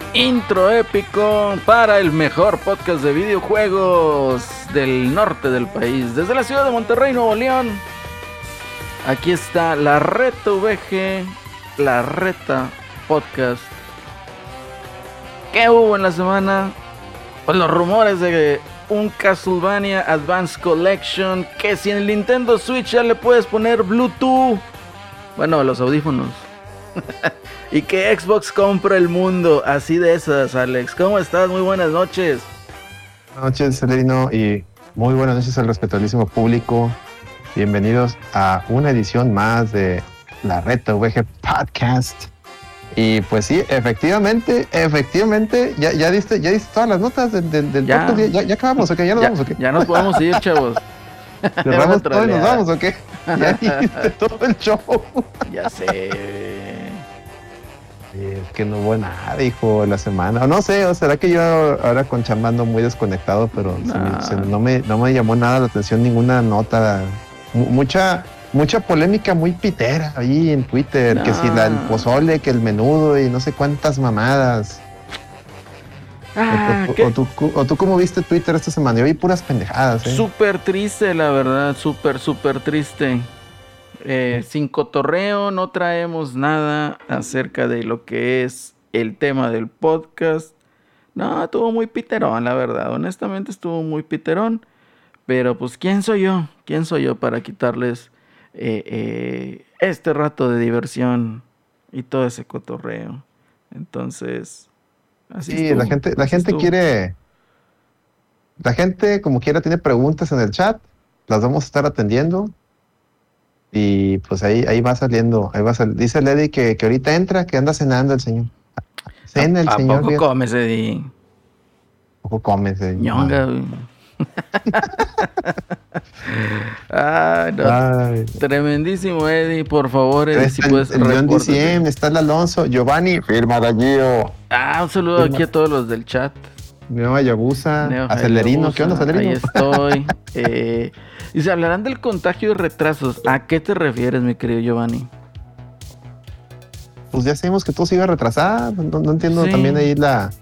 intro épico para el mejor podcast de videojuegos del norte del país, desde la ciudad de Monterrey, Nuevo León. Aquí está la Reta VG, la Reta Podcast. ¿Qué hubo en la semana? Pues los rumores de un Castlevania Advanced Collection, que si en el Nintendo Switch ya le puedes poner Bluetooth, bueno, los audífonos. Y que Xbox compra el mundo. Así de esas, Alex. ¿Cómo estás? Muy buenas noches. Buenas noches, Celerino, y muy buenas noches al respetabilísimo público. Bienvenidos a una edición más de la Reta VG Podcast. Y pues sí, efectivamente, ya diste todas las notas del podcast. Ya acabamos, ¿ok? Ya nos vamos, ¿ok? Ya nos podemos ir, chavos. Cerramos todo y nos vamos, ¿ok? Ya hiciste todo el show. Ya sé. Es que no hubo nada, hijo, la semana. O no sé, o será que yo ahora con chamba ando muy desconectado, pero no me llamó nada la atención ninguna nota. Mucha polémica muy pitera ahí en Twitter, que si el pozole, que el menudo y no sé cuántas mamadas. ¿O tú cómo viste Twitter esta semana? Yo vi puras pendejadas, Súper triste, la verdad, súper triste. Sin cotorreo, no traemos nada acerca de lo que es el tema del podcast. No, estuvo muy piterón, la verdad. Honestamente estuvo muy piterón. Pero pues, ¿quién soy yo? ¿Quién soy yo para quitarles este rato de diversión y todo ese cotorreo? Entonces, así sí, estuvo. la gente quiere... La gente, como quiera, tiene preguntas en el chat. Las vamos a estar atendiendo. Y pues ahí va saliendo. Dice Lady que ahorita entra, que anda cenando el señor. Cena el señor. ¿A poco comes, Eddie? Poco comes, ñonga, güey. Ay. Tremendísimo, Eddie. Por favor, Eddie, si puedes el John DCM, está el Alonso, Giovanni, firma Gallio. Un saludo aquí a todos los del chat. Neo Hayabusa, a Celerino. ¿Qué onda, Celerino? Ahí estoy. Y se hablarán del contagio de retrasos. ¿A qué te refieres, mi querido Giovanni? Pues ya sabemos que todo se iba a retrasar. No entiendo también ahí la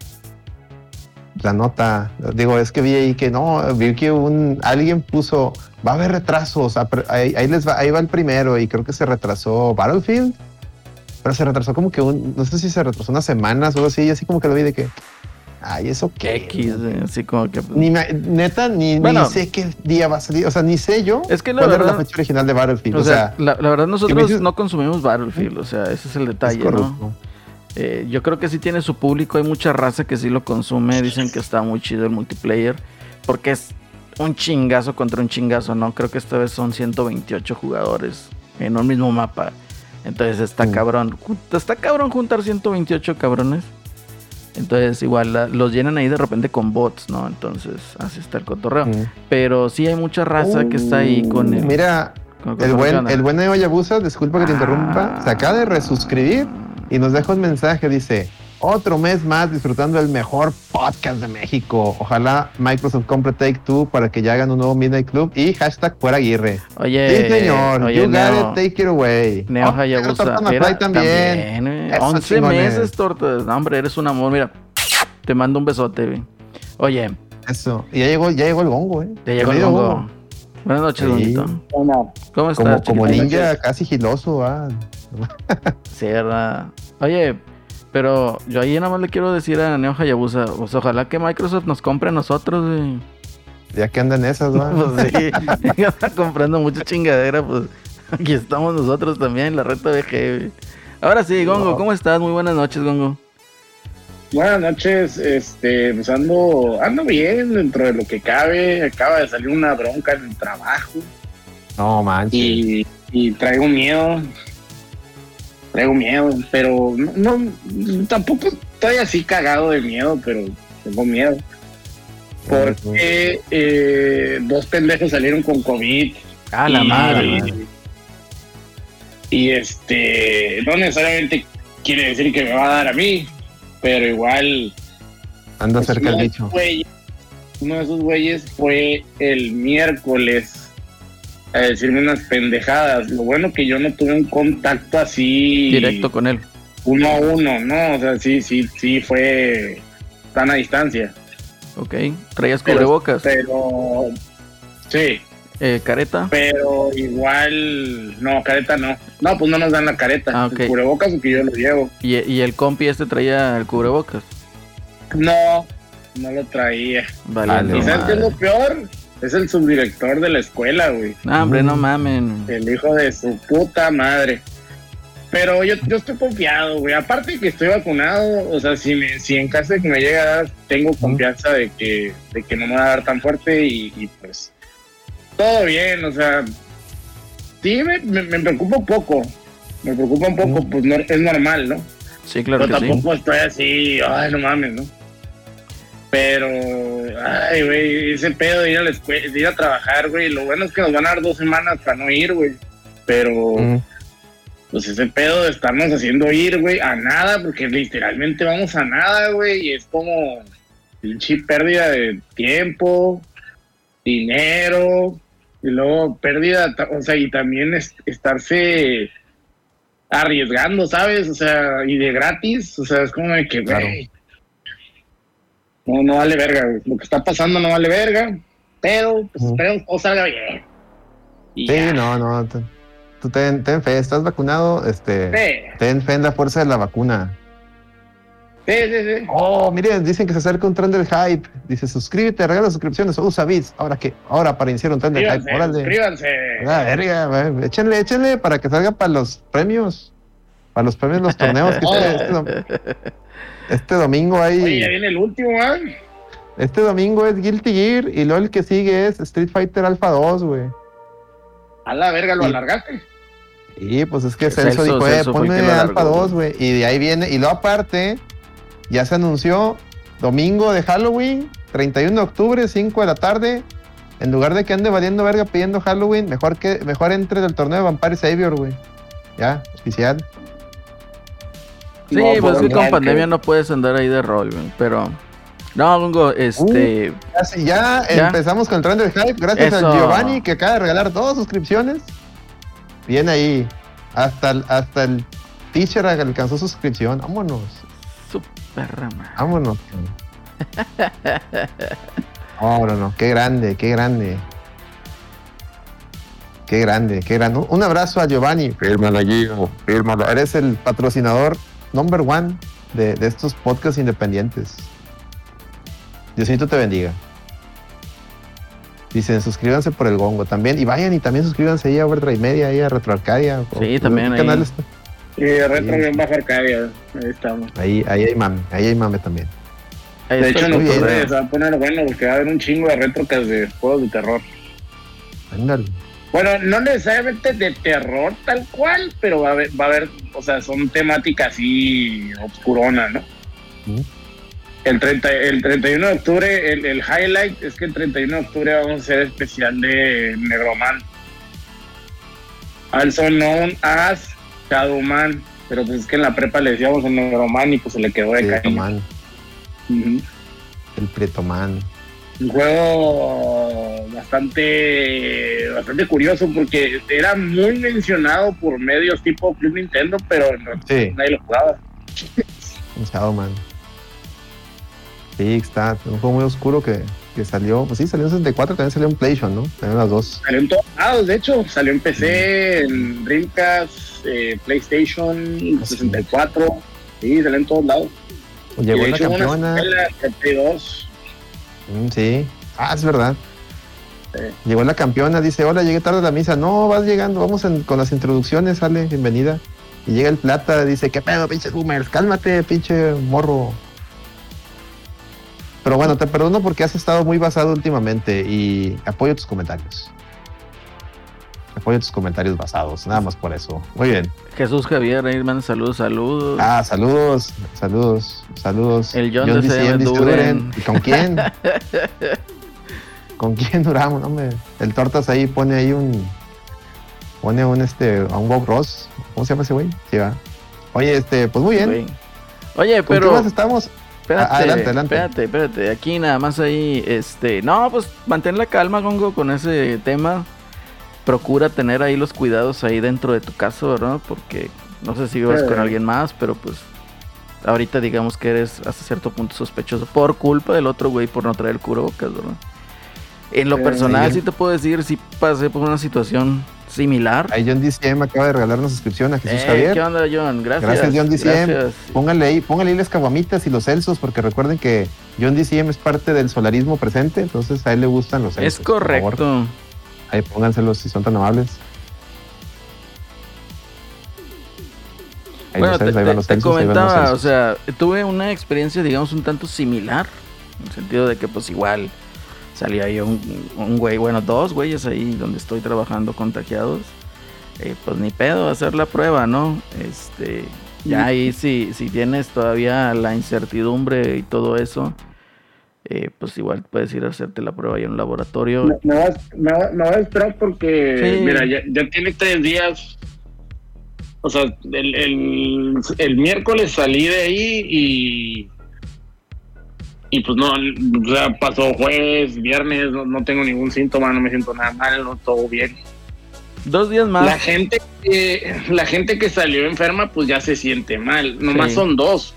nota. Digo, es que vi ahí que vi que alguien puso, va a haber retrasos. Ahí va el primero y creo que se retrasó Battlefield. Pero se retrasó como que no sé si se retrasó unas semanas o algo así. Y así como que lo vi de que, ¿eso qué? X, así como que... Ni sé qué día va a salir. O sea, ni sé yo es que cuál era la fecha original de Battlefield. O sea, la verdad nosotros no consumimos Battlefield. O sea, ese es el detalle, ¿no? Yo creo que sí tiene su público. Hay mucha raza que sí lo consume. Dicen que está muy chido el multiplayer, porque es un chingazo contra un chingazo, ¿no? Creo que esta vez son 128 jugadores en un mismo mapa. Entonces está cabrón. Está cabrón juntar 128 cabrones. Entonces igual los llenan ahí de repente con bots, ¿no? Entonces así está el cotorreo. Pero sí hay mucha raza que está ahí con el... Mira, el buen Neo Hayabusa, disculpa que te interrumpa, se acaba de resuscribir y nos deja un mensaje, dice: otro mes más disfrutando del mejor podcast de México. Ojalá Microsoft compre Take-Two para que ya hagan un nuevo Midnight Club y #fuera Aguirre. Oye, sí, señor, you got it, take it away. Neo Hayabusa, también 11 meses, tortas. No, hombre, eres un amor, mira. Te mando un besote, güey. Oye. Eso, y ya llegó el gongo, Ya llegó el gongo. Buenas noches, bonito. ¿Cómo estás, como ninja casi giloso, Sí, verdad. Oye, pero yo ahí nada más le quiero decir a Neo Hayabusa, pues ojalá que Microsoft nos compre a nosotros, güey. Ya que andan esas, ¿no? Pues sí, ya está comprando mucha chingadera, pues aquí estamos nosotros también, la Reta VG, güey. Ahora sí, Gongo, ¿cómo estás? Muy buenas noches, Gongo. Buenas noches, pues ando bien dentro de lo que cabe. Acaba de salir una bronca en el trabajo. No manches. Y traigo miedo, pero no, tampoco estoy así cagado de miedo, pero tengo miedo. Porque 2 pendejos salieron con COVID. La madre. Y no necesariamente quiere decir que me va a dar a mí, pero igual anda cerca el bicho. Uno de esos güeyes fue el miércoles a decirme unas pendejadas. Lo bueno que yo no tuve un contacto así directo con él. 1 a 1, ¿no? O sea, sí fue tan a distancia. Ok, traías cubrebocas. Pero sí. ¿Careta? Pero igual, no, careta no. No, pues no nos dan la careta. Okay. El cubrebocas porque yo lo llevo. ¿Y el compi traía el cubrebocas? No lo traía. Vale, ¿Y sabes qué es lo peor? Es el subdirector de la escuela, güey. No, hombre, no mamen. El hijo de su puta madre. Pero yo estoy confiado, güey. Aparte de que estoy vacunado, o sea, si en caso de que me llegue a dar, tengo confianza de que no me va a dar tan fuerte y pues todo bien, o sea, sí me preocupa un poco. Me preocupa un poco, pues no, es normal, ¿no? Sí, claro. Pero que tampoco sí. estoy así, ay, no mames, ¿no? Pero, ay, güey, ese pedo de ir a la escuela, de ir a trabajar, güey, lo bueno es que nos van a dar 2 semanas para no ir, güey. Pero, pues ese pedo de estarnos haciendo ir, güey, a nada, porque literalmente vamos a nada, güey, y es como pinche pérdida de tiempo, dinero, y luego pérdida, o sea, y también estarse arriesgando, ¿sabes? O sea, y de gratis, o sea, es como de que, güey, no vale verga, güey. Lo que está pasando no vale verga, pero pues esperemos que todo salga bien. Y sí, ya. No, tú ten fe, estás vacunado, ten fe en la fuerza de la vacuna. Sí. Oh, miren, dicen que se acerca un tren del hype. Dice, suscríbete, regala suscripciones, usa bits. Ahora para iniciar un tren del hype. Órale. Suscríbanse. Verga, échenle para que salga para los premios. Para los premios de los torneos que este domingo hay. Oye, ya viene el último, ¿eh? Este domingo es Guilty Gear y luego el que sigue es Street Fighter Alpha 2, güey. A la verga, lo alargaste. Y pues es que Celso dijo, ponme Alpha 2, güey. Y de ahí viene, y luego aparte, ya se anunció domingo de Halloween, 31 de octubre, 5 de la tarde. En lugar de que ande valiendo verga pidiendo Halloween, mejor entre del torneo de Vampire Savior, güey. Ya, oficial. Sí, pues es que con pandemia no puedes andar ahí de rol, güey. Pero, no, Gongo, ya empezamos con el tren del hype. Gracias a Giovanni, que acaba de regalar 2 suscripciones. Bien ahí. Hasta el teacher alcanzó suscripción. Vámonos. Super rama. Vámonos. No. Qué grande. Un abrazo a Giovanni. Fírmala, Gio. Fírmala. Eres el patrocinador number 1 de estos podcasts independientes. Diosito te bendiga. Dicen, suscríbanse por el Gongo también. Y vayan y también suscríbanse ahí a Overdrive Media, ahí a Retro Arcadia. Sí, también ahí. Canal está. Sí, Retro Arcadia. Ahí estamos. Ahí hay mame también. De hecho, no se va a poner bueno porque va a haber un chingo de retrocas de juegos de terror. Ándale. Bueno, no necesariamente de terror tal cual, pero va a haber, o sea, son temáticas así obscuronas, ¿no? El 31 de octubre, el highlight es que el 31 de octubre vamos a hacer especial de Negroman. Also known as Shadowman, pero pues es que en la prepa le decíamos el Negroman y pues se le quedó de cariño. El Pretoman. Un juego bastante curioso porque era muy mencionado por medios tipo Club Nintendo, pero nadie lo jugaba. Un Shadowman. Sí, está un juego muy oscuro que salió, pues sí, salió en 64, también salió en PlayStation, ¿no? También las dos. Salió en todos lados, de hecho, salió en PC, en Dreamcast, PlayStation, 64, sí, salió en todos lados. Llegó la campeona. Sí, es verdad. Sí. Llegó la campeona, dice, hola, llegué tarde a la misa. No, vas llegando, vamos con las introducciones, sale, bienvenida. Y llega el plata, dice, ¿qué pedo, pinches boomers? Cálmate, pinche morro. Pero bueno, te perdono porque has estado muy basado últimamente y apoyo tus comentarios. Apoyo tus comentarios basados, nada más por eso. Muy bien. Jesús Javier, Irman, saludos. Saludos. El John de Duren. ¿Y con quién? ¿Con quién duramos? No, el Tortas ahí pone un Bob Ross. ¿Cómo se llama ese güey? Sí, va. Oye, pues muy bien. Oye, pero ¿con qué más estamos? Adelante. Espérate. Aquí nada más ahí, no, pues mantén la calma, Gongo, con ese tema. Procura tener ahí los cuidados ahí dentro de tu caso, ¿no? Porque No sé si vivas con alguien más, pero pues ahorita digamos que eres hasta cierto punto sospechoso por culpa del otro güey por no traer el cubrebocas, ¿verdad? En lo personal sí te puedo decir, sí pasé por una situación similar. Ahí John DCM acaba de regalar una suscripción a Jesús Javier. ¿Qué onda, John? Gracias John DCM. Pónganle ahí las caguamitas y los Celsos, porque recuerden que John DCM es parte del solarismo presente, entonces a él le gustan los Celsos. Es correcto. Ahí pónganselos si son tan amables. Bueno, te comentaba, o sea, tuve una experiencia, digamos, un tanto similar, en el sentido de que pues igual salía ahí un güey, bueno, 2 güeyes ahí donde estoy trabajando contagiados, pues ni pedo hacer la prueba, ¿no? Ya ahí si tienes todavía la incertidumbre y todo eso, pues igual puedes ir a hacerte la prueba ahí en un laboratorio. Me vas a esperar porque, sí. Mira, ya tiene 3 días. O sea, el miércoles salí de ahí y pues no, o sea, pasó jueves, viernes, no tengo ningún síntoma, no me siento nada mal, no, todo bien. 2 días más. La gente que salió enferma pues ya se siente mal, nomás son 2.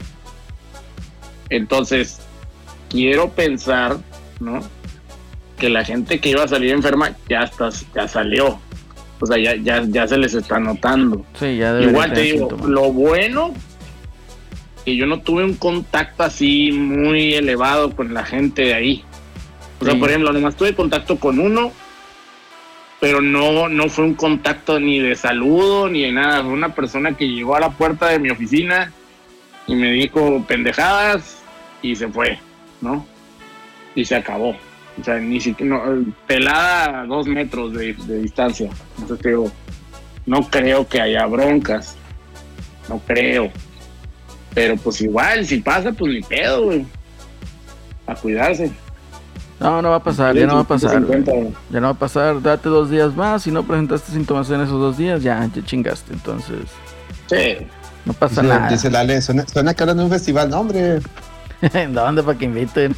Entonces, quiero pensar, ¿no? Que la gente que iba a salir enferma ya salió. O sea, ya se les está notando. Sí, ya igual te digo, síntomas. Lo bueno que yo no tuve un contacto así muy elevado con la gente de ahí. O sea, por ejemplo, nomás tuve contacto con uno, pero no fue un contacto ni de saludo ni de nada. Fue una persona que llegó a la puerta de mi oficina y me dijo pendejadas y se fue, ¿no? Y se acabó. O sea, ni siquiera, pelada a 2 metros de distancia. Entonces te digo, no creo que haya broncas. No creo. Pero pues igual, si pasa, pues ni pedo, güey. A cuidarse. No va a pasar, ya no va a pasar. Ya no va a pasar, date 2 días más. Si no presentaste síntomas en esos 2 días, ya chingaste. Entonces, sí. No pasa nada. Dice Lale, suena que hablan de un festival, no, hombre. ¿Dónde para que inviten?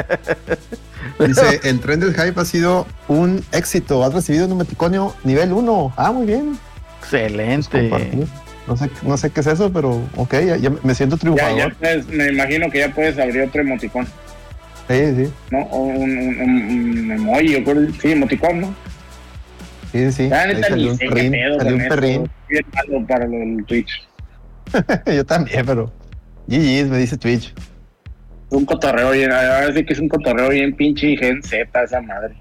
Dice, el tren del hype ha sido un éxito. Has recibido un emoticonio nivel 1. Ah, muy bien. Excelente. No sé qué es eso, pero ok, ya me siento triunfador. Me imagino que ya puedes abrir otro emoticón. Sí. ¿No? O un emoji, sí, emoticón, ¿no? Sí. Salió un perrín. Es malo para el Twitch. Yo también, pero GG's me dice Twitch. Un cotorreo bien, ahora sí que es un cotorreo bien pinche Gen Z esa madre.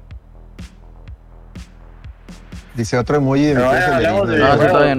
Dice otro emoji de videojuegos.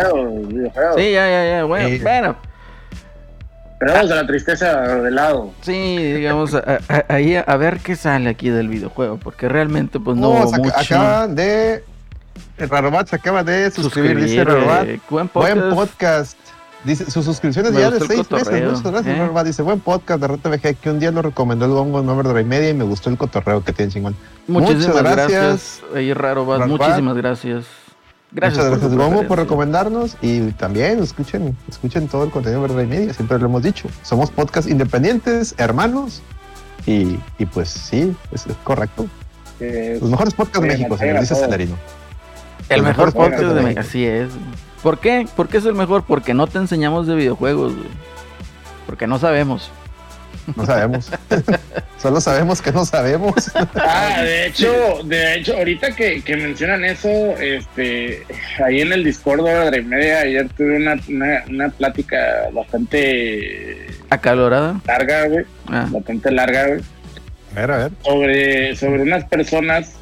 Sí, ya, bueno. Pero vamos a la tristeza de lado. Sí, digamos, ahí a ver qué sale aquí del videojuego, porque realmente pues no hubo mucho. Acaban de... Rarobat se acaba de suscribir, dice Rarobat. Buen podcast. Dice, sus suscripciones ya de 6 meses. Muchas gracias, Rarobat. Dice, buen podcast de RTVG, que un día lo recomendó el Gongo en Overdrive Media y me gustó el cotorreo que tiene chingón. Muchas gracias. Rarobat, muchísimas gracias. Muchas gracias, Gongo, por recomendarnos y también escuchen todo el contenido de Overdrive Media, siempre lo hemos dicho. Somos podcast independientes, hermanos, y pues sí, es correcto. Los mejores podcasts de México, señor, dice Celerino. El mejor podcast de México, así es. ¿Por qué? ¿Por qué es el mejor? Porque no te enseñamos de videojuegos, güey. Porque no sabemos. No sabemos. Solo sabemos que no sabemos. De hecho, ahorita que mencionan eso, ahí en el Discord de Overdrive Media, ayer tuve una plática bastante acalorada. Larga, güey. Bastante larga, güey. A ver. Sobre unas personas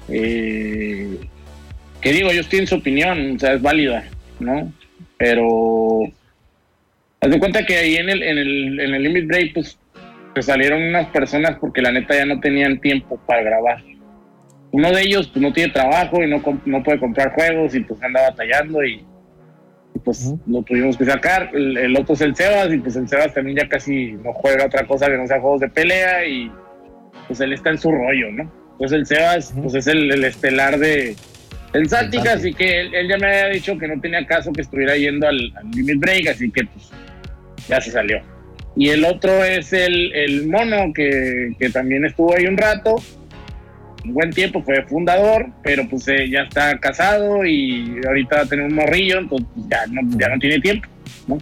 que digo, ellos tienen su opinión, o sea, es válida, ¿no? Pero haz de cuenta que ahí en el Limit Break, pues salieron unas personas porque la neta ya no tenían tiempo para grabar. Uno de ellos pues no tiene trabajo y no puede comprar juegos y pues anda batallando y pues lo tuvimos que sacar. El otro es el Sebas y pues el Sebas también ya casi no juega otra cosa que no sea juegos de pelea y pues él está en su rollo, ¿no? Entonces el Sebas pues es el estelar de el Sática, así que él ya me había dicho que no tenía caso que estuviera yendo al Limit Break, así que pues ya se salió. Y el otro es el mono que también estuvo ahí un rato un buen tiempo fue fundador, pero pues ya está casado y ahorita va a tener un morrillo, entonces pues, ya no tiene tiempo, ¿no?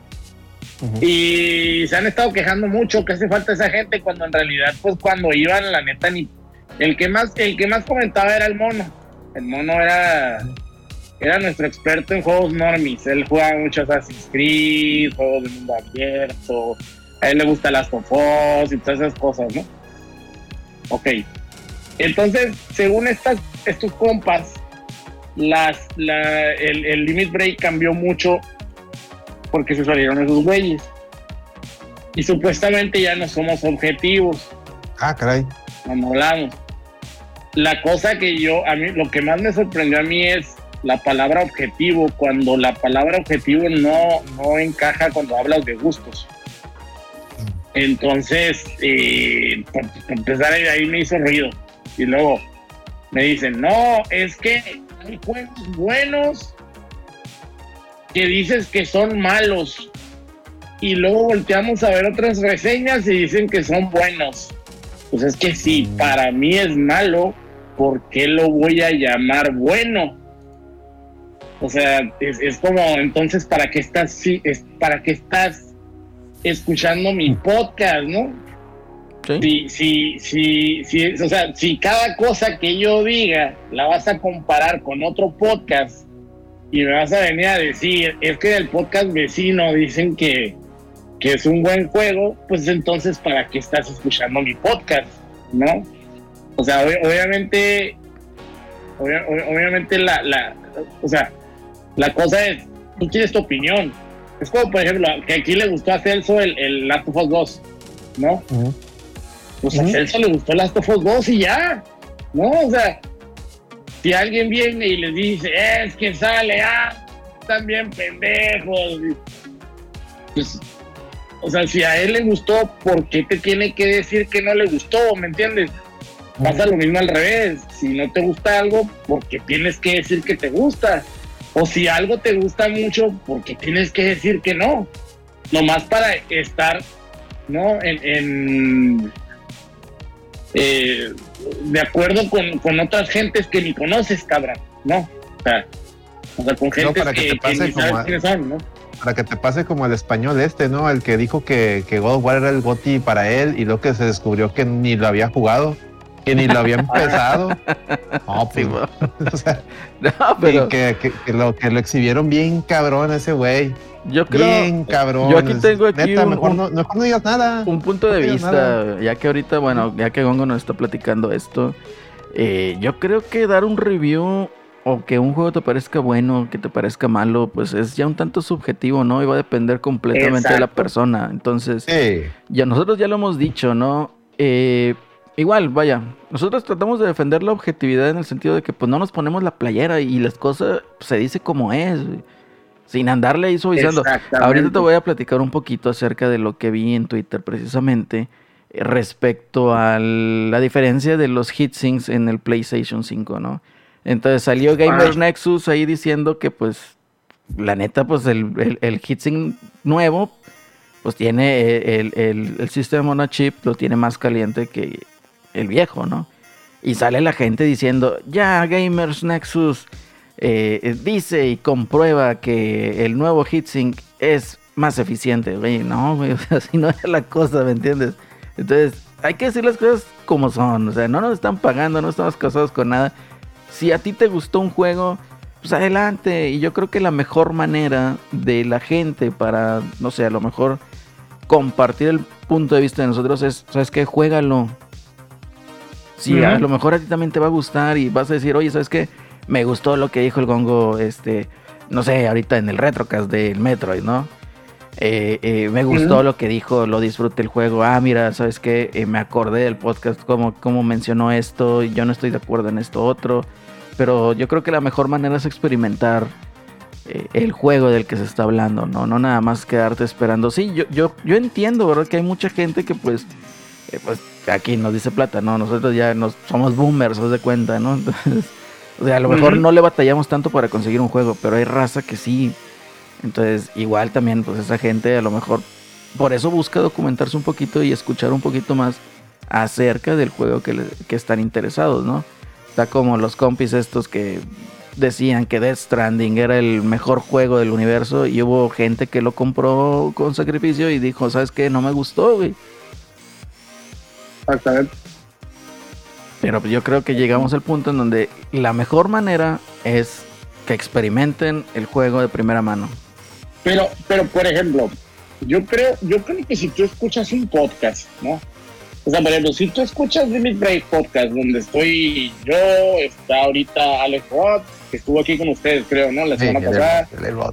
Y se han estado quejando mucho que hace falta esa gente, cuando en realidad pues cuando iban, la neta, ni el que más comentaba era el mono. El mono era nuestro experto en juegos normies. Él jugaba mucho Assassin's Creed, juegos de mundo abierto, a él le gusta Last of Us y todas esas cosas, ¿no? Ok, entonces según estos compas, el Limit Break cambió mucho porque se salieron esos güeyes y supuestamente ya no somos objetivos. Caray. Cuando hablamos, la cosa que a mí lo que más me sorprendió a mí es la palabra objetivo, cuando la palabra objetivo no encaja cuando hablas de gustos. Entonces por empezar ahí me hizo ruido y luego me dicen, no, es que hay juegos buenos que dices que son malos y luego volteamos a ver otras reseñas y dicen que son buenos. Pues es que si para mí es malo, ¿por qué lo voy a llamar bueno? O sea, es como, entonces, ¿para qué estás escuchando mi podcast, no? Sí. O sea, si cada cosa que yo diga la vas a comparar con otro podcast y me vas a venir a decir, es que del podcast vecino dicen que es un buen juego, pues entonces ¿para qué estás escuchando mi podcast? ¿No? O sea, obviamente la cosa es, tú tienes tu opinión. Es como, por ejemplo, que aquí le gustó a Celso el Last of Us 2, ¿no? Pues a Celso le gustó Last of Us 2 y ya, ¿no? O sea, si alguien viene y les dice, es que sale, están bien pendejos, pues, o sea, si a él le gustó, ¿por qué te tiene que decir que no le gustó? ¿Me entiendes? Pasa lo mismo al revés. Si no te gusta algo, ¿por qué tienes que decir que te gusta? O si algo te gusta mucho, ¿por qué tienes que decir que no? Nomás para estar, ¿no? De acuerdo con otras gentes que ni conoces, cabrón, ¿no? O sea con gente que ni sabes quiénes son, ¿no? Para que te pase como el español ¿no? El que dijo que God of War era el GOTY para él y luego que se descubrió que ni lo había jugado, que ni lo había empezado. No, pues, sí, o sea, no, pero que lo exhibieron bien cabrón ese güey. Yo creo, bien cabrón. Yo aquí tengo neta, mejor no digas nada. Un punto de vista, ya que ahorita, bueno, ya que Gongo nos está platicando esto, yo creo que dar un review o que un juego te parezca bueno, que te parezca malo, pues es ya un tanto subjetivo, ¿no? Y va a depender completamente de la persona. Entonces, ya nosotros ya lo hemos dicho, ¿no? Igual, vaya, nosotros tratamos de defender la objetividad en el sentido de que pues no nos ponemos la playera y las cosas pues, se dice como es, sin andarle ahí suavizando. Ahorita te voy a platicar un poquito acerca de lo que vi en Twitter precisamente respecto a la diferencia de los heatsinks en el PlayStation 5, ¿no? Entonces salió Gamer Nexus ahí diciendo que pues la neta pues el heatsink nuevo pues tiene el System on a Chip, lo tiene más caliente que el viejo, ¿no? Y sale la gente diciendo, ya Gamers Nexus dice y comprueba que el nuevo heatsink es más eficiente, güey. No, güey, o sea, así no es la cosa, ¿me entiendes? Entonces, hay que decir las cosas como son, o sea, no nos están pagando, no estamos casados con nada. Si a ti te gustó un juego, pues adelante. Y yo creo que la mejor manera de la gente para, no sé, a lo mejor compartir el punto de vista de nosotros es, ¿sabes qué? Juégalo. Sí, a lo mejor a ti también te va a gustar y vas a decir, oye, ¿sabes qué? Me gustó lo que dijo el Gongo, no sé, ahorita en el Retrocast del Metroid, ¿no? Me gustó lo que dijo, lo disfruté el juego. Mira, ¿sabes qué? Me acordé del podcast, cómo mencionó esto, y yo no estoy de acuerdo en esto otro. Pero yo creo que la mejor manera es experimentar el juego del que se está hablando, ¿no? No nada más quedarte esperando. Sí, yo entiendo, ¿verdad? Que hay mucha gente que pues aquí nos dice Plata, ¿no? Nosotros ya somos boomers, ¿os de cuenta, no? Entonces, o sea, a lo mejor no le batallamos tanto para conseguir un juego, pero hay raza que sí. Entonces, igual también, pues esa gente a lo mejor por eso busca documentarse un poquito y escuchar un poquito más acerca del juego que están interesados, ¿no? Está como los compis estos que decían que Death Stranding era el mejor juego del universo y hubo gente que lo compró con sacrificio y dijo, ¿sabes qué? No me gustó, güey. Exactamente. Pero yo creo que llegamos al punto en donde la mejor manera es que experimenten el juego de primera mano. Pero por ejemplo, yo creo que si tú escuchas un podcast, ¿no? O sea, por ejemplo, si tú escuchas Limit Break Podcast, donde estoy yo, está ahorita Alex Roth, que estuvo aquí con ustedes, creo, ¿no? La semana pasada.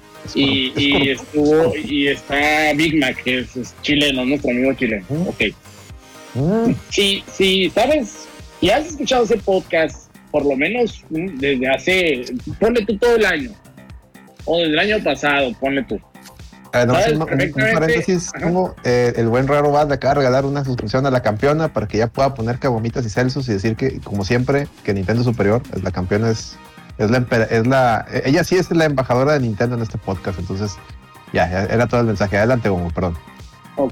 Y está Big Mac, que es chileno, nuestro amigo chileno. Ok. Si sabes, y has escuchado ese podcast, por lo menos desde hace, ponle tú todo el año, o desde el año pasado, ponle tú. Un paréntesis, como el buen Raro va de acá a regalar una suscripción a la campeona para que ya pueda poner caguamitas y Celsius y decir que, como siempre, que Nintendo es superior. La campeona ella sí es la embajadora de Nintendo en este podcast. Entonces, ya era todo el mensaje. Adelante, Gomu, perdón. Ok.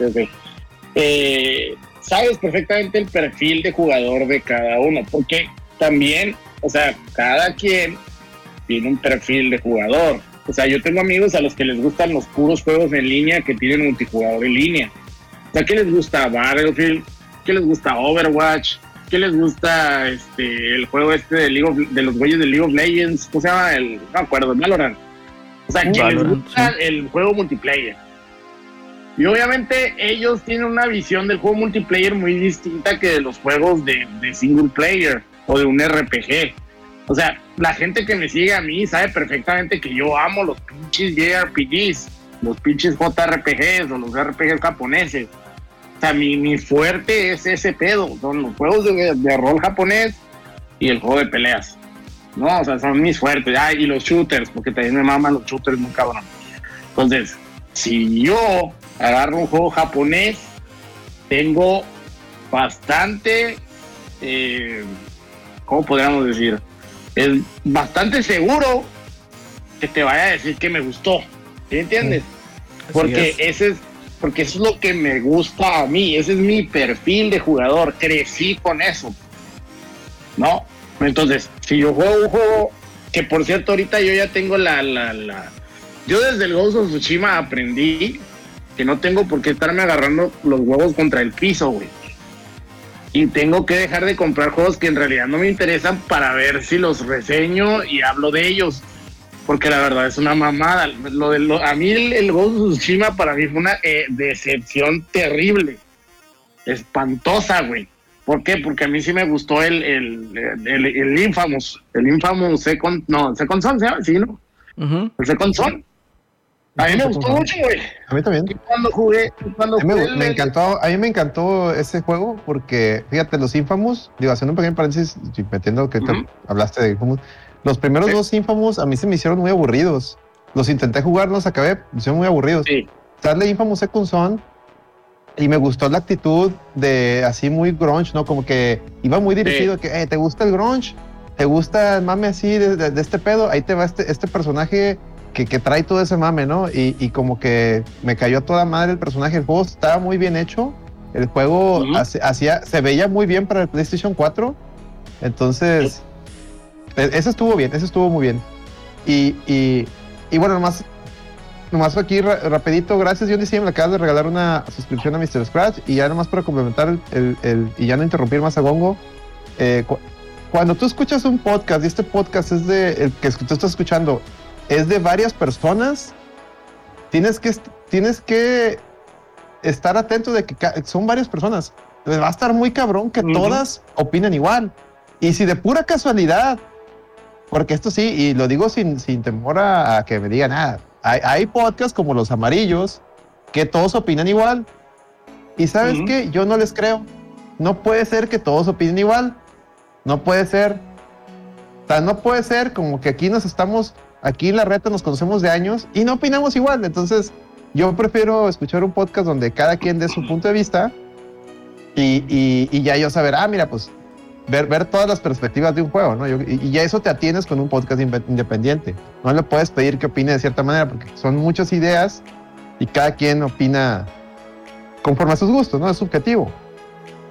Sabes perfectamente el perfil de jugador de cada uno, porque también, o sea, cada quien tiene un perfil de jugador. O sea, yo tengo amigos a los que les gustan los puros juegos en línea que tienen multijugador en línea. O sea, ¿qué les gusta Battlefield? ¿Qué les gusta Overwatch? ¿Qué les gusta el juego de los güeyes de League of Legends? ¿Cómo se llama? No me acuerdo, Valorant. O sea, que les gusta el juego multiplayer. Y obviamente ellos tienen una visión del juego multiplayer muy distinta que de los juegos de single player o de un RPG. O sea, la gente que me sigue a mí sabe perfectamente que yo amo los pinches JRPGs, los pinches JRPGs o los RPGs japoneses. O sea, mi fuerte es ese pedo, son los juegos de rol japonés y el juego de peleas. No, o sea, son mis fuertes. Y los shooters, porque también me maman los shooters muy cabrón. Entonces, si yo agarro un juego japonés, tengo bastante, ¿cómo podríamos decir? Es bastante seguro que te vaya a decir que me gustó, ¿sí entiendes? Porque eso es lo que me gusta a mí, ese es mi perfil de jugador, crecí con eso, ¿no? Entonces, si yo juego un juego, que por cierto ahorita yo ya tengo yo desde el Ghost of Tsushima aprendí que no tengo por qué estarme agarrando los huevos contra el piso, güey. Y tengo que dejar de comprar juegos que en realidad no me interesan para ver si los reseño y hablo de ellos. Porque la verdad es una mamada. A mí el Ghost of Tsushima para mí fue una decepción terrible. Espantosa, güey. ¿Por qué? Porque a mí sí me gustó el Infamous. El Infamous Second Son, ¿sí, no? Uh-huh. El Second Son. A mí me gustó mucho, güey. A mí también. Y cuando jugué a mí me encantó ese juego porque, fíjate, los Infamous, haciendo un pequeño paréntesis, metiendo que hablaste de Infamous, los primeros dos Infamous a mí se me hicieron muy aburridos. Los intenté jugar, los acabé, me hicieron muy aburridos. Sí. Sale Infamous Second Son y me gustó la actitud de así muy grunge, ¿no? Como que iba muy dirigido, que ¿te gusta el grunge? ¿Te gusta el mame así de este pedo? Ahí te va este personaje que trae todo ese mame, ¿no? Y como que me cayó a toda madre el personaje. El juego estaba muy bien hecho. El juego se veía muy bien para el PlayStation 4. Entonces, eso estuvo muy bien. Y bueno, nomás aquí rapidito, gracias Johnny, sí, me acabas de regalar una suscripción a Mr. Scratch. Y ya nomás para complementar y ya no interrumpir más a Gongo, cuando tú escuchas un podcast, y este podcast es el que tú estás escuchando, es de varias personas, tienes que estar atento de que son varias personas. Entonces va a estar muy cabrón que todas opinen igual. Y si de pura casualidad, porque esto sí, y lo digo sin temor a que me digan nada, hay podcasts como Los Amarillos que todos opinan igual. Y ¿sabes qué? Yo no les creo. No puede ser que todos opinen igual. No puede ser. O sea, no puede ser como que aquí en la reta nos conocemos de años y no opinamos igual. Entonces, yo prefiero escuchar un podcast donde cada quien dé su punto de vista y ya yo saber, mira, pues, ver todas las perspectivas de un juego, ¿no? Y ya eso te atienes con un podcast independiente. No le puedes pedir que opine de cierta manera porque son muchas ideas y cada quien opina conforme a sus gustos, ¿no? Es subjetivo.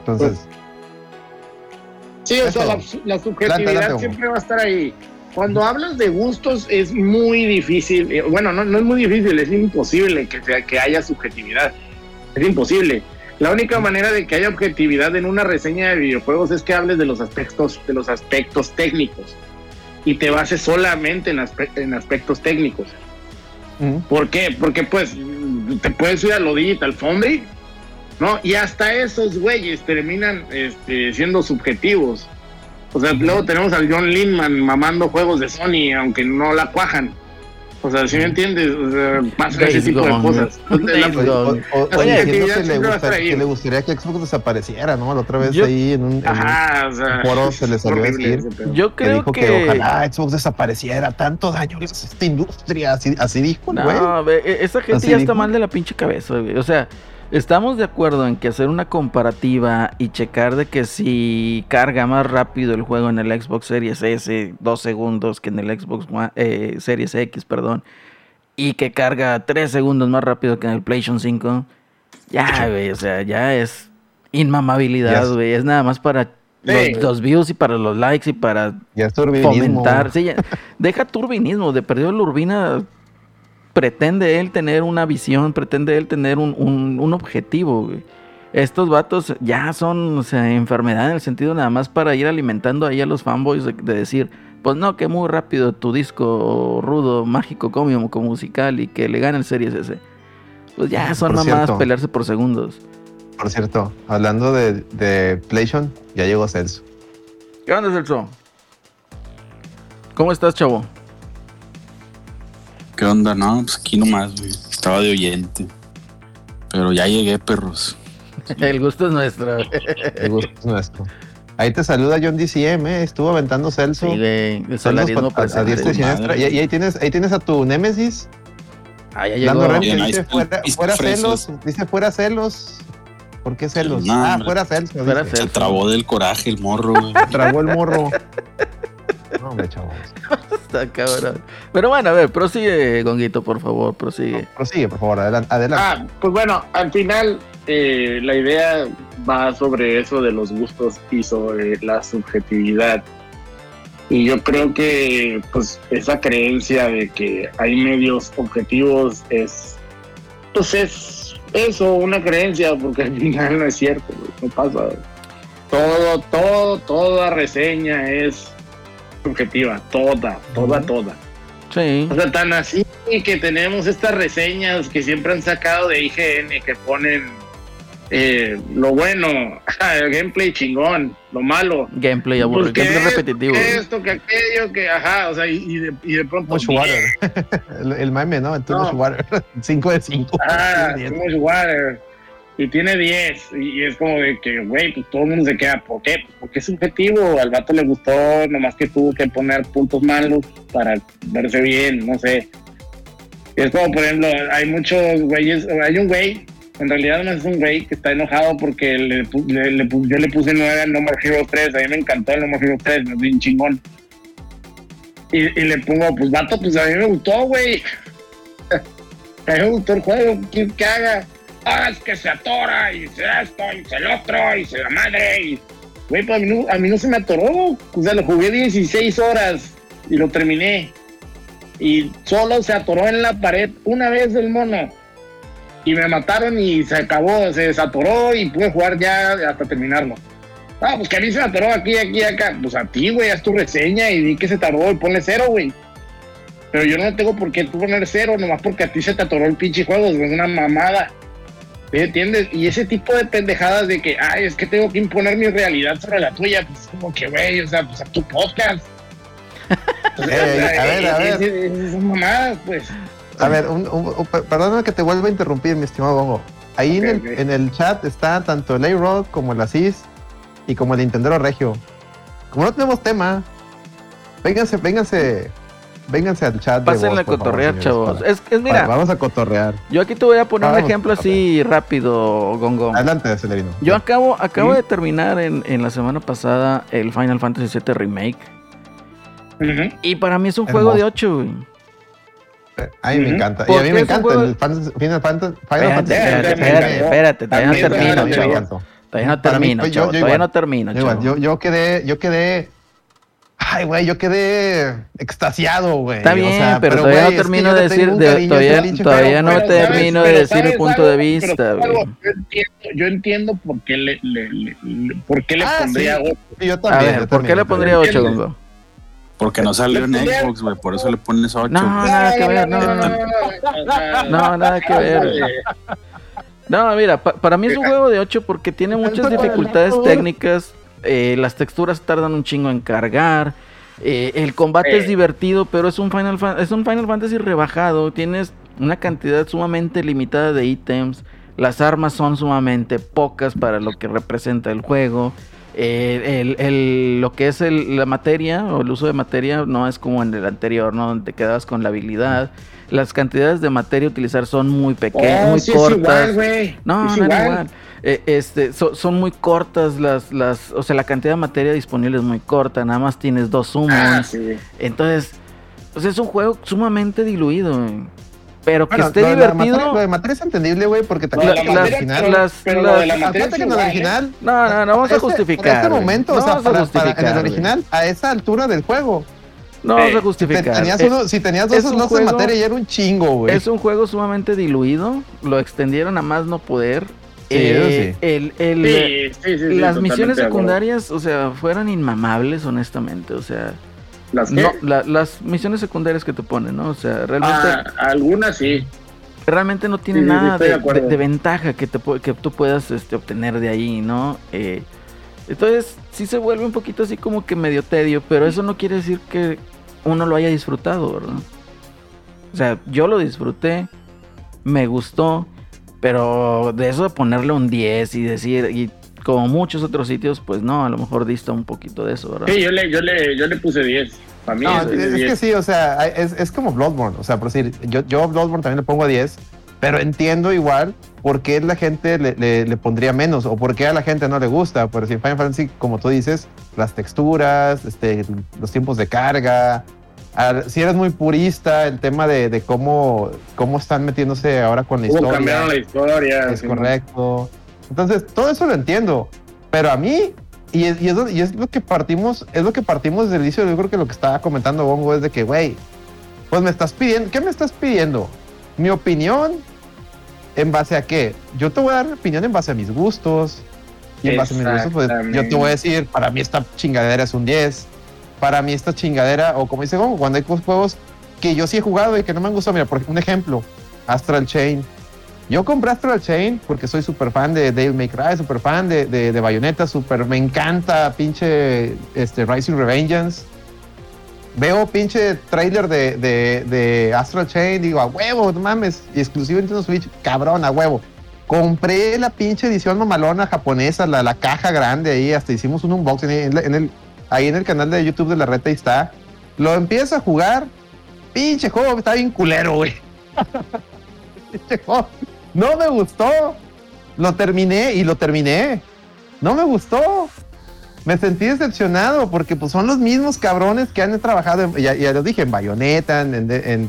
Entonces... Sí, o sea, la subjetividad siempre va a estar ahí. Cuando hablas de gustos es muy difícil, bueno, no es muy difícil, es imposible que haya subjetividad. Es imposible. La única manera de que haya objetividad en una reseña de videojuegos es que hables de los aspectos técnicos y te bases solamente en aspectos técnicos. ¿Por qué? Porque pues te puedes ir a lo Digital Foundry, ¿no? Y hasta esos güeyes terminan siendo subjetivos. O sea, luego tenemos al John Linman mamando juegos de Sony, aunque no la cuajan. O sea, ¿sí me entiendes? O sea, pasan ese tipo de cosas. Oye, que le gustaría que Xbox desapareciera, ¿no? La otra vez ahí en un foro se les salió a decir. Yo creo dijo que ojalá Xbox desapareciera, tanto daño a esta industria, así dijo, güey. No, esa gente ya está mal de la pinche cabeza, güey. O sea, estamos de acuerdo en que hacer una comparativa y checar de que si carga más rápido el juego en el Xbox Series S 2 segundos que en el Xbox Series X, y que carga 3 segundos más rápido que en el PlayStation 5, ya, güey, o sea, ya es inmamabilidad, güey, es nada más para los views y para los likes y para fomentar. Sí, deja turbinismo, de perdido la Urbina. Pretende él tener una visión, pretende él tener un objetivo, güey. Estos vatos ya son, o sea, enfermedad en el sentido nada más para ir alimentando ahí a los fanboys de decir, pues no, que muy rápido tu disco rudo, mágico, cómico, musical y que le gane el Series S. Pues ya son mamadas pelearse por segundos. Por cierto, hablando de PlayStation, ya llegó Celso. ¿Qué onda, Celso? ¿Cómo estás, chavo? ¿Qué onda? No, pues aquí nomás, güey. Estaba de oyente. Pero ya llegué, perros. El gusto es nuestro. El gusto es nuestro. Ahí te saluda John DCM, estuvo aventando Celso. Sí, güey. El salarismo a diestra y siniestra. Y ahí tienes a tu némesis. Ah, ya llegó. Dice fuera celos. Dice fuera celos. ¿Por qué celos? Fuera celos. Se trabó del coraje el morro, güey. Se trabó el morro. No, hombre, chavos. Está cabrón. Pero bueno, a ver, prosigue, Gonguito, por favor, prosigue. Prosigue, por favor, adelante. Pues bueno, al final la idea va sobre eso de los gustos y sobre la subjetividad. Y yo creo que pues esa creencia de que hay medios objetivos es eso, una creencia, porque al final no es cierto, no pasa. Toda reseña es subjetiva, toda. Sí. O sea, tan así que tenemos estas reseñas que siempre han sacado de IGN que ponen lo bueno, el gameplay chingón, lo malo. Gameplay aburrido, pues gameplay repetitivo. Que esto, que aquello, que o sea, y de pronto. Much water. el meme, ¿no? Too much water. 5 de 5. Too much water. Y tiene 10, y es como de que, güey, pues todo el mundo se queda. ¿Por qué? Porque es subjetivo. Al vato le gustó, nomás que tuvo que poner puntos malos para verse bien, no sé. Y es como, por ejemplo, hay muchos güeyes, hay un güey, en realidad no es un güey que está enojado porque yo le puse 9 al No More Heroes 3, a mí me encantó el No More Heroes 3, me bien chingón. Y le pongo, pues vato, pues a mí me gustó, güey. A mí me gustó el juego, ¿quién que haga? Es que se atora, y se esto, y se el otro, y se la madre, y... Güey, pues a mí no se me atoró, o sea, lo jugué 16 horas, y lo terminé, y solo se atoró en la pared una vez el mono, y me mataron y se acabó, se desatoró, y pude jugar ya hasta terminarlo. Pues que a mí se me atoró aquí, acá, pues a ti, güey, haz tu reseña, y di que se tardó, y ponle 0, güey. Pero yo no tengo por qué tú poner 0, nomás porque a ti se te atoró el pinche juego, es una mamada. ¿Me entiendes? Y ese tipo de pendejadas de que, es que tengo que imponer mi realidad sobre la tuya, pues como que, güey, o sea, pues a tu podcast. Pues, a ver. Esas mamadas, pues. A ver, perdóname que te vuelva a interrumpir, mi estimado Gongo. Ahí en el chat está tanto el A-Rod como el Asís y como el Nintendero Regio. Como no tenemos tema, vénganse al chat. Pásenle a cotorrear, chavos. Es mira, vamos a cotorrear. Yo aquí te voy a poner un ejemplo así rápido, Gongo. Adelante, Celerino. Yo acabo de terminar en la semana pasada el Final Fantasy VII Remake. Uh-huh. Y para mí es un juego de 8, güey. A mí me encanta. Y a mí me encanta el Final Fantasy. Espérate, todavía no termino, chavo. Todavía no termino, mí, chavo. Todavía no termino, chavo. Yo quedé. Ay, güey, yo quedé extasiado, güey. Está bien, pero todavía no termino de decir, todavía no termino de decir el punto de vista, güey. Yo entiendo por qué le pondría 8. Yo también. A ver, ¿por qué le pondría 8, Gongo? Porque no salió en Xbox, güey, por eso le pones 8. No, nada que ver, no, nada que ver. No, mira, para mí es un juego de 8 porque tiene muchas dificultades técnicas. Las texturas tardan un chingo en cargar. El combate es divertido, pero es un Final Fantasy rebajado. Tienes una cantidad sumamente limitada de ítems. Las armas son sumamente pocas para lo que representa el juego. Lo que es la materia o el uso de materia no es como en el anterior, ¿no? Donde te quedabas con la habilidad. Las cantidades de materia a utilizar son muy pequeñas, muy cortas. Es igual, no es igual. Son muy cortas o sea, la cantidad de materia disponible es muy corta, nada más tienes 2 summons. Sí. Entonces, pues es un juego sumamente diluido, güey. Pero que esté divertido. Lo de materia es entendible, güey, porque te acuerdas del original. Pero lo de la materia que en el original. No, vamos a justificar. En este momento, o sea, para en el original, a esa altura del juego. No vamos a justificar. Si tenías 2 slots de materia, ya era un chingo, güey. Es un juego sumamente diluido. Lo extendieron a más no poder. Sí. Las misiones secundarias, o sea, fueron inmamables, honestamente. O sea. ¿Las qué? No, las misiones secundarias que te ponen, ¿no? O sea, realmente. Algunas sí. Realmente no tiene nada de ventaja que tú puedas obtener de ahí, ¿no? Entonces, sí se vuelve un poquito así como que medio tedio, pero eso no quiere decir que uno lo haya disfrutado, ¿verdad? O sea, yo lo disfruté, me gustó, pero de eso de ponerle un 10 y decir, y como muchos otros sitios, pues no, a lo mejor dista un poquito de eso, ¿verdad? Sí, yo le puse 10. Para mí es que sí, o sea, es como Bloodborne, o sea, por decir, yo Bloodborne también le pongo 10, pero entiendo igual por qué la gente le pondría menos, o por qué a la gente no le gusta. Por decir, Final Fantasy, como tú dices, las texturas, los tiempos de carga. Si eres muy purista, el tema de cómo están metiéndose ahora con la historia. Cambiaron la historia. Es correcto. Entonces, todo eso lo entiendo. Pero a mí, y es lo que partimos desde el inicio. Yo creo que lo que estaba comentando Bongo es de que, güey, pues me estás pidiendo, ¿qué me estás pidiendo? Mi opinión, ¿en base a qué? Yo te voy a dar mi opinión en base a mis gustos. Y en base a mis gustos, pues yo te voy a decir, para mí esta chingadera es un 10. Para mí esta chingadera, o como dice Gongo, cuando hay juegos que yo sí he jugado y que no me han gustado. Mira, por un ejemplo, Astral Chain. Yo compré Astral Chain porque soy súper fan de Devil May Cry, súper fan de Bayonetta, me encanta pinche Rising Revengeance. Veo pinche trailer de Astral Chain, digo, a huevo, no mames, y exclusivo en Nintendo Switch, cabrón, a huevo. Compré la pinche edición mamalona japonesa, la caja grande ahí, hasta hicimos un unboxing ahí en el canal de YouTube de La Reta, ahí está. Lo empiezo a jugar, pinche juego, está bien culero, güey. Pinche juego. No me gustó. Lo terminé. No me gustó. Me sentí decepcionado porque pues son los mismos cabrones que han trabajado, ya lo dije, en Bayonetta, en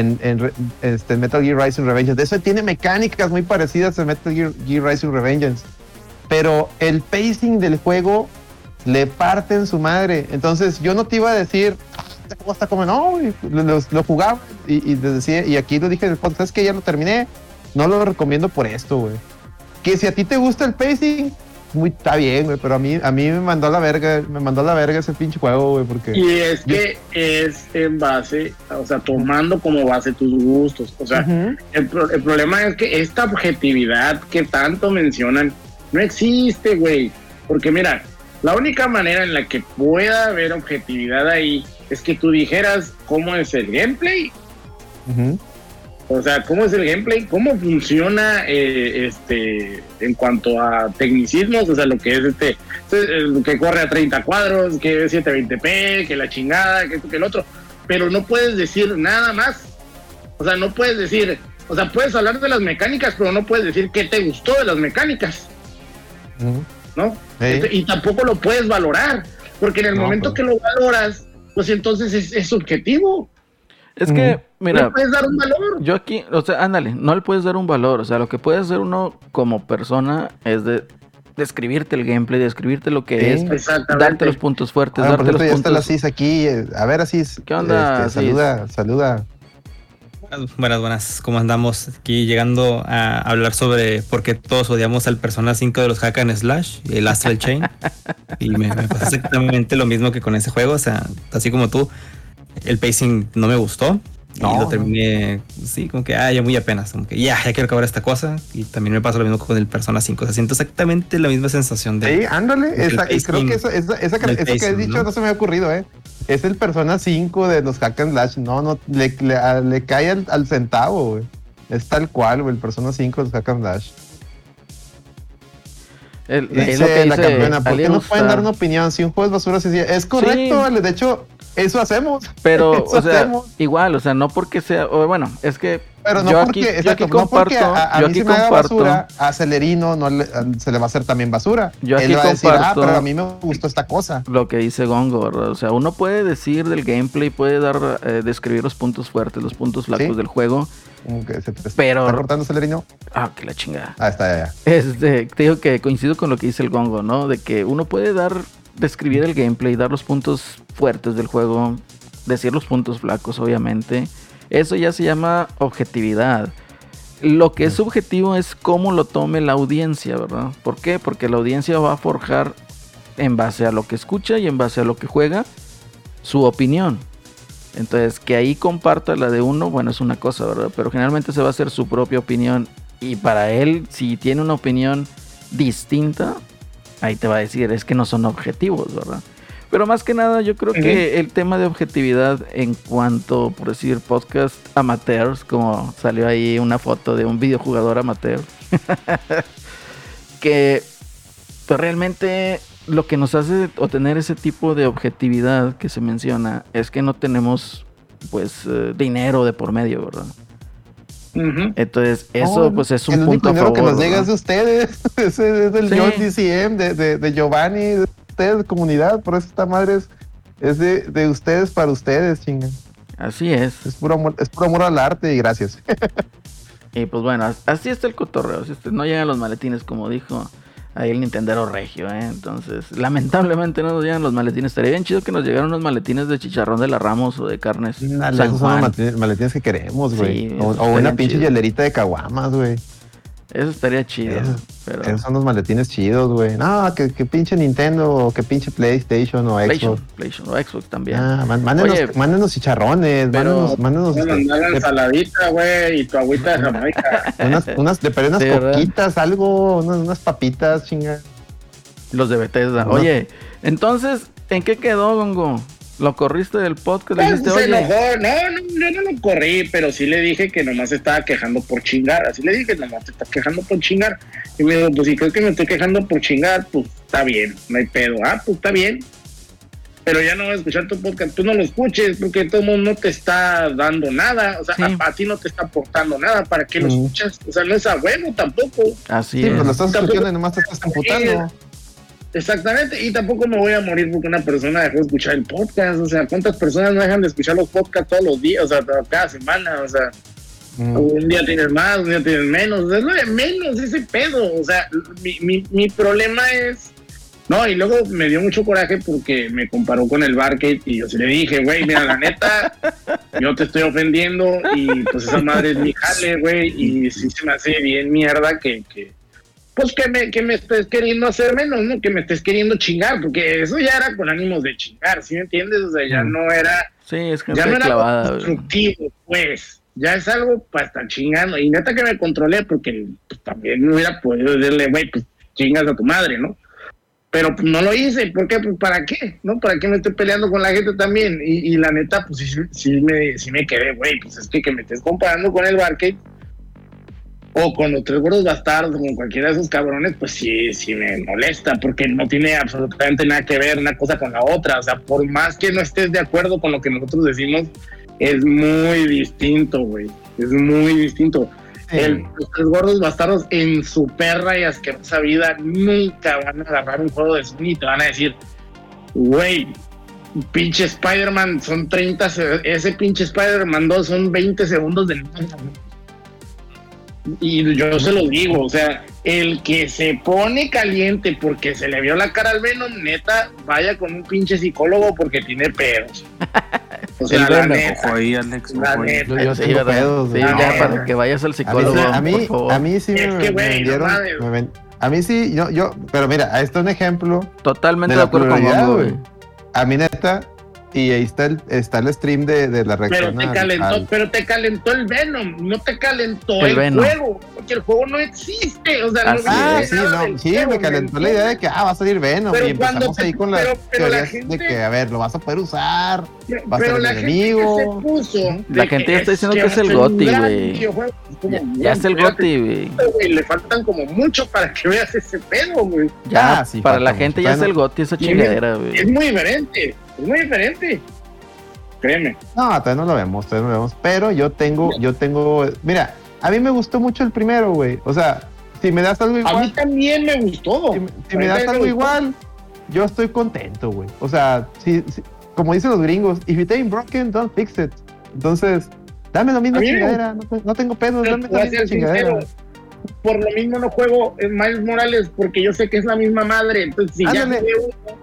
Metal Gear Rising Revengeance. De eso tiene mecánicas muy parecidas a Metal Gear Rising Revengeance. Pero el pacing del juego le parte en su madre. Entonces yo no te iba a decir, este juego está como, no, lo jugaba y decía, y aquí lo dije en el podcast, es que ya lo terminé. No lo recomiendo por esto, güey. Que si a ti te gusta el pacing, está bien, güey, pero a mí me mandó a la verga ese pinche juego, güey, porque... Y es que es en base, o sea, tomando como base tus gustos, o sea, el problema es que esta objetividad que tanto mencionan no existe, güey, porque mira, la única manera en la que pueda haber objetividad ahí es que tú dijeras cómo es el gameplay. O sea, ¿cómo es el gameplay? ¿Cómo funciona en cuanto a tecnicismos? O sea, lo que es que corre a 30 cuadros, que es 720p, que la chingada, que esto, que el otro. Pero no puedes decir nada más. O sea, no puedes decir... O sea, puedes hablar de las mecánicas, pero no puedes decir qué te gustó de las mecánicas. ¿No? Y tampoco lo puedes valorar. Porque en el momento que lo valoras, pues entonces es subjetivo. Es que, mira, no le puedes dar un valor. Yo aquí, o sea, ándale, no le puedes dar un valor. O sea, lo que puede hacer uno como persona es de describirte el gameplay, describirte lo que es, exactamente. darte los puntos fuertes, Bueno, darte los ya puntos... está la Cis aquí. A ver, Cis. ¿Qué onda, Cis? Saluda. Buenas, ¿cómo andamos? Aquí llegando a hablar sobre por qué todos odiamos al Persona 5 de los Hack and Slash, el Astral Chain. Y me pasa exactamente lo mismo que con ese juego, o sea, así como tú, el pacing no me gustó. Y lo terminé, sí, como que ya muy apenas, como que ya quiero acabar esta cosa. Y también me pasa lo mismo con el Persona 5, o sea, siento exactamente la misma sensación de... Sí, ándale, creo que eso que has dicho no se me ha ocurrido, Es el Persona 5 de los Hack and Slash, no, le cae al centavo, güey. Es tal cual, güey, el Persona 5 de los Hack and Slash. Dice la campeona, ¿por qué no pueden dar una opinión? Si un juego es basura, sí, es correcto, vale, de hecho... Eso hacemos. Pero, o sea, igual, o sea, no porque sea... bueno, es que... Pero no yo porque... aquí comparto... a mí si me haga basura, a Celerino se le va a hacer también basura. Yo aquí Él va a decir, comparto... pero a mí me gustó esta cosa. Lo que dice Gongo, ¿verdad? O sea, uno puede decir del gameplay, puede dar... describir los puntos fuertes, los puntos flacos del juego. Como que se te pero... ¿Está cortando, Celerino? Que la chingada. Está, ya. Te digo que coincido con lo que dice el Gongo, ¿no? De que uno puede describir el gameplay, dar los puntos fuertes del juego, decir los puntos flacos, obviamente. Eso ya se llama objetividad. Lo que es subjetivo es cómo lo tome la audiencia, ¿verdad? ¿Por qué? Porque la audiencia va a forjar en base a lo que escucha y en base a lo que juega su opinión. Entonces, que ahí comparta la de uno, bueno, es una cosa, ¿verdad? Pero generalmente se va a hacer su propia opinión. Y para él, si tiene una opinión distinta, ahí te va a decir, es que no son objetivos, ¿verdad? Pero más que nada, yo creo que el tema de objetividad en cuanto, por decir, podcast amateurs, como salió ahí una foto de un videojugador amateur, que pues, realmente lo que nos hace obtener ese tipo de objetividad que se menciona es que no tenemos, pues, dinero de por medio, ¿verdad? Entonces, eso pues es un punto a favor. El único que nos llega es de ustedes. Ese es del John DCM, de Giovanni, de ustedes, comunidad. Por eso esta madre es de ustedes para ustedes, chingan. Así es. Es puro amor al arte y gracias. Y pues bueno, así está el cotorreo. No llegan los maletines, como dijo ahí el Nintendero Regio, Entonces, lamentablemente no nos llegan los maletines. Estaría bien chido que nos llegaran unos maletines de chicharrón de la Ramos o de carnes San Juan. Esos son los maletines que queremos, güey. Sí, o una pinche hielerita de caguamas, güey. Eso estaría chido. Esos son los maletines chidos, güey. No, que pinche Nintendo o que pinche PlayStation o Xbox. PlayStation o Xbox también. Mándenos chicharrones, mándenos ensaladita, güey, y tu agüita de Jamaica. unas coquitas, algo, unas papitas, chinga. Los de Bethesda. Oye, entonces, ¿en qué quedó, Gongo? ¿Lo corriste del podcast? Le dijiste, oye. No lo corrí, pero sí le dije que nomás estaba quejando por chingar. Así le dije, nomás te estás quejando por chingar. Y me dijo, pues si creo que me estoy quejando por chingar, pues está bien, no hay pedo. Pues está bien. Pero ya no voy a escuchar tu podcast. Tú no lo escuches porque todo el mundo no te está dando nada. O sea, a ti no te está aportando nada. ¿Para qué lo escuchas? O sea, no es a huevo tampoco. Así es. Pero lo estás escuchando y nomás te estás computando. Exactamente, y tampoco me voy a morir porque una persona dejó de escuchar el podcast. O sea, ¿cuántas personas no dejan de escuchar los podcasts todos los días? O sea, cada semana, o sea, un día tienes más, un día tienes menos. O sea, es lo de menos ese pedo. O sea, mi problema es... No, y luego me dio mucho coraje porque me comparó con el Barcade y yo sí le dije, güey, mira, la neta, yo te estoy ofendiendo y pues esa madre es mi jale, güey, y sí se me hace bien mierda que me estés queriendo hacer menos, ¿no? Que me estés queriendo chingar, porque eso ya era con ánimos de chingar, ¿sí me entiendes? O sea, ya no era... Sí, es gente ya no era clavada, constructivo, pues. Ya es algo para estar chingando. Y neta que me controlé, porque pues, también me hubiera podido decirle, güey, pues chingas a tu madre, ¿no? Pero pues no lo hice, ¿por qué? Pues ¿para qué? ¿No? ¿Para qué me estoy peleando con la gente también? Y la neta, pues sí me quedé, güey, pues es que me estés comparando con el Barcade o con los Tres Gordos Bastardos o con cualquiera de esos cabrones, pues sí me molesta, porque no tiene absolutamente nada que ver una cosa con la otra. O sea, por más que no estés de acuerdo con lo que nosotros decimos, es muy distinto, güey. Es muy distinto. Sí. Los Tres Gordos Bastardos en su perra y asquerosa vida nunca van a agarrar un juego de Sony y te van a decir, güey, pinche Spider-Man son 30, ese pinche Spider-Man 2 son 20 segundos de nada. Y yo se lo digo, o sea, el que se pone caliente porque se le vio la cara al Venom, neta, vaya con un pinche psicólogo porque tiene pedos. O sea, la neta. Ahí, Alex, La neta. Yo Sí, tengo ¿verdad? pedos. Sí, güey. ya para que vayas al psicólogo, A mí, por favor. a mí sí Es que, me güey, vendieron. no mames. A mí sí, pero mira, ahí está un ejemplo Totalmente de de la acuerdo con pluralidad, Gongo, güey. güey. A mí neta, y ahí está el stream de la reacción. Pero te calentó el Venom, no te calentó El el Venom. juego, porque el juego no existe, o sea, Así no es. Sí, me calentó la idea de que va a salir Venom Pero y empezamos ahí con las pero la teorías gente, de que, a ver, lo vas a poder usar, va a pero ser la el gente que enemigo. se puso, La de gente ya está diciendo que es va a el ser un GOTY, gran güey. videojuego, como, Ya es el espérate, GOTY, güey. le faltan como mucho para que veas ese pedo, güey. Ya, Sí, para la falta gente mucho. ya es el GOTY esa chingadera, güey. Es muy diferente, créeme. No, todavía no lo vemos, pero yo tengo, mira, a mí me gustó mucho el primero, güey. O sea, si me das algo A mí igual, también me gustó. si me das algo igual, yo estoy contento, güey. O sea, como dicen los gringos, if it ain't broken, don't fix it. Entonces, dame la misma A mí me chingadera, no tengo pedos, Pero dame voy la a misma ser chingadera. sincero, por lo mismo no juego en Miles Morales porque yo sé que es la misma madre. Entonces, si ya Ándale. jugué uno,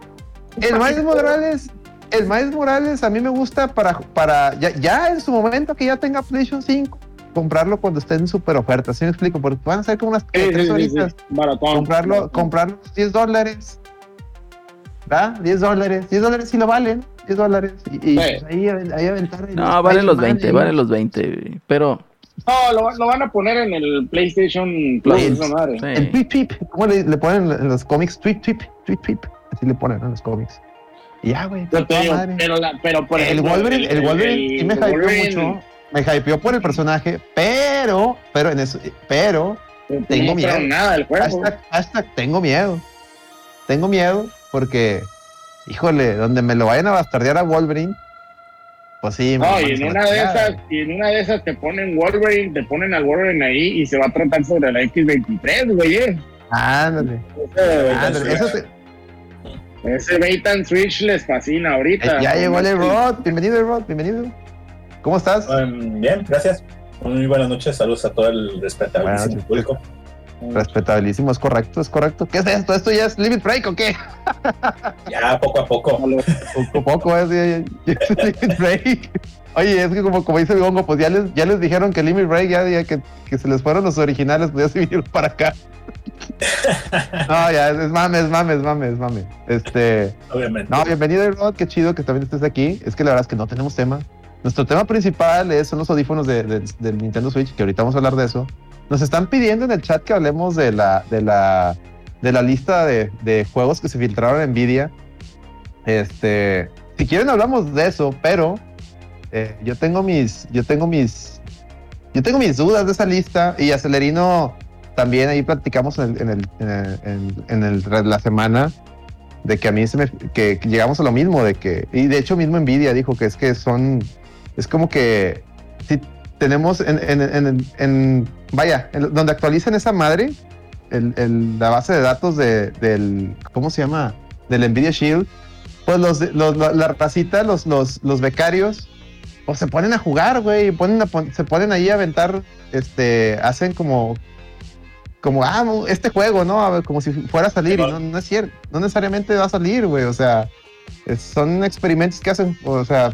El Miles Morales a mí me gusta para ya en su momento que ya tenga PlayStation 5, comprarlo cuando esté en super oferta, ¿sí me explico? Porque van a ser como unas 3 horitas. Baratón. Comprarlo $10, ¿verdad? $10 sí lo valen, $10 y pues ahí aventar. No, valen los 20, güey. Pero No, lo van a poner en el PlayStation Plus, Sí. esa madre. sí. el tweet, ¿cómo le ponen en los cómics? Tweet, así le ponen en los cómics. Y ya, güey. Yo te toda digo, madre. pero por El ejemplo, Wolverine sí me hypeó mucho. Me hypeó por el personaje, pero tengo no miedo. nada del juego. hashtag tengo miedo. Tengo miedo porque, híjole, donde me lo vayan a bastardear a Wolverine, pues sí. No, me y van en a una de chingada. esas, te ponen Wolverine, te ponen al Wolverine ahí y se va a tratar sobre la X23, güey. Ándale. Ese bait and switch les fascina ahorita. Ya llegó el Rod. Bienvenido. ¿Cómo estás? Bien, gracias. Muy buenas noches, saludos a todo el respetabilísimo Buenas noches. público. Respetabilísimo, es correcto. ¿Qué es esto? ¿Esto ya es Limit Break o qué? Ya poco a poco. Poco es Limit Break. Oye, es que como dice el Gongo, pues ya les dijeron que Limit Break ya que se les fueron los originales, pues ya se vinieron para acá. No, ya, es mame. Obviamente. No, bienvenido, Rod, qué chido que también estés aquí. Es que la verdad es que no tenemos tema. Nuestro tema principal son los audífonos del Nintendo Switch, que ahorita vamos a hablar de eso. Nos están pidiendo en el chat que hablemos de la lista de juegos que se filtraron en Nvidia. Si quieren hablamos de eso, pero yo tengo mis dudas de esa lista, y Acelerino también ahí platicamos en la semana de que a mí que llegamos a lo mismo, y de hecho mismo Nvidia dijo que es como que si tenemos donde actualizan esa madre, la base de datos del ¿cómo se llama? Del Nvidia Shield, pues la racita, los becarios, pues se ponen a jugar, güey, se ponen ahí a aventar, hacen como este juego, ¿no? A ver, como si fuera a salir, y no es cierto, no necesariamente va a salir, güey, o sea, son experimentos que hacen, o sea,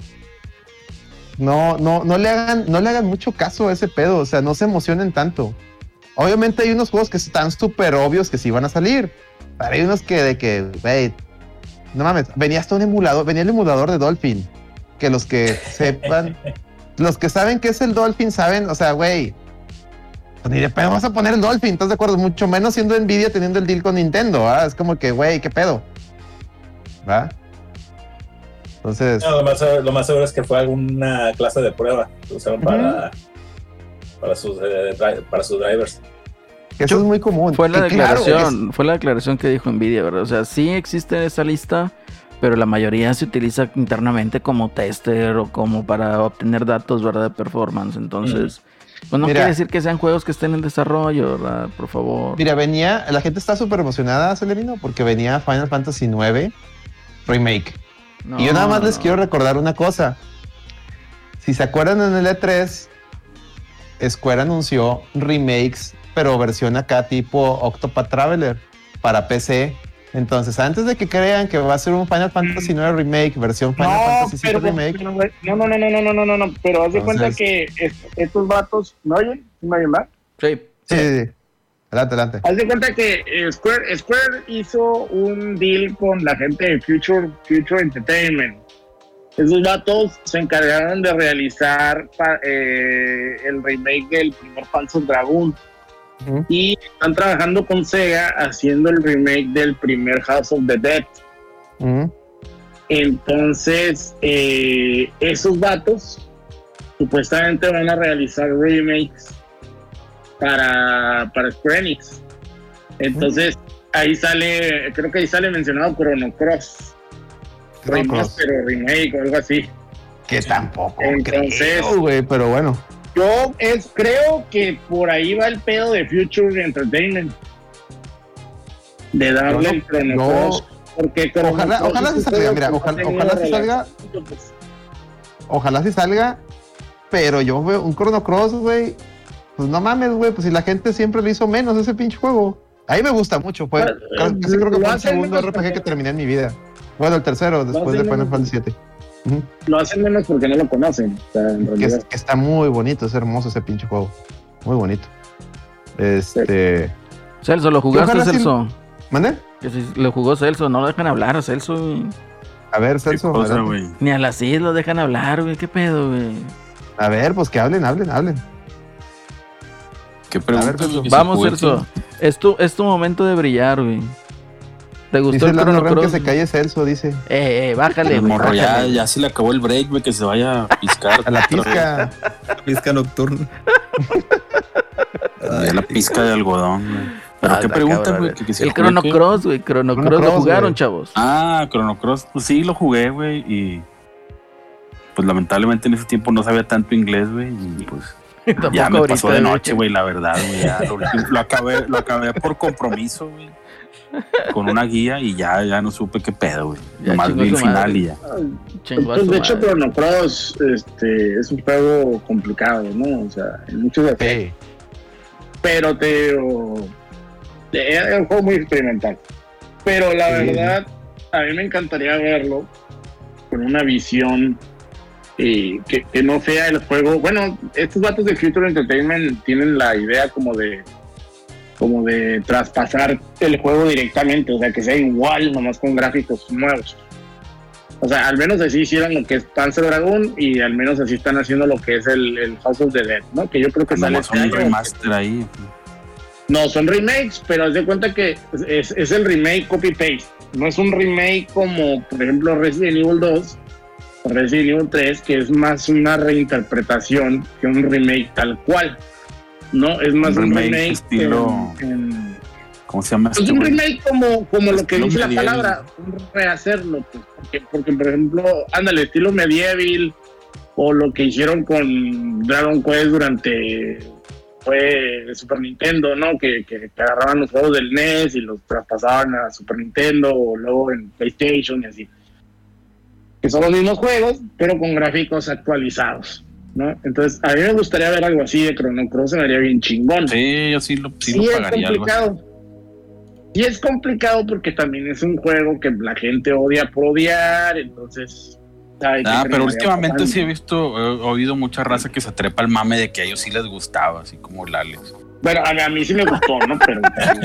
no le hagan mucho caso a ese pedo, o sea, no se emocionen tanto. Obviamente hay unos juegos que están súper obvios que sí van a salir, pero hay unos güey, no mames, venía el emulador de Dolphin, que los que sepan, los que saben que es el Dolphin saben, o sea, güey, pues ni de pedo vas a poner el Dolphin, ¿estás de acuerdo? Mucho menos siendo Nvidia teniendo el deal con Nintendo, ¿verdad? Es como que, güey, ¿qué pedo? ¿Verdad? Entonces... No, lo más seguro es que fue alguna clase de prueba que usaron para sus drivers. Eso es muy común. Fue la declaración, claro, fue la declaración que dijo Nvidia, ¿verdad? O sea, sí existe esa lista, pero la mayoría se utiliza internamente como tester o como para obtener datos, ¿verdad? De performance. Entonces, pues no quiere decir que sean juegos que estén en desarrollo, ¿verdad? Por favor. Mira, la gente está súper emocionada, Celerino, porque venía Final Fantasy IX Remake. Y yo nada más les quiero recordar una cosa. Si se acuerdan en el E3, Square anunció remakes, pero versión acá tipo Octopath Traveler para PC. Entonces, antes de que crean que va a ser un Final Fantasy 9 remake, versión Final Fantasy 7 remake. No, pero haz de cuenta que estos vatos, ¿me oyen? ¿Me oyen, va? Sí. Adelante. Haz de cuenta que Square hizo un deal con la gente de Future Entertainment. Esos vatos se encargaron de realizar el remake del primer Panzer Dragoon. Uh-huh. Y están trabajando con Sega haciendo el remake del primer House of the Dead. Uh-huh. Entonces, esos vatos supuestamente van a realizar remakes para Square Enix. Entonces, ahí sale, creo que ahí sale mencionado Chrono Cross. Remaster o remake o algo así. Que tampoco creo, güey, pero bueno. Yo creo que por ahí va el pedo de Future Entertainment. De darle el Chrono Cross. Porque ojalá se salga, mira, ojalá se salga. Ojalá se salga, pero yo veo un Chrono Cross, güey. Pues no mames, güey, pues si la gente siempre le hizo menos ese pinche juego. A mí me gusta mucho, pues. Casi creo que fue el segundo RPG que terminé en mi vida. Bueno, el tercero, después de Final Fantasy 7. Uh-huh. Lo hacen menos porque no lo conocen. O sea, que está muy bonito, es hermoso ese pinche juego. Muy bonito. Celso, ¿lo jugaste, Celso? ¿Mande? Que si lo jugó Celso, no lo dejan hablar a Celso, güey. A ver, Celso. Cosa, ni a las 6 lo dejan hablar, güey. ¿Qué pedo, güey? A ver, pues que hablen. ¿Qué pregunta? Vamos, Celso. Es tu momento de brillar, güey. ¿Te gustó dice el Chrono Cross? Que se calle Celso, dice. Bájale, el morro, ya se le acabó el break, güey, que se vaya a piscar. A la pizca. Pizca nocturna. La pizca de algodón, güey. ¿Pero qué pregunta, güey? El Chrono Cross, güey. Chrono Cross lo jugaron, chavos. Chrono Cross, pues sí, lo jugué, güey. Y pues lamentablemente en ese tiempo no sabía tanto inglés, güey. Y pues ya me pasó de noche, güey, la verdad, güey. Ya lo acabé por compromiso, güey. Con una guía y ya no supe qué pedo, güey. Nomás vi el final y ya. Pues de hecho, Chrono Cross es un juego complicado, ¿no? O sea, en muchos aspectos. Pero es un juego muy experimental. Pero la verdad, a mí me encantaría verlo con una visión que no sea el juego. Bueno, estos vatos de Future Entertainment tienen la idea como de traspasar el juego directamente, o sea, que sea igual, nomás con gráficos nuevos. O sea, al menos así hicieron lo que es Panzer Dragoon y al menos así están haciendo lo que es el House of the Dead, ¿no? Que yo creo que sale este año. Remaster ahí. No, son remakes, pero haz de cuenta que es el remake copy-paste. No es un remake como, por ejemplo, Resident Evil 2 o Resident Evil 3, que es más una reinterpretación que un remake tal cual. No, es más un remake estilo... ¿Cómo se llama? Es un remake como lo que dice la palabra, un rehacerlo, pues, porque por ejemplo, ándale, estilo medieval, o lo que hicieron con Dragon Quest fue de Super Nintendo, ¿no? Que agarraban los juegos del NES y los traspasaban a Super Nintendo, o luego en PlayStation y así. Que son los mismos juegos, pero con gráficos actualizados, ¿no? Entonces, a mí me gustaría ver algo así de Chrono Cross, se me haría bien chingón. Sí, yo sí lo pagaría. Es complicado. Y es complicado porque también es un juego que la gente odia por odiar, entonces... pero últimamente sí he oído mucha raza que se trepa al mame de que a ellos sí les gustaba, así como el Alex. Bueno, a mí sí me gustó, ¿no? Pero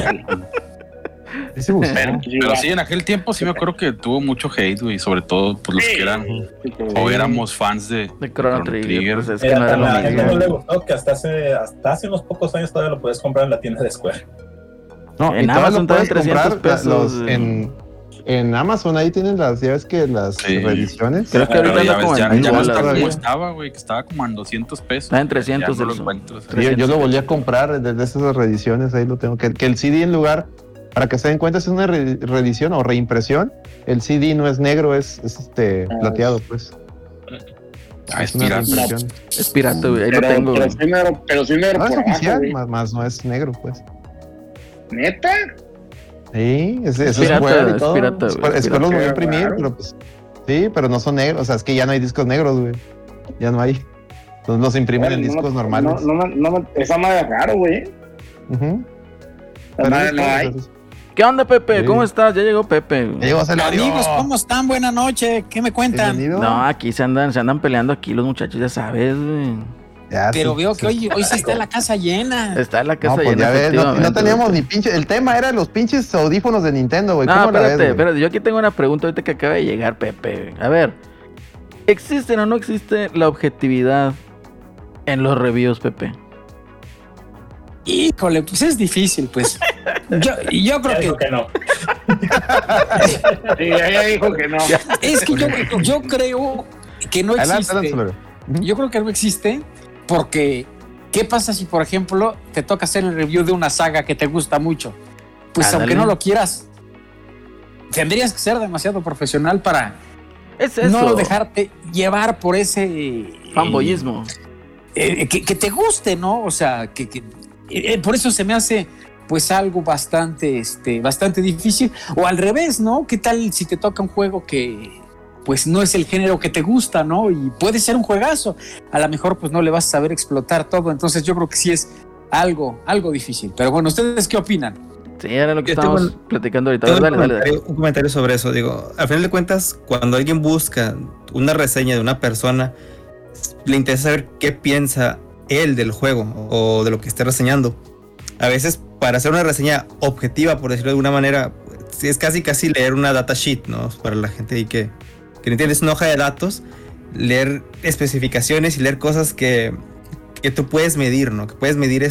sí, en aquel tiempo sí me acuerdo que tuvo mucho hate, güey, sobre todo pues los que eran o éramos fans de Chrono Trigger. Pues es que no era lo mismo. A la gente no le gustó que hasta hace unos pocos años todavía lo puedes comprar en la tienda de Square. No, en Amazon puedes comprar en Amazon, ahí tienen las reediciones. Creo que ahorita ya no está como estaba, güey, que estaba como en $200. Está en 300. Yo lo volví a comprar desde esas reediciones, ahí lo tengo. Que el CD en lugar, para que se den cuenta, es una reedición o reimpresión. El CD no es negro, es plateado, pues. Es pirata. Es pirata, güey, ahí lo tengo. Pero sí negro. No es oficial, más no es negro, pues. ¿Neta? Sí, es pirata, y todo. Pirata, Square los voy a imprimir, pero pues sí, pero no son negros, o sea, es que ya no hay discos negros, güey. Ya no hay. Entonces los imprimen en discos normales. Esa madre es raro, güey. Pero no hay. ¿Qué onda, Pepe? Sí. ¿Cómo estás? Ya llegó Pepe. Ya llegó Celorio. Amigos, ¿cómo están? Buenas noches. ¿Qué me cuentan? Bienvenido. No, aquí se andan peleando aquí los muchachos, ya sabes, güey. Ya, Pero sí, veo sí. que hoy sí está la casa llena. Está en la No, casa pues llena, ya ves, no efectivamente, teníamos güey. ni pinche. El tema era los pinches audífonos de Nintendo, güey. No, ¿Cómo la ves, güey? espérate, yo aquí tengo una pregunta ahorita que acaba de llegar, Pepe. A ver, ¿existe o no existe la objetividad en los reviews, Pepe? Híjole, pues es difícil, pues. Yo creo que no. Sí, ella dijo que no. es que yo creo que no Adelante, existe. Celorio. Yo creo que no existe porque ¿qué pasa si, por ejemplo, te toca hacer el review de una saga que te gusta mucho? Pues Ándale. aunque no lo quieras, tendrías que ser demasiado profesional para Es eso. no dejarte llevar por ese Fanboyismo. que te guste, ¿no? O sea, por eso se me hace pues algo bastante difícil. O al revés, ¿no? ¿Qué tal si te toca un juego que pues no es el género que te gusta, ¿no? Y puede ser un juegazo. A lo mejor pues no le vas a saber explotar todo. Entonces yo creo que sí es algo difícil. Pero bueno, ¿ustedes qué opinan? Sí, era lo que Yo estábamos tengo platicando ahorita. Tengo Dale. un comentario sobre eso. Digo, al final de cuentas, cuando alguien busca una reseña de una persona, le interesa saber qué piensa él del juego o de lo que esté reseñando. A veces, para hacer una reseña objetiva, por decirlo de alguna manera, es casi leer una datasheet, ¿no? Para la gente ahí que no entiende, es una hoja de datos, leer especificaciones y leer cosas que tú puedes medir, ¿no? Que puedes medir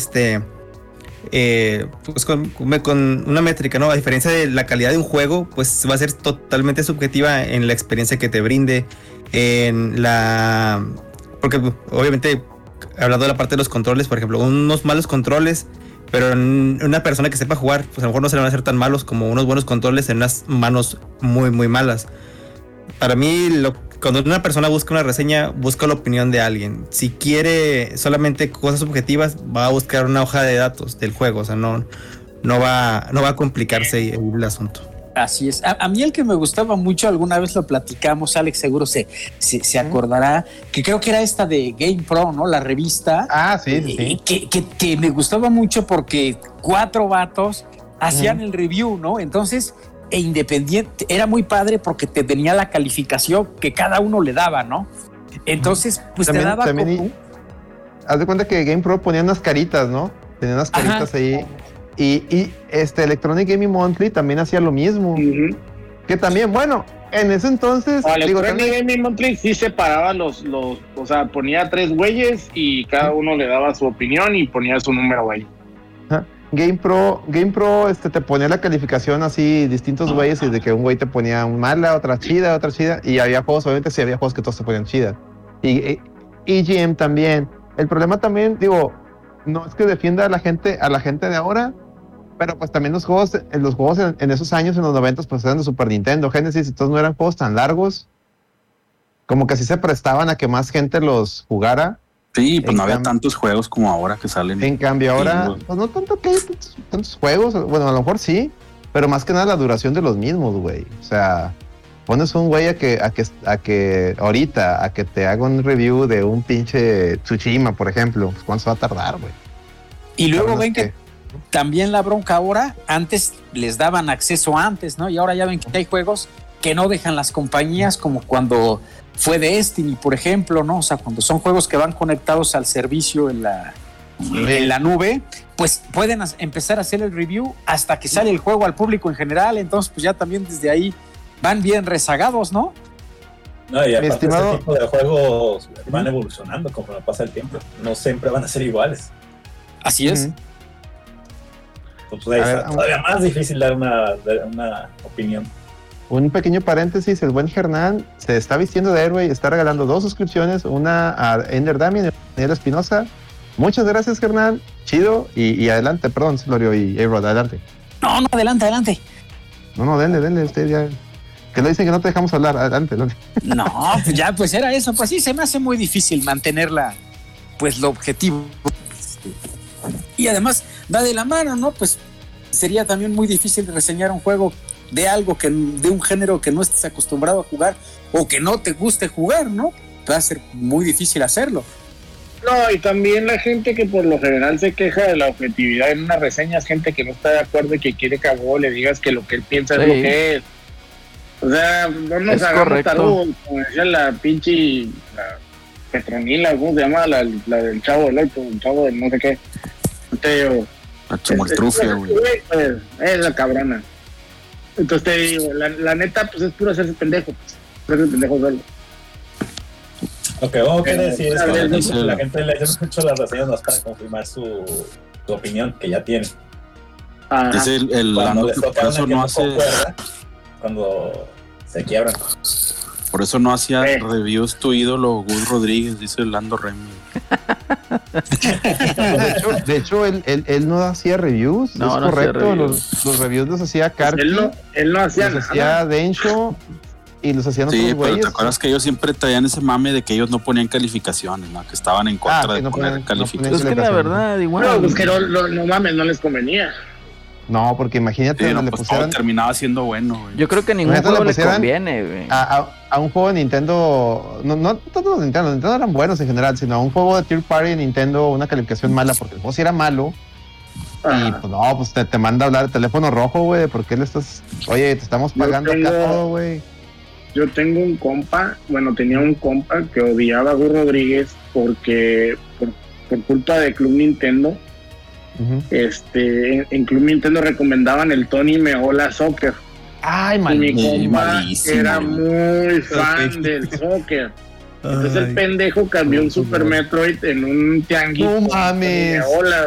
pues con una métrica, ¿no? A diferencia de la calidad de un juego, pues va a ser totalmente subjetiva en la experiencia que te brinde, porque obviamente, hablando de la parte de los controles, por ejemplo, unos malos controles, pero en una persona que sepa jugar, pues a lo mejor no se le van a hacer tan malos como unos buenos controles en unas manos muy, muy malas. Para mí, cuando una persona busca una reseña, busca la opinión de alguien. Si quiere solamente cosas subjetivas, va a buscar una hoja de datos del juego. O sea, no va a complicarse el asunto. Así es. A mí el que me gustaba mucho, alguna vez lo platicamos, Alex seguro se acordará, que creo que era esta de Game Pro, ¿no? La revista. Ah, sí. Que me gustaba mucho porque 4 vatos hacían el review, ¿no? Entonces, independiente, era muy padre porque te tenía la calificación que cada uno le daba, ¿no? Entonces, pues también, te daba como... Haz de cuenta que Game Pro ponía unas caritas, ¿no? Tenía unas caritas ahí. Y Electronic Gaming Monthly también hacía lo mismo. Que también, bueno, en ese entonces... Electronic Gaming Monthly sí separaba o sea, ponía 3 güeyes y cada uno le daba su opinión y ponía su número ahí. Game Pro te ponía la calificación así, distintos güeyes, y de que un güey te ponía un mala, otra chida, y había juegos, obviamente sí había juegos que todos se ponían chida. Y EGM también. El problema también, digo, no es que defienda a la gente de ahora, pero pues también los juegos en esos años, en los 90, pues eran de Super Nintendo, Genesis, entonces no eran juegos tan largos, como que así se prestaban a que más gente los jugara. Sí, pues no había tantos juegos como ahora que salen. En cambio ahora, pues no tanto que hay tantos juegos, bueno, a lo mejor sí, pero más que nada la duración de los mismos, güey. O sea, pones un güey a que te haga un review de un pinche Tsushima, por ejemplo, pues ¿cuánto va a tardar, güey? Y luego ven que también la bronca ahora, antes les daban acceso antes, ¿no? Y ahora ya ven que hay juegos que no dejan las compañías, como cuando fue Destiny, por ejemplo, ¿no? O sea, cuando son juegos que van conectados al servicio en la nube, pues pueden empezar a hacer el review hasta que sale el juego al público en general. Entonces, pues ya también desde ahí van bien rezagados, ¿no? No, y aparte este tipo de juegos van evolucionando conforme pasa el tiempo. No siempre van a ser iguales. Así es. Pues es todavía más difícil dar una opinión. Un pequeño paréntesis, el buen Hernán se está vistiendo de héroe y está regalando 2 suscripciones, una a Ender Damien y a Daniel Espinosa. Muchas gracias, Hernán. Chido. Y adelante, perdón, Celorio y A-Rod, adelante. No, adelante. No, denle, usted ya. Que le dicen que no te dejamos hablar, adelante. No, pues ya, pues era eso. Pues sí, se me hace muy difícil mantenerla, pues lo objetivo. Y además, va de la mano, ¿no? Pues sería también muy difícil reseñar un juego de de un género que no estés acostumbrado a jugar o que no te guste jugar, ¿no? Va a ser muy difícil hacerlo. No, y también la gente que por lo general se queja de la objetividad en una reseña es gente que no está de acuerdo y que quiere que a vos le digas que lo que él piensa es lo que es. O sea, no nos hagamos tarudos, como decía la pinche la Petronila, ¿cómo se llama? La del Chavo del Ocho, el Chavo del no sé qué. La chumoltrufia, güey. Es la cabrona. Entonces te digo, la neta, pues es puro hacerse pendejo. Hacerse pendejo solo. Lo que vos querés decir es que la gente le hace mucho las reseñas más para confirmar su opinión que ya tiene. Es el cuando les toca eso no hace concuerda, cuando se quiebran. Por eso no hacía reviews tu ídolo Gus Rodríguez, dice Lando Remy. de hecho él no hacía reviews, no, es correcto. Los reviews los hacía Karki. Él no hacía los hacía Densho y los hacían otros güeyes. ¿Te acuerdas que ellos siempre traían ese mame de que ellos no ponían calificaciones, ¿no? Que estaban en contra de poner calificaciones? Es que la verdad, igual. No, pues que no mames, no les convenía. No, porque imagínate le pusieran, terminaba siendo bueno, güey. Yo creo que ningún juego le conviene, güey. A un juego de Nintendo, no todos los Nintendo eran buenos en general, sino a un juego de third party de Nintendo una calificación mala, porque el juego sí era malo. Y pues no, pues te manda a hablar de teléfono rojo, güey, ¿por qué le estás? Oye, te estamos pagando acá todo, güey. Yo tengo un compa, tenía un compa que odiaba a Gus Rodríguez porque por culpa de Club Nintendo. Uh-huh. En Club Nintendo recomendaban el Tony Meola Soccer. Ay, mi compa era muy fan del soccer. Entonces el pendejo cambió un Super Metroid en un tianguis. No mames.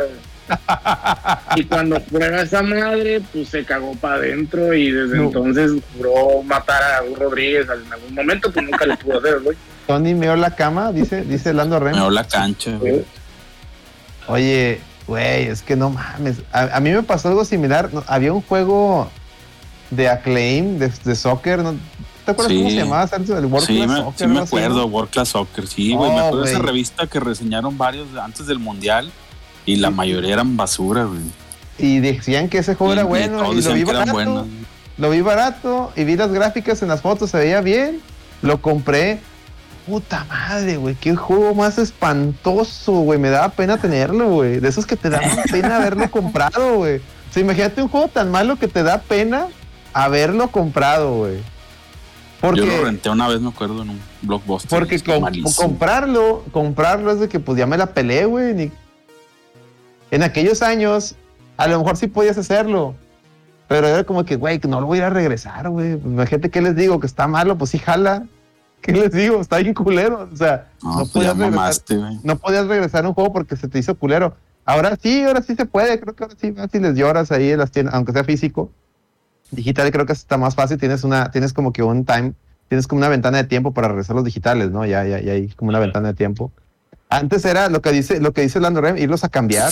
Y cuando prueba esa madre, pues se cagó para adentro y desde entonces juró matar a Gus Rodríguez en algún momento, pues nunca le pudo hacer, güey. Tony meó la cama, dice Lando Rem. Meó la cancha, güey. Oye, güey, es que no mames. A mí me pasó algo similar. Había un juego de Acclaim, de soccer, ¿no? ¿Te acuerdas cómo se llamaba? El World Class Soccer. Sí, me acuerdo, World Class Soccer. Sí, güey, me acuerdo de esa revista que reseñaron varios antes del Mundial y la mayoría eran basura, güey. Y decían que ese juego era bueno y lo vi barato. Lo vi barato y vi las gráficas en las fotos, se veía bien. Lo compré. Puta madre, güey, qué juego más espantoso, güey. Me daba pena tenerlo, güey. De esos que te dan pena haberlo comprado, güey. O sea, imagínate un juego tan malo que te da pena haberlo comprado, güey. Porque, yo lo renté una vez, me acuerdo, en un Blockbuster. Porque comprarlo es de que pues ya me la pelé, güey. En aquellos años, a lo mejor sí podías hacerlo. Pero era como que, güey, que no lo voy a ir a regresar, güey. Imagínate qué les digo, que está malo, pues sí jala. ¿Qué les digo? Está bien culero. O sea, no podías regresar un juego porque se te hizo culero. Ahora sí se puede. Creo que ahora sí vas y les lloras ahí en las tiendas, aunque sea físico. Digital creo que está más fácil. Tienes como que tienes como una ventana de tiempo para regresar los digitales, ¿no? Ya hay como una ventana de tiempo. Antes era lo que dice Lando Rem, irlos a cambiar.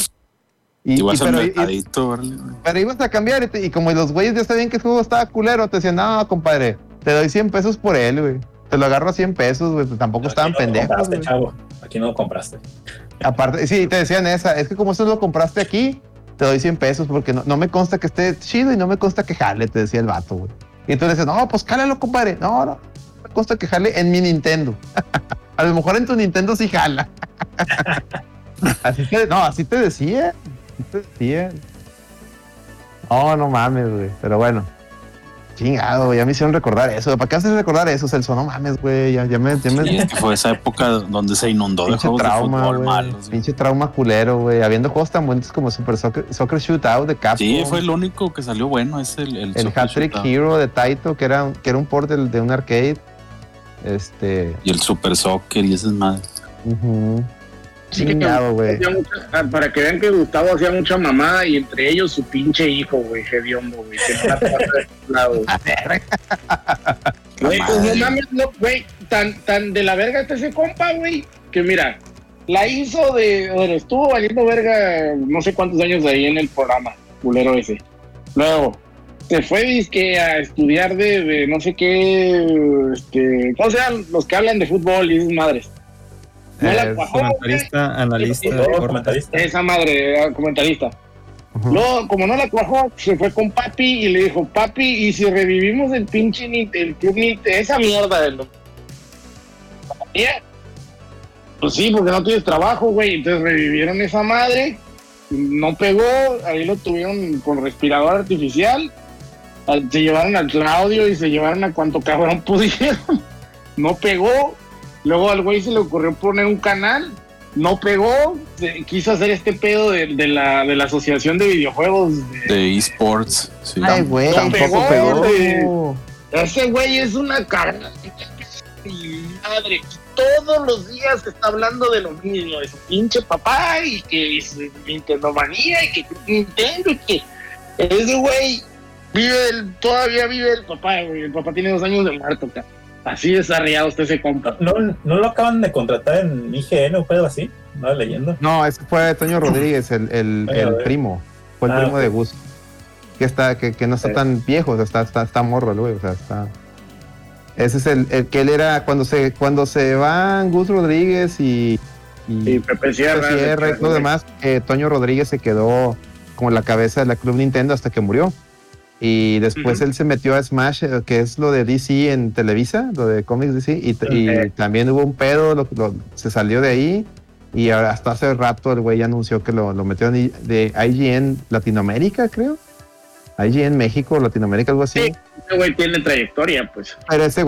Pero ibas a cambiar y como los güeyes ya sabían que el juego estaba culero, te decían, no, compadre, te doy 100 pesos por él, güey. Te lo agarro a 100 pesos, güey. Tampoco estaban pendejos, güey. Chavo. Aquí no lo compraste. Aparte, sí, te decían esa. Es que como eso lo compraste aquí, te doy 100 pesos porque no me consta que esté chido y no me consta que jale, te decía el vato, güey. Y entonces decías, no, pues cálalo, compadre. No me consta que jale en mi Nintendo. A lo mejor en tu Nintendo sí jala. Así te decía. No mames, güey. Pero bueno. Chingado, güey, ya me hicieron recordar eso. ¿Para qué haces recordar eso, Celso? No mames, güey. Ya me... Sí, es que fue esa época donde se inundó de juegos trauma, de fútbol malos. Pinche trauma culero, güey. Habiendo juegos tan buenos como Super Soccer Shootout de Capcom. Sí, fue el único que salió bueno. Es el Hat-Trick Hero de Taito, que era un port de un arcade. Y el Super Soccer y esas madres. Chingado, güey. Para que vean que Gustavo hacía mucha mamada y entre ellos su pinche hijo, güey, hediondo, güey, que no la pasa de lado. Güey, no mames, no, güey, tan de la verga está ese compa, güey, que mira, la hizo estuvo valiendo verga no sé cuántos años ahí en el programa, culero ese. Luego, se fue dizque a estudiar de no sé qué, ¿cómo se llaman los que hablan de fútbol y esas madres? No la cuajó, analista. Esa madre, comentarista. No, como no la cuajó, se fue con papi y le dijo, papi, ¿y si revivimos el pinche el club esa mierda de los... Pues sí, porque no tienes trabajo, güey. Entonces revivieron esa madre, no pegó, ahí lo tuvieron con respirador artificial, se llevaron a Claudio y se llevaron a cuanto cabrón pudieron, no pegó. Luego al güey se le ocurrió poner un canal, no pegó, quiso hacer este pedo de la asociación de videojuegos de eSports. Sí. Ay, güey, no tampoco pegó. Ese güey es una cara. Mi madre, todos los días está hablando de lo mismo, de su pinche papá y que es Nintendo manía y que Nintendo y que ese güey todavía vive el papá, güey. El papá tiene 2 años de muerto, cara. Así desarrollado usted se compra. ¿No lo acaban de contratar en IGN o pedo así? ¿No leyendo? No, ese fue Toño Rodríguez, el primo. Fue el primo de Gus. Que no está tan viejo, o sea, está morro el güey, o sea, está. Ese es el que él era cuando se van Gus Rodríguez y Pepe Sierra y lo demás, Toño Rodríguez se quedó como la cabeza de la Club Nintendo hasta que murió. Y después él se metió a Smash, que es lo de DC en Televisa, lo de Comics DC, y también hubo un pedo, se salió de ahí, y ahora hasta hace rato el güey anunció que lo metió de IGN Latinoamérica, creo. IGN México, Latinoamérica, algo así. Sí, ese güey tiene trayectoria, pues. Pero ese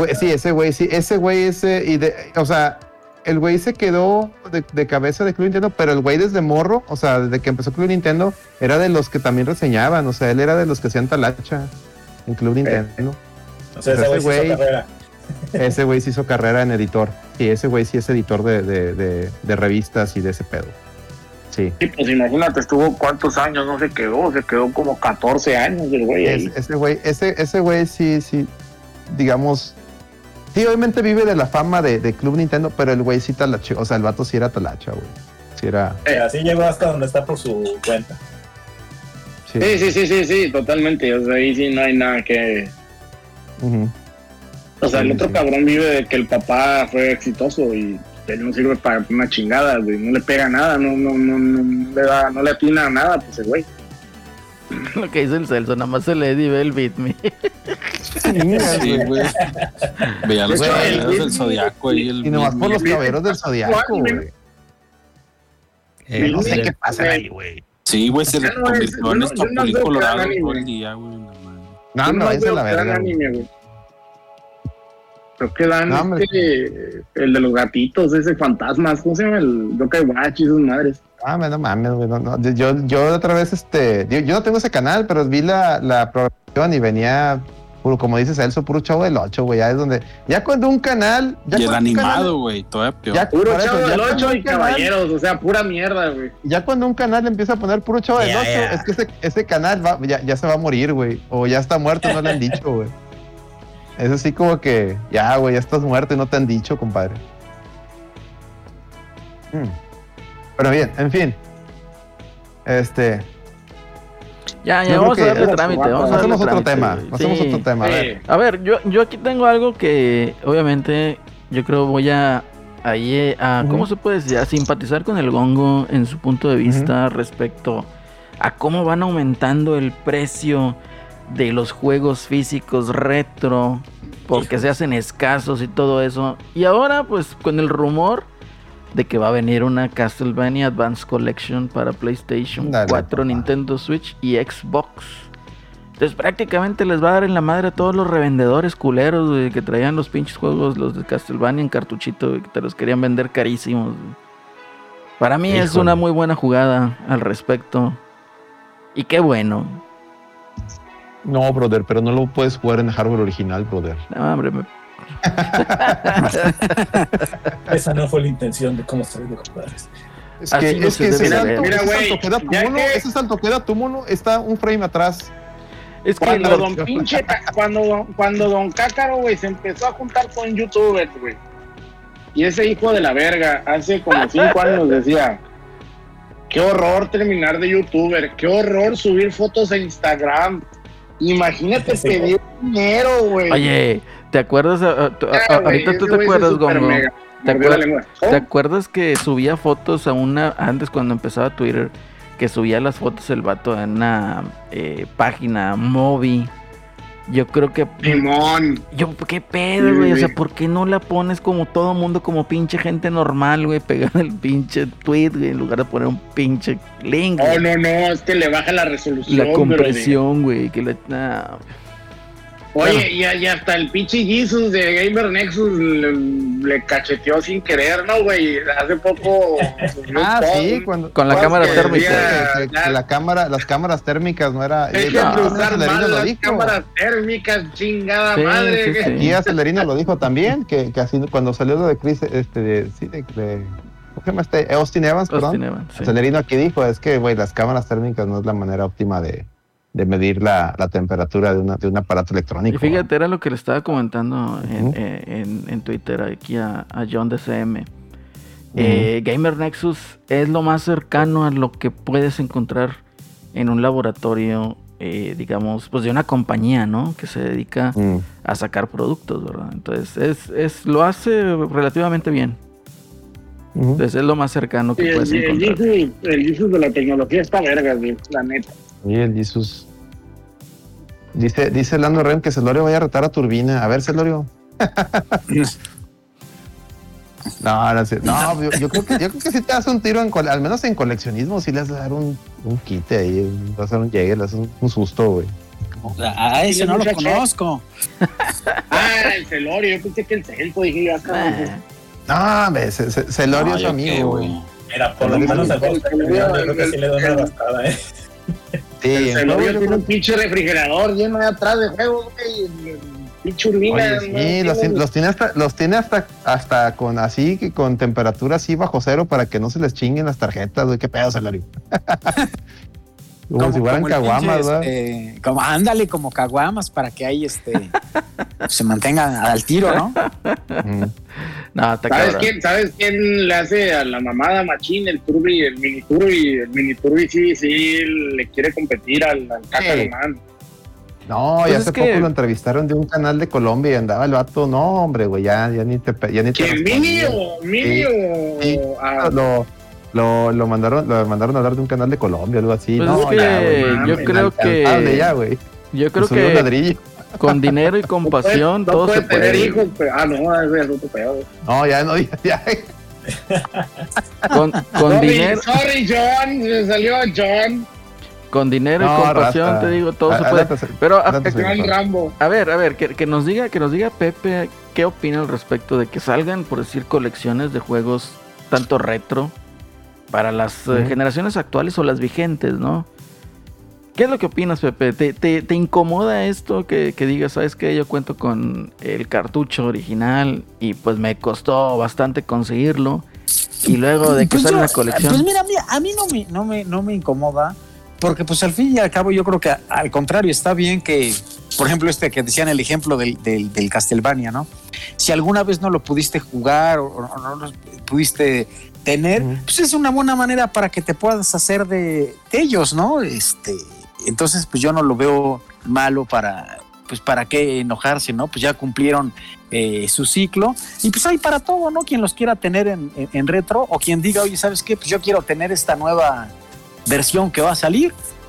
güey, o sea, el güey se quedó de cabeza de Club Nintendo, pero el güey desde morro, o sea, desde que empezó Club Nintendo, era de los que también reseñaban, o sea, él era de los que hacían talacha en Club Nintendo. O sea, ese güey hizo carrera. Ese güey se hizo carrera en editor. Sí, ese güey sí es editor de revistas y de ese pedo. Sí. Sí, pues imagínate, estuvo cuántos años, no se quedó como 14 años el güey ahí. Ese güey sí, digamos, sí, obviamente vive de la fama de Club Nintendo, pero el güey sí talacha, o sea, el vato sí era talacha, güey. Sí era. Así llegó hasta donde está por su cuenta. Sí, totalmente, o sea, ahí sí no hay nada que... O sea, el otro cabrón vive de que el papá fue exitoso y él no sirve para una chingada, güey, no le pega nada, no le atina a nada, pues el güey. Lo que dice el Celso, nada más se le ve el beat me. Sí, güey. Veía los caballeros del Zodiaco ahí. Y nomás por los caballeros del Zodiaco, güey. No sé qué pasa ahí, güey. Sí, güey, se le convirtió en Escapulín Colorado todo el día, güey. No, esa es la verdad. Creo que dan el de los gatitos, ese fantasmas, ¿cómo se llama? El Yokai Watch y sus madres. No mames, güey. No. Yo otra vez, yo no tengo ese canal, pero vi la programación y venía, puro, como dice Celso, puro Chavo del 8, güey. Ya es donde, ya cuando un canal. Y el animado, güey, todavía peor. Puro Chavo del 8 y Caballeros, o sea, pura mierda, güey. Ya cuando un canal empieza a poner puro Chavo del 8, es que ese canal ya se va a morir, güey. O ya está muerto, no le han dicho, güey. Es así como que, ya, güey, ya estás muerto y no te han dicho, compadre. Pero bien, en fin. Ya, vamos a darle trámite. Hacemos otro tema. Hacemos otro tema. A ver, yo aquí tengo algo que, obviamente, yo creo voy a ¿cómo se puede decir? A simpatizar con el Gongo en su punto de vista respecto a cómo van aumentando el precio de los juegos físicos retro porque se hacen escasos y todo eso. Y ahora pues con el rumor de que va a venir una Castlevania Advance Collection para PlayStation 4, Nintendo Switch y Xbox. Entonces prácticamente les va a dar en la madre a todos los revendedores culeros, güey, que traían los pinches juegos, los de Castlevania en cartuchito, güey, que te los querían vender carísimos, güey. Para mí es una muy buena jugada al respecto. Y qué bueno. No, brother, pero no lo puedes jugar en hardware original, brother. No, hombre. Esa no fue la intención de cómo salir de jugadores. Ese salto que da tu mono está un frame atrás. Es que cuando Don Cácaro, güey, se empezó a juntar con youtubers, güey. Y ese hijo de la verga, hace como 5 años decía: qué horror terminar de youtuber, qué horror subir fotos a Instagram. Imagínate pedir dinero, güey. Oye, ¿te acuerdas? Ahorita tú te acuerdas, Gongo. ¿Te acuerdas que subía fotos antes cuando empezaba Twitter, que subía las fotos el vato en una página Mobi, Yo creo que... Simón. ¿Qué pedo, güey? O sea, ¿por qué no la pones como todo mundo, como pinche gente normal, güey? Pegando el pinche tweet, güey, en lugar de poner un pinche link. Oh, no, es que le baja la resolución. La compresión, güey, que le... Oye, y hasta el pinche Jesus de Gamer Nexus le cacheteó sin querer, ¿no, güey? Hace poco... sí, con la cámara térmica. Las cámaras térmicas no era... usar mal las cámaras térmicas, chingada madre. Sí. Aquí Acelerino lo dijo también, que así cuando salió lo de Chris, ¿cómo se llama Austin Evans, perdón. Sí. Acelerino aquí dijo, es que, güey, las cámaras térmicas no es la manera óptima de medir la temperatura de un aparato electrónico. Y fíjate, era lo que le estaba comentando en Twitter aquí a John DCM. Gamer Nexus es lo más cercano a lo que puedes encontrar en un laboratorio, digamos, pues de una compañía, ¿no? Que se dedica a sacar productos, ¿verdad? Entonces, lo hace relativamente bien. Entonces es lo más cercano que puedes encontrar. El Jesus de la tecnología está verga, güey, la neta. Y el Jesus. Dice Lando Rem que Celorio vaya a retar a Turbina. A ver, Celorio. No, yo creo que si te das un tiro, al menos en coleccionismo, sí le vas a dar un quite ahí, vas a dar un llegue, le das un susto, güey. A ese no lo conozco. El Celorio, yo pensé que el Celto, dije yo acá. No, hombre, Celorio es su amigo, güey. Mira, por lo menos al yo creo que sí le doy una rascada, Sí, el Celorio tiene un pinche refrigerador lleno de atrás de juegos, güey. Pinche urbina. Sí, los tiene hasta con así, que con temperatura así bajo cero para que no se les chinguen las tarjetas, güey. Qué pedo, Celorio. Como si fueran caguamas, ¿verdad? Como caguamas para que ahí se mantengan al tiro, ¿no? No, ¿Sabes quién le hace a la mamada machín? El Turbi, el Mini Turbi. El Mini Turbi sí le quiere competir al Cacaromán. No, pues y hace poco lo entrevistaron de un canal de Colombia y andaba el vato. No, hombre, güey, ya ni te ¿Qué Mini o? Lo mandaron a hablar de un canal de Colombia, algo así. Pues no, yo creo que yo creo que con dinero y con pasión todo se puede. Tener hijos, pero, es otro pedo. No, ya. Con dinero. Sorry, John, se salió John. Con dinero y con pasión, te digo, todo se puede. Pero a ver, que nos diga Pepe qué opina al respecto de que salgan, por decir, colecciones de juegos tanto retro para las generaciones actuales o las vigentes, ¿no? ¿Qué es lo que opinas, Pepe? ¿Te incomoda esto que digas, sabes qué? Yo cuento con el cartucho original y pues me costó bastante conseguirlo y luego de que sale una colección? Pues mira, a mí no me incomoda, porque pues al fin y al cabo yo creo que al contrario está bien que, por ejemplo, que decían el ejemplo del Castlevania, ¿no? Si alguna vez no lo pudiste jugar o no lo pudiste tener, pues es una buena manera para que te puedas hacer de ellos, ¿no? Entonces, pues yo no lo veo malo para qué enojarse, ¿no? Pues ya cumplieron su ciclo y pues hay para todo, ¿no? Quien los quiera tener en retro o quien diga, oye, ¿sabes qué? Pues yo quiero tener esta nueva versión que va a salir.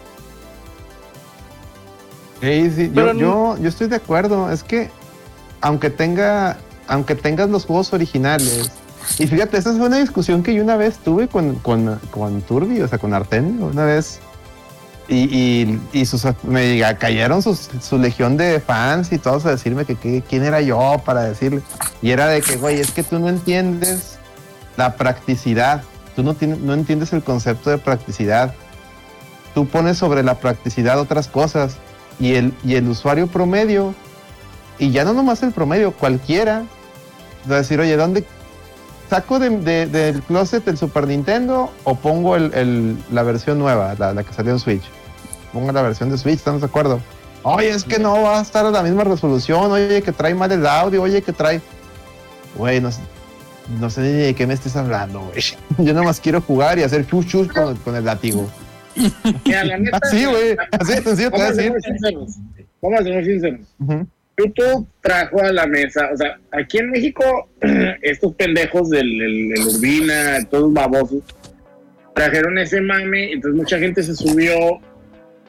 Sí, yo estoy de acuerdo. Es que aunque tengas los juegos originales, y fíjate, esa fue una discusión que yo una vez tuve con Turbi, o sea, con Artemio, una vez. Y me cayeron su legión de fans y todos a decirme que quién era yo para decirle. Y era de que, güey, es que tú no entiendes la practicidad. Tú no entiendes el concepto de practicidad. Tú pones sobre la practicidad otras cosas. Y el usuario promedio, y ya no nomás el promedio, cualquiera, va a decir, oye, ¿dónde saco del closet el Super Nintendo o pongo la versión nueva, la que salió en Switch? Pongo la versión de Switch, ¿estamos de acuerdo? Oye, es que no va a estar a la misma resolución, oye, que trae mal el audio, oye, que trae... Güey, no sé ni de qué me estés hablando, güey. Yo nomás quiero jugar y hacer chus con el látigo. Sí, güey, así de sencillo te voy a decir. Vamos a ser sinceros. YouTube trajo a la mesa, o sea, aquí en México, estos pendejos del Urbina, todos babosos, trajeron ese mame, entonces mucha gente se subió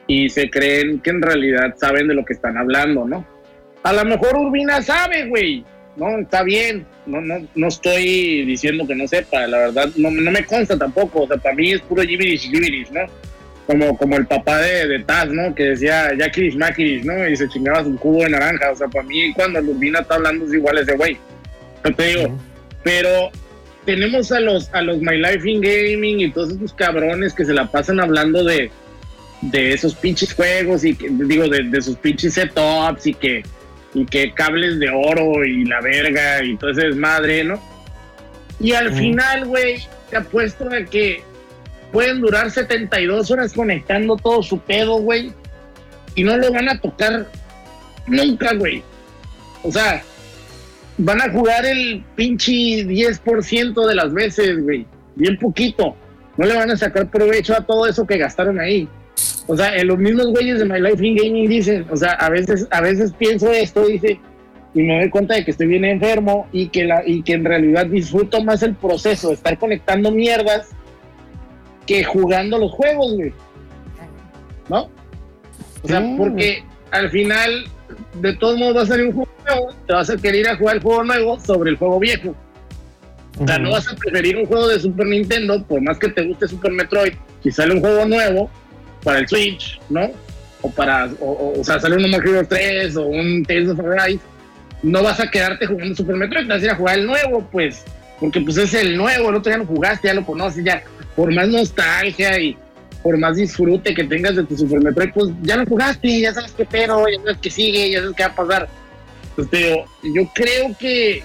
y se creen que en realidad saben de lo que están hablando, ¿no? A lo mejor Urbina sabe, güey, no, está bien, no estoy diciendo que no sepa, la verdad, no me consta tampoco, o sea, para mí es puro gibberish, ¿no? Como el papá de Taz, ¿no? Que decía Yakiris Makiris, ¿no? Y se chingaba su jugo de naranja, o sea, para mí cuando Urbina está hablando es igual ese güey, no te digo, pero tenemos a los My Life in Gaming y todos esos cabrones que se la pasan hablando de esos pinches juegos y de sus pinches setups y que cables de oro y la verga y todo ese desmadre, ¿no? Y al final, güey, te apuesto a que pueden durar 72 horas conectando todo su pedo, güey, y no lo van a tocar nunca, güey. O sea, van a jugar el pinche 10% de las veces, güey, bien poquito. No le van a sacar provecho a todo eso que gastaron ahí. O sea, los mismos güeyes de My Life in Gaming dicen, o sea, a veces pienso esto, dice, y me doy cuenta de que estoy bien enfermo y que en realidad disfruto más el proceso de estar conectando mierdas que jugando los juegos, güey. ¿No? O sea, porque al final, de todos modos va a salir un juego nuevo, te vas a querer ir a jugar el juego nuevo sobre el juego viejo. O sea, no vas a preferir un juego de Super Nintendo, por más que te guste Super Metroid, si sale un juego nuevo para el Switch, ¿no? O sea, sale un Mario 3 o un Tales of Arise, no vas a quedarte jugando Super Metroid, te vas a ir a jugar el nuevo, pues, porque pues es el nuevo, el otro ya lo jugaste, ya lo conoces, ya, por más nostalgia y por más disfrute que tengas de tu Super Metroid, pues ya lo jugaste, ya sabes qué pero, ya sabes qué sigue, ya sabes qué va a pasar. Pues, pero yo creo que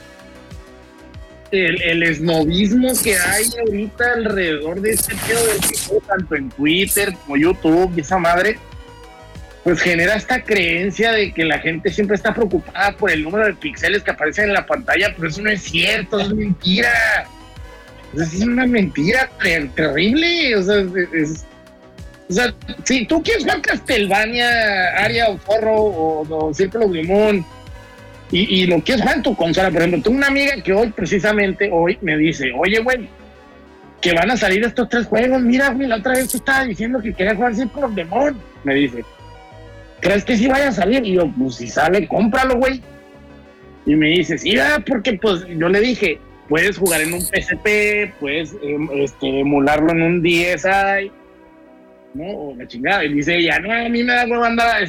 el esnovismo que hay ahorita alrededor de este pedo del video, tanto en Twitter como YouTube y esa madre, pues genera esta creencia de que la gente siempre está preocupada por el número de píxeles que aparecen en la pantalla, pero eso no es cierto, es mentira. Es una mentira terrible. O sea, si tú quieres jugar Castlevania, Aria o Zorro o Círculo de Limón y lo quieres jugar en tu consola, por ejemplo, tengo una amiga que precisamente hoy me dice, oye, güey, que van a salir estos 3 juegos, mira, güey, la otra vez tú estabas diciendo que quería jugar Círculo de Limón, me dice, ¿crees que sí vaya a salir? Y yo, pues si sale, cómpralo, güey. Y me dice, sí, porque pues yo le dije, puedes jugar en un PSP, puedes emularlo en un DSi, ¿no? O la chingada. Y dice ella, no, a mí me da huevo andar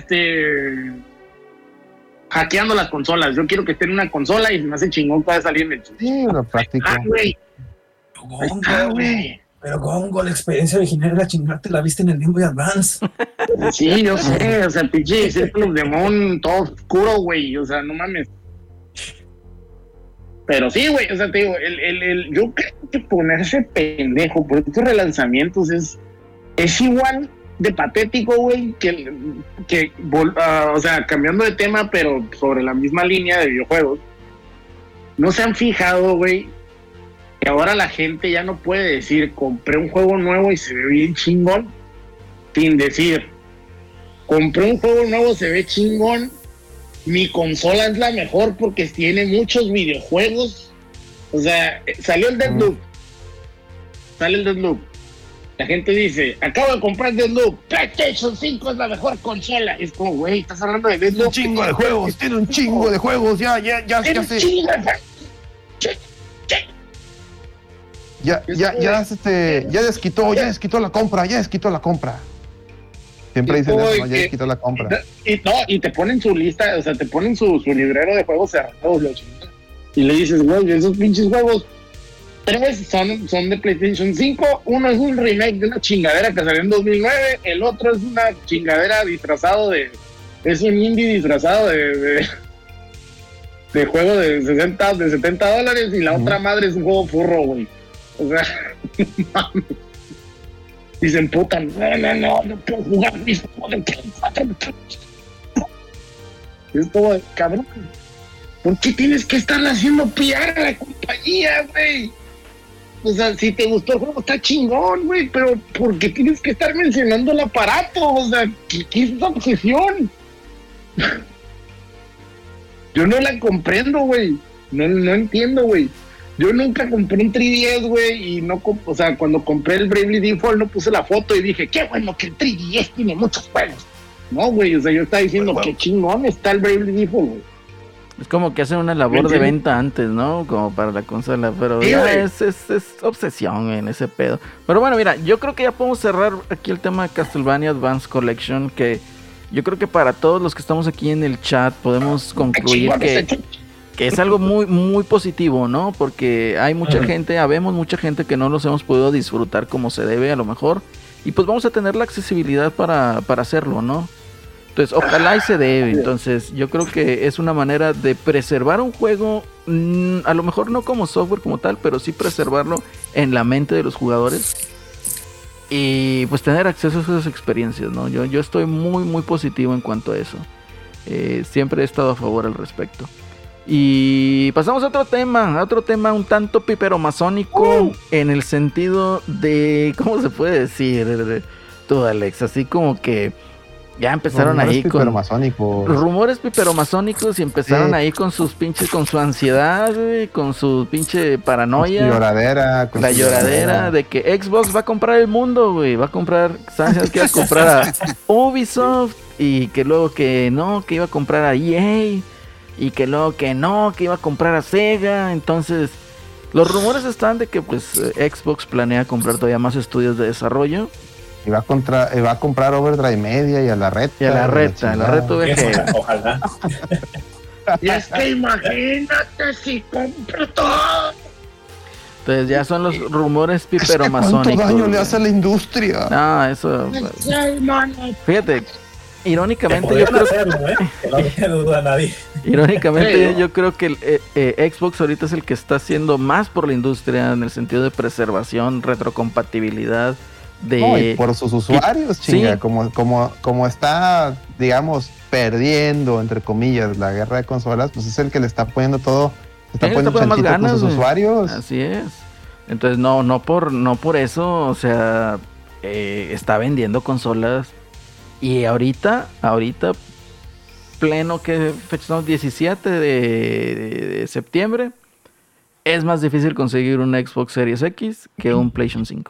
hackeando las consolas. Yo quiero que esté en una consola y se me hace chingón para salir en el Switch. Sí, lo práctico. Güey. Güey. Pero Gongo, la experiencia original era chingarte, la viste en el Game Boy Advance. Sí, yo sé, o sea, pinche Círculo de Demon, todo oscuro, güey, o sea, no mames. Pero sí, güey, o sea, te digo, yo creo que ponerse pendejo por estos relanzamientos es igual de patético, güey, o sea, cambiando de tema, pero sobre la misma línea de videojuegos. ¿No se han fijado, güey, que ahora la gente ya no puede decir, compré un juego nuevo y se ve bien chingón, sin decir, compré un juego nuevo, se ve chingón, mi consola es la mejor porque tiene muchos videojuegos? O sea, salió el Deathloop, la gente dice, acabo de comprar Deathloop, PlayStation 5 es la mejor consola. Es como, güey, estás hablando de Deathloop. Tiene un chingo de juegos, ya sé. Ya desquitó la compra. Siempre dicen eso, ¿no? Ya desquitó la compra. Y te ponen su lista, o sea, te ponen su librero de juegos cerrados, y le dices, güey, esos pinches juegos, 3 son de PlayStation 5, uno es un remake de una chingadera que salió en 2009, el otro es una chingadera disfrazado es un indie disfrazado de juego de $70 y la otra madre es un juego furro, güey. O sea, mames. Dicen, puta, no puedo jugar mis juegos. Es todo, cabrón. ¿Por qué tienes que estar haciendo PR a la compañía, güey? O sea, si te gustó el juego, está chingón, güey, pero ¿por qué tienes que estar mencionando el aparato? O sea, ¿qué es esa obsesión? Yo no la comprendo, güey. No entiendo, güey. Yo nunca compré un 3DS, güey, y no, o sea, cuando compré el Bravely Default no puse la foto y dije, qué bueno que el 3DS tiene muchos juegos. No, güey, o sea, yo estaba diciendo, qué chingón está el Bravely Default, güey. Es como que hacen una labor de venta antes, ¿no? Como para la consola, pero sí, ya es obsesión en ese pedo. Pero bueno, mira, yo creo que ya podemos cerrar aquí el tema de Castlevania Advance Collection, que yo creo que para todos los que estamos aquí en el chat podemos concluir que es algo muy, muy positivo, ¿no? Porque hay mucha gente, habemos mucha gente que no los hemos podido disfrutar como se debe a lo mejor, y pues vamos a tener la accesibilidad para hacerlo, ¿no? Entonces, ojalá y se dé. Entonces, yo creo que es una manera de preservar un juego, a lo mejor no como software como tal, pero sí preservarlo en la mente de los jugadores y pues tener acceso a esas experiencias, ¿no? Yo estoy muy, muy positivo en cuanto a eso. Siempre he estado a favor al respecto. Y pasamos a otro tema un tanto piperomasónico en el sentido de, ¿cómo se puede decir? Tú, Alex, así como que ya empezaron ahí con rumores piperomasónicos y empezaron ahí con sus pinches, con su ansiedad, con su pinche paranoia, la lloradera de que Xbox va a comprar el mundo, güey, va a comprar, ¿sabes? Que iba a comprar a Ubisoft y que luego que no, que iba a comprar a EA y que luego que no, que iba a comprar a Sega. Entonces los rumores están de que pues Xbox planea comprar todavía más estudios de desarrollo. Y va a comprar Overdrive Media y a la Red. Y a la Red VG. Ojalá. Y es que imagínate si compro todo. Entonces ya son los rumores piperomasónicos. ¿Cuánto daño le hace a la industria? No, eso. Fíjate, irónicamente yo creo que no tiene duda nadie. Irónicamente yo creo que Xbox ahorita es el que está haciendo más por la industria en el sentido de preservación, retrocompatibilidad. Y por sus usuarios, chinga, sí. como está, digamos, perdiendo, entre comillas, la guerra de consolas, pues es el que le está poniendo todo, está poniendo más ganas con sus usuarios. Así es. Entonces no por eso, o sea, está vendiendo consolas. Y ahorita pleno, que fecha estamos, 17 de septiembre, es más difícil conseguir un Xbox Series X que un PlayStation 5.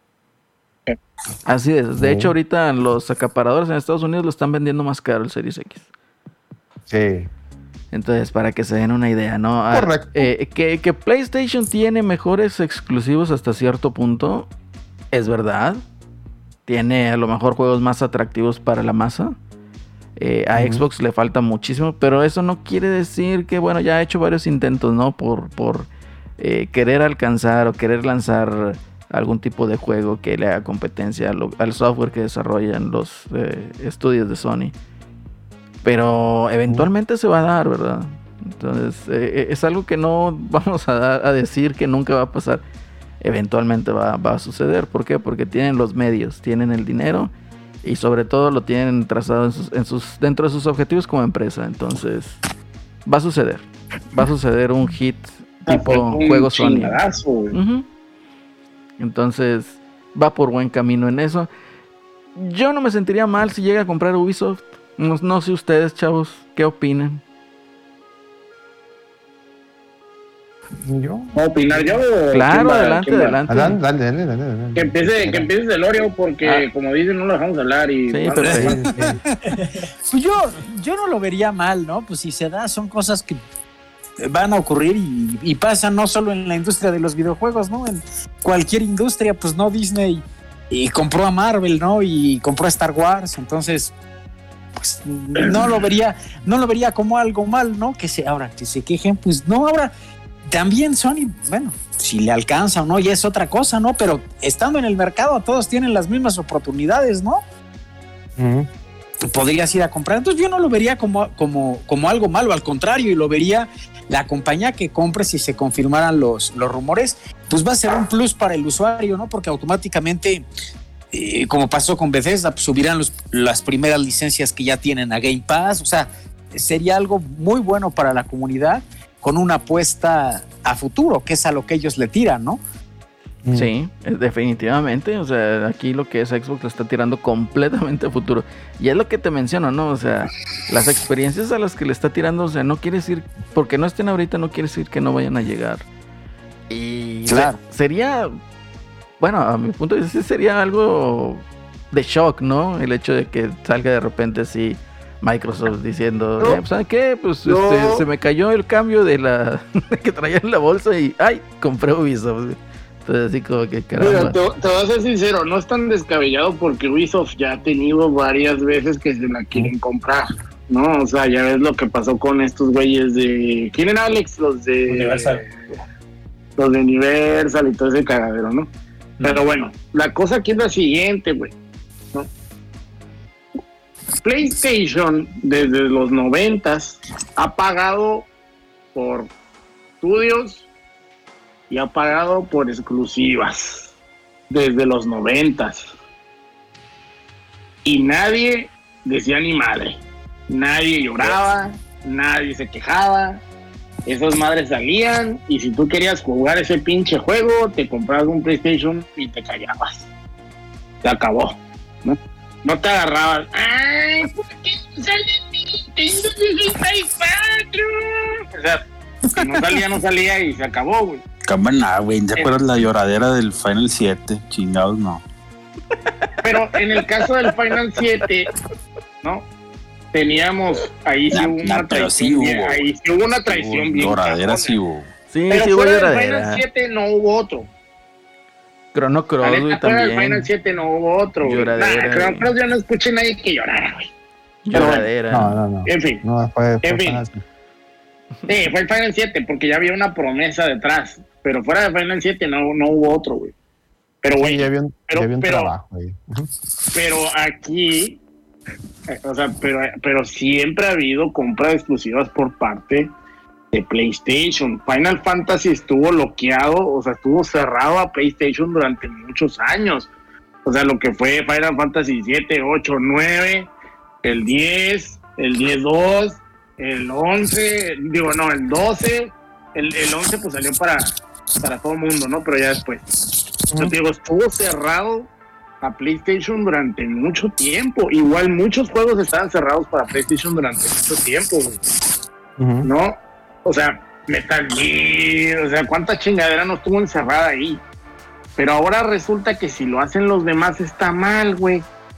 Así es. De hecho, ahorita los acaparadores en Estados Unidos lo están vendiendo más caro el Series X. Sí. Entonces, para que se den una idea, ¿no? Correcto. Que PlayStation tiene mejores exclusivos hasta cierto punto, es verdad. Tiene a lo mejor juegos más atractivos para la masa. A Xbox le falta muchísimo, pero eso no quiere decir que, bueno, ya ha hecho varios intentos, ¿no? Por querer alcanzar o querer lanzar algún tipo de juego que le haga competencia al software que desarrollan los estudios de Sony. Pero eventualmente se va a dar, ¿verdad? Entonces, es algo que no vamos a decir que nunca va a pasar. Eventualmente va a suceder. ¿Por qué? Porque tienen los medios, tienen el dinero y sobre todo lo tienen trazado dentro de sus objetivos como empresa. Entonces, va a suceder. Va a suceder un hit tipo juego Sony. Entonces va por buen camino en eso. Yo no me sentiría mal si llega a comprar Ubisoft. No sé ustedes, chavos, ¿qué opinan? ¿Yo? ¿Puedo opinar yo? Claro, adelante. Dale. Que empiece Delorio porque como dicen no lo dejamos hablar y... Sí, pero pues yo no lo vería mal, ¿no? Pues si se da, son cosas que van a ocurrir y pasan no solo en la industria de los videojuegos, ¿no? En cualquier industria, pues no, Disney y compró a Marvel, ¿no? Y compró a Star Wars, entonces pues no lo vería como algo mal, ¿no? Que se quejen, pues no, ahora también Sony, bueno, si le alcanza o no ya es otra cosa, ¿no? Pero estando en el mercado todos tienen las mismas oportunidades, ¿no? Podrías ir a comprar. Entonces yo no lo vería como algo malo, al contrario, y lo vería la compañía que compre, si se confirmaran los rumores, pues va a ser un plus para el usuario, ¿no? Porque automáticamente, como pasó con Bethesda, pues subirán las primeras licencias que ya tienen a Game Pass. O sea, sería algo muy bueno para la comunidad con una apuesta a futuro, que es a lo que ellos le tiran, ¿no? Sí, definitivamente. O sea, aquí lo que es Xbox le está tirando completamente a futuro. Y es lo que te menciono, ¿no? O sea, las experiencias a las que le está tirando, o sea, no quiere decir, porque no estén ahorita, no quiere decir que no vayan a llegar. Y claro. Sería, bueno, a mi punto de vista sería algo de shock, ¿no? El hecho de que salga de repente así Microsoft diciendo, pues, ¿saben qué? Pues se me cayó el cambio de la que traía en la bolsa y ¡ay! Compré Ubisoft. Entonces así como que caramba. Mira, te voy a ser sincero, no es tan descabellado porque Ubisoft ya ha tenido varias veces que se la quieren comprar, ¿no? O sea, ya ves lo que pasó con estos güeyes de... ¿Quién era, Alex? Los de Universal. Los de Universal y todo ese cagadero, ¿no? Pero bueno, la cosa aquí es la siguiente, güey, ¿no? PlayStation desde los 90s ha pagado por estudios y ha pagado por exclusivas desde los 90s. Y nadie decía ni madre. Nadie lloraba, nadie se quejaba. Esas madres salían y si tú querías jugar ese pinche juego, te comprabas un PlayStation y te callabas. Se acabó, ¿no? No te agarrabas. ¡Ay, por qué no sale Nintendo 64! O sea, si no salía y se acabó, güey. Cámara, güey, ¿te acuerdas la lloradera del Final 7? Chingados, no. Pero en el caso del Final 7, ¿no? Teníamos ahí sí hubo una traición. Ahí sí hubo una traición bien. Lloradera sí hubo. Sí, pero sí hubo fuera del lloradera. Final 7 no hubo otro. Chrono Cross, güey, Fuera del también. Final 7 no hubo otro. Lloradera. Chrono Cross yo no escuché a nadie que llorara, güey. Lloradera. No. En fin. No, fue En fin. fácil. Sí, fue el Final 7 porque ya había una promesa detrás. Pero fuera del Final 7 no hubo otro, güey. Pero, güey. Sí, ya había un trabajo ahí. Pero aquí, o sea, pero siempre ha habido compras exclusivas por parte de PlayStation. Final Fantasy estuvo bloqueado, o sea, estuvo cerrado a PlayStation durante muchos años. O sea, lo que fue Final Fantasy 7, 8, 9, el 10, el 10-2, el 11, digo, no, el 12, el 11 pues salió para todo el mundo, ¿no? Pero ya después. Yo te digo, estuvo cerrado a PlayStation durante mucho tiempo. Igual muchos juegos estaban cerrados para PlayStation durante mucho tiempo, güey. ¿No? O sea, Metal Gear, o sea, cuánta chingadera no estuvo encerrada ahí. Pero ahora resulta que si lo hacen los demás está mal, güey.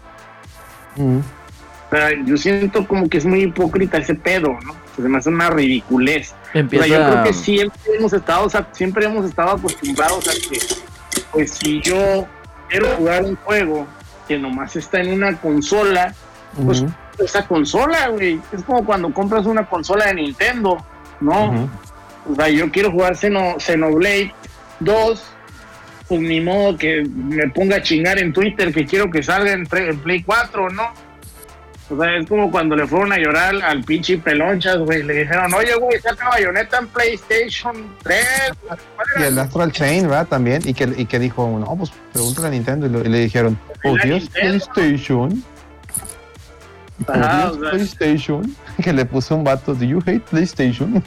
O sea, yo siento como que es muy hipócrita ese pedo, ¿no? Se me hace una ridiculez. O sea, yo creo que siempre hemos estado acostumbrados a que, pues si yo quiero jugar un juego que nomás está en una consola, pues esa consola, güey, es como cuando compras una consola de Nintendo, ¿no? O sea, yo quiero jugar Xenoblade 2, pues ni modo que me ponga a chingar en Twitter que quiero que salga en Play 4, ¿no? O sea, es como cuando le fueron a llorar al pinche Pelonchas, güey. Le dijeron, oye, güey, saca Bayonetta en PlayStation 3. Y el Astral Chain, ¿verdad? También. Y que dijo, no, pues pregúntale a Nintendo. Y le dijeron, ¿odias PlayStation? Ajá, ¿Odias PlayStation? Que le puso un vato, ¿do you hate PlayStation?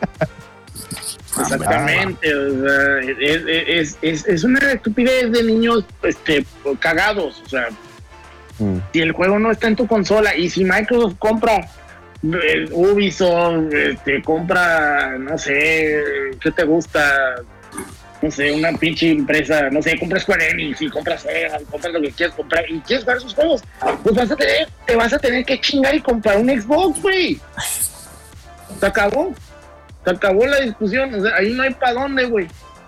Exactamente, o sea, es una estupidez de niños cagados, o sea. Si el juego no está en tu consola y si Microsoft compra Ubisoft, compra, no sé, ¿qué te gusta? No sé, una pinche empresa, no sé, compras Square Enix y compras Sega, compras lo que quieras comprar y quieres jugar esos juegos, pues te vas a tener que chingar y comprar un Xbox, güey. Se acabó la discusión, o sea, ahí no hay para dónde, güey.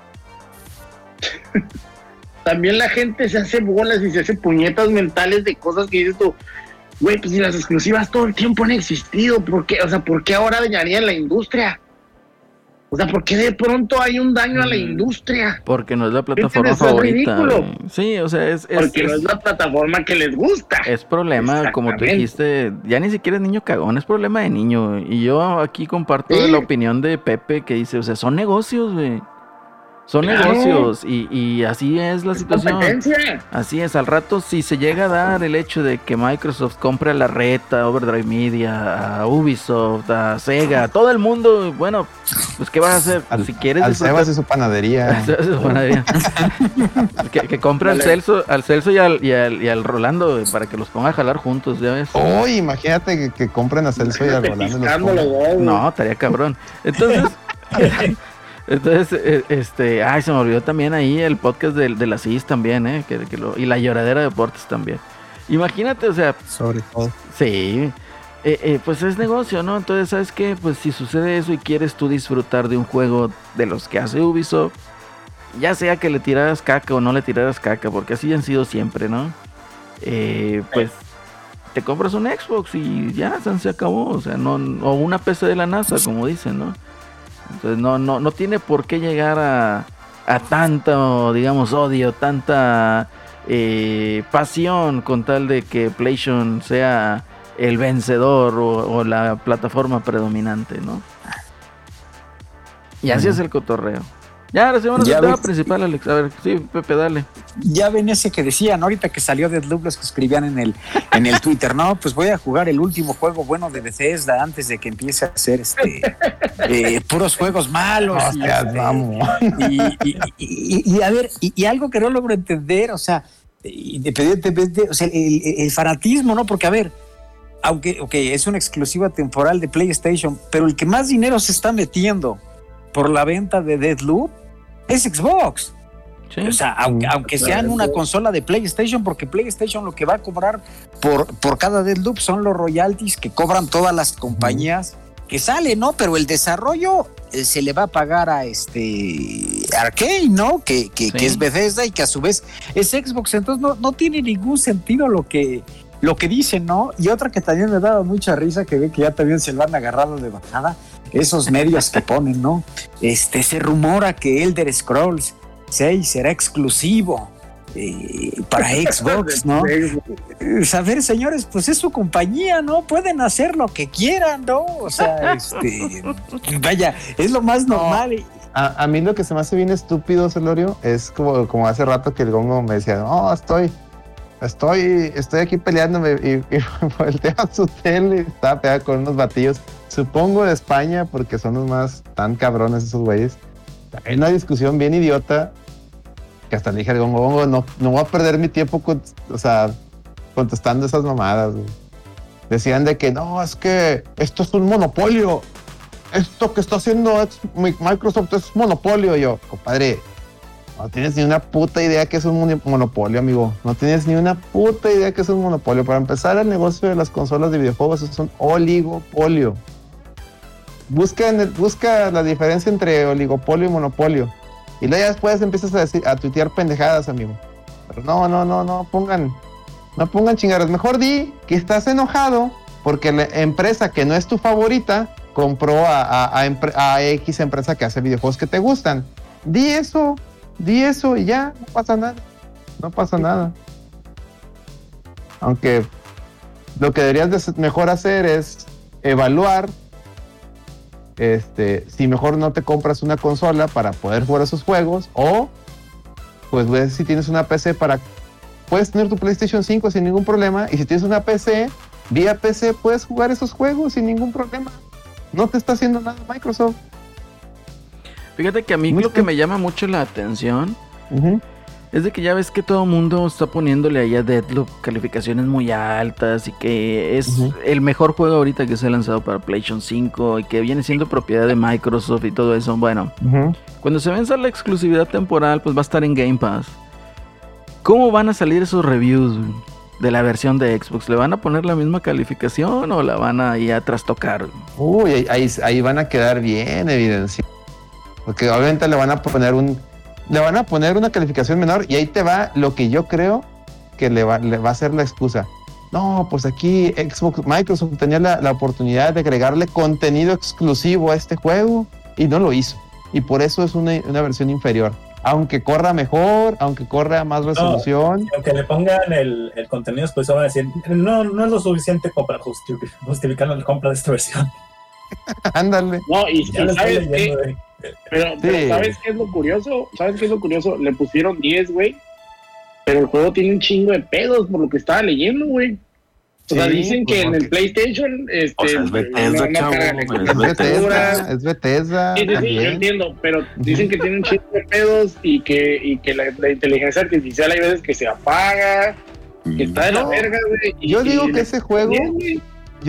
También la gente se hace bolas y se hace puñetas mentales de cosas que dices tú, güey, pues si las exclusivas todo el tiempo han existido, ¿por qué? O sea, ¿por qué ahora dañarían la industria? O sea, ¿por qué de pronto hay un daño a la industria? Porque no es la plataforma favorita. Sí, o sea, porque no es la plataforma que les gusta. Es problema, como tú dijiste, ya ni siquiera es niño cagón, es problema de niño. Y yo aquí comparto la opinión de Pepe que dice, o sea, son negocios, güey. Son negocios y así es la situación. Así es, al rato si se llega a dar el hecho de que Microsoft compre a la Reta, a Overdrive Media, a Ubisoft, a Sega, a todo el mundo, bueno, pues ¿qué vas a hacer? Si quieres al Sebas y su panadería. que compre al Celso y al Rolando para que los ponga a jalar juntos, ya ves. Uy, imagínate que compren a Celso y al Rolando. No, estaría cabrón. Entonces Entonces, se me olvidó también ahí el podcast de la CIS también, y la lloradera de deportes también. Imagínate, o sea, sobre todo. Sí, pues es negocio, ¿no? Entonces, ¿sabes qué? Pues si sucede eso y quieres tú disfrutar de un juego de los que hace Ubisoft, ya sea que le tiraras caca o no le tiraras caca, porque así han sido siempre, ¿no? Pues te compras un Xbox y ya se acabó, o sea, o una PC de la NASA, como dicen, ¿no? Entonces no tiene por qué llegar a tanto, digamos, odio, tanta pasión con tal de que PlayStation sea el vencedor o la plataforma predominante, ¿no? Y así es el cotorreo. Ya, ahora sí, vamos al tema principal, Alex. A ver, sí, Pepe, dale. Ya ven ese que decían, ahorita que salió Deathloop, los que escribían en el Twitter, no, pues voy a jugar el último juego bueno de Bethesda antes de que empiece a hacer puros juegos malos. Y a ver, y algo que no logro entender, o sea, independientemente, o sea, el fanatismo, ¿no? Porque, a ver, aunque es una exclusiva temporal de PlayStation, pero el que más dinero se está metiendo por la venta de Deathloop es Xbox. Sí. O sea, aunque sean una consola de PlayStation, porque PlayStation lo que va a cobrar por cada Deathloop son los royalties que cobran todas las compañías que salen, ¿no? Pero el desarrollo se le va a pagar a Arcane, ¿no? Que es Bethesda y que a su vez es Xbox. Entonces no tiene ningún sentido lo que dicen, ¿no? Y otra que también me daba mucha risa, que ve que ya también se lo han agarrado de bajada, esos medios que ponen, ¿no? Se rumora que Elder Scrolls 6 será exclusivo para Xbox, ¿no? A ver, señores, pues es su compañía, ¿no? Pueden hacer lo que quieran, ¿no? O sea, vaya, es lo más normal. A mí lo que se me hace bien estúpido, Celorio, es como hace rato que el Gongo me decía, no, estoy aquí peleándome y voltea a su tele y estaba pegado con unos batillos, supongo de España, porque son los más tan cabrones esos güeyes. Hay una discusión bien idiota que hasta le dije al Gongo, no voy a perder mi tiempo contestando esas mamadas, güey. Decían de que no, es que esto es un monopolio, esto que está haciendo Microsoft es monopolio. Y yo, compadre, no tienes ni una puta idea que es un monopolio, amigo. No tienes ni una puta idea que es un monopolio. Para empezar, el negocio de las consolas de videojuegos es un oligopolio. Busca la diferencia entre oligopolio y monopolio. Y luego ya después empiezas a tuitear pendejadas, amigo. Pero no pongan chingaderas. Mejor di que estás enojado porque la empresa que no es tu favorita compró a X empresa que hace videojuegos que te gustan. Di eso y ya, no pasa nada. Aunque lo que deberías mejor hacer es evaluar si mejor no te compras una consola para poder jugar esos juegos, o pues ves si tienes una PC puedes tener tu PlayStation 5 sin ningún problema, y si tienes una PC, vía PC puedes jugar esos juegos sin ningún problema. No te está haciendo nada Microsoft. Fíjate que a mí lo que me llama mucho la atención es de que ya ves que todo el mundo está poniéndole ahí a Deathloop calificaciones muy altas y que es el mejor juego ahorita que se ha lanzado para PlayStation 5 y que viene siendo propiedad de Microsoft y todo eso. Bueno, cuando se venza la exclusividad temporal, pues va a estar en Game Pass. ¿Cómo van a salir esos reviews de la versión de Xbox? ¿Le van a poner la misma calificación o la van a ir a trastocar? Uy, ahí van a quedar bien evidenciados. Porque obviamente le van a poner una calificación menor, y ahí te va lo que yo creo que le va a ser la excusa. No, pues aquí Microsoft tenía la oportunidad de agregarle contenido exclusivo a este juego y no lo hizo. Y por eso es una versión inferior. Aunque corra mejor, aunque corra a más resolución. Aunque le pongan el contenido exclusivo, van a decir, no es lo suficiente para justificar la compra de esta versión. Ándale. No, y ¿sabes qué? Pero ¿sabes qué es lo curioso? Le pusieron 10, güey. Pero el juego tiene un chingo de pedos por lo que estaba leyendo, güey. O sea, dicen que en el PlayStation es Bethesda, es Bethesda. Sí, yo entiendo, pero dicen que tiene un chingo de pedos y que la inteligencia artificial hay veces que se apaga, que está de la verga, güey. Yo digo que ese juego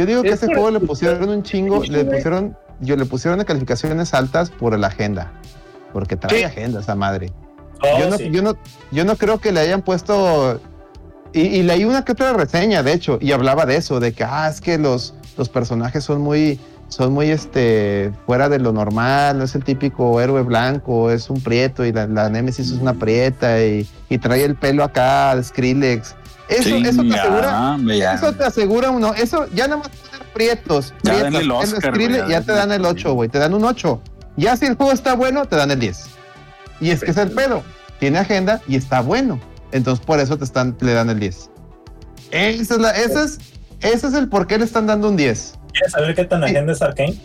le pusieron un chingo, le pusieron calificaciones altas por la agenda. porque trae agenda esa madre. Oh, Yo no creo que le hayan puesto... Y leí una que otra reseña, de hecho, y hablaba de eso, de que es que los personajes son muy fuera de lo normal, no es el típico héroe blanco, es un prieto, y la Némesis es una prieta, y trae el pelo acá de Skrillex. Eso te asegura uno, eso ya nada más tener prietos, el Oscar, Skrillex, ya te dan el 8, güey, te dan un 8. Ya si el juego está bueno, te dan el 10. Y es que es el pedo, tiene agenda y está bueno. Entonces por eso le dan el 10. Ese es el por qué le están dando un 10. ¿Quieres saber qué tan agenda es Arkane?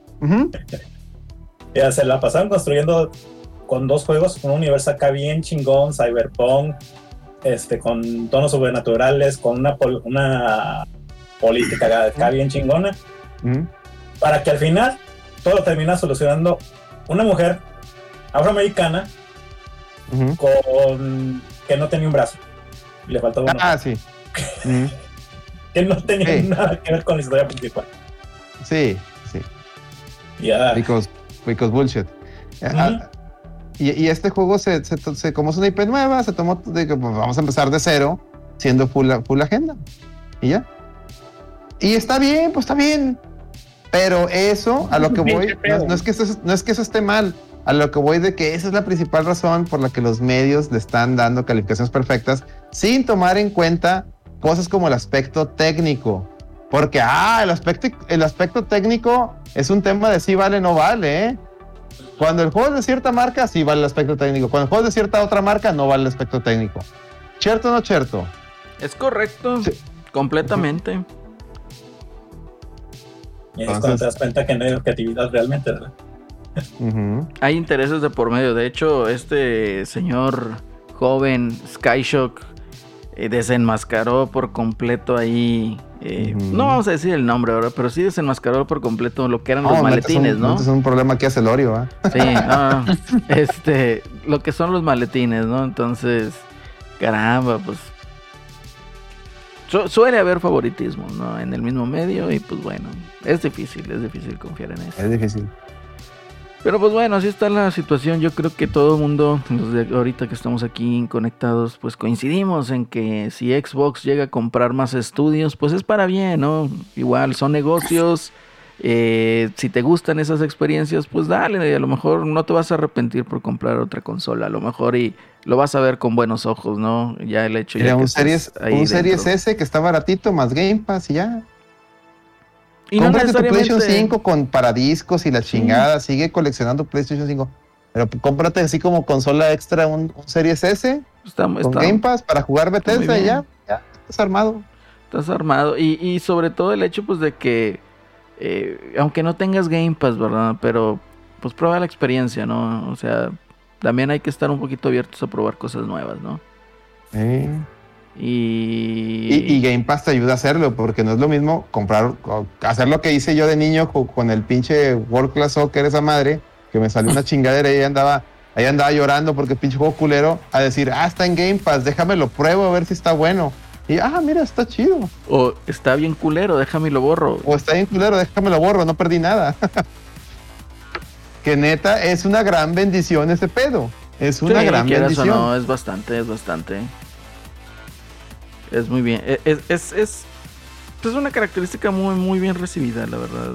Ya se la pasaron construyendo con 2 juegos, un universo acá bien chingón, cyberpunk, con tonos sobrenaturales, con una política acá bien chingona, para que al final todo termina solucionando una mujer afroamericana con que no tenía un brazo y le faltaba uno. Sí. Que no tenía nada que ver con la historia principal. Sí. Because bullshit. Y este juego como es una IP nueva, se tomó de que vamos a empezar de cero, siendo full agenda. Y ya. Y está bien, pues está bien. Pero eso, a lo que voy, no es que eso esté mal. A lo que voy de que esa es la principal razón por la que los medios le están dando calificaciones perfectas sin tomar en cuenta cosas como el aspecto técnico. Porque, el aspecto técnico es un tema de sí vale, no vale, ¿eh? Cuando el juego es de cierta marca, sí vale el aspecto técnico. Cuando el juego es de cierta otra marca, no vale el aspecto técnico. ¿Cierto o no cierto? Es correcto, sí. Completamente. Y es cuando te das cuenta que no hay objetividad realmente, ¿verdad? Hay intereses de por medio. De hecho, este señor joven, Skyshock, desenmascaró por completo ahí. No vamos a decir el nombre ahora, pero sí desenmascaró por completo lo que eran los maletines, ¿no? Es un problema que hace el Oreo, ¿eh? Sí, lo que son los maletines, ¿no? Entonces, caramba, pues suele haber favoritismo, ¿no? En el mismo medio y pues bueno, es difícil confiar en eso. Es difícil. Pero pues bueno, así está la situación. Yo creo que todo el mundo, los de ahorita que estamos aquí conectados, pues coincidimos en que si Xbox llega a comprar más estudios, pues es para bien, ¿no? Igual son negocios. Si te gustan esas experiencias, pues dale. A lo mejor no te vas a arrepentir por comprar otra consola. A lo mejor y lo vas a ver con buenos ojos, ¿no? Ya el hecho. Mira, un Series S que está baratito, más Game Pass y ya. Y cómprate tu PlayStation 5 con paradiscos y la chingada, sigue coleccionando PlayStation 5. Pero cómprate así como consola extra un Series S con Game Pass para jugar Bethesda y ya estás armado. Estás armado. Y sobre todo el hecho pues de que aunque no tengas Game Pass, ¿verdad? Pero pues prueba la experiencia, ¿no? O sea, también hay que estar un poquito abiertos a probar cosas nuevas, ¿no? Y Game Pass te ayuda a hacerlo, porque no es lo mismo hacer lo que hice yo de niño con el pinche World Class Soccer, esa madre, que me salió una chingadera y ahí andaba llorando porque el pinche juego culero, a decir, está en Game Pass, déjame lo pruebo a ver si está bueno. Y, mira, está chido. O está bien culero, déjame lo borro. O está bien culero, déjame lo borro, no perdí nada. Que neta, es una gran bendición ese pedo. Es una gran bendición. No, es bastante. Es muy bien. Es una característica muy, muy bien recibida, la verdad.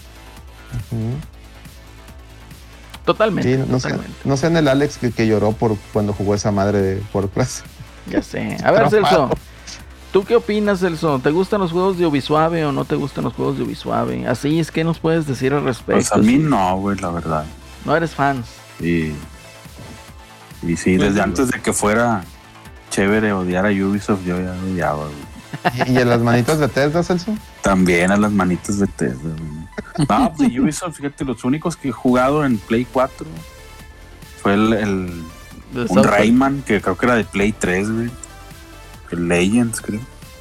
Totalmente. Sí, no sean el Alex que lloró por cuando jugó esa madre de World Class. Ya sé. A ver, Celso, ¿tú qué opinas, Celso? ¿Te gustan los juegos de Ubisoft o no te gustan los juegos de Ubisoft? Así es, ¿qué nos puedes decir al respecto? Pues a mí no, güey, la verdad. ¿No eres fan? Y sí, desde antes de que fuera chévere odiar a Ubisoft, yo ya odiaba, güey. ¿Y a las manitas de Bethesda, Celso? También a las manitas de Bethesda, güey. No, pues de Ubisoft, fíjate, los únicos que he jugado en Play 4 fue un Rayman, que creo que era de Play 3, güey. El Legends, creo.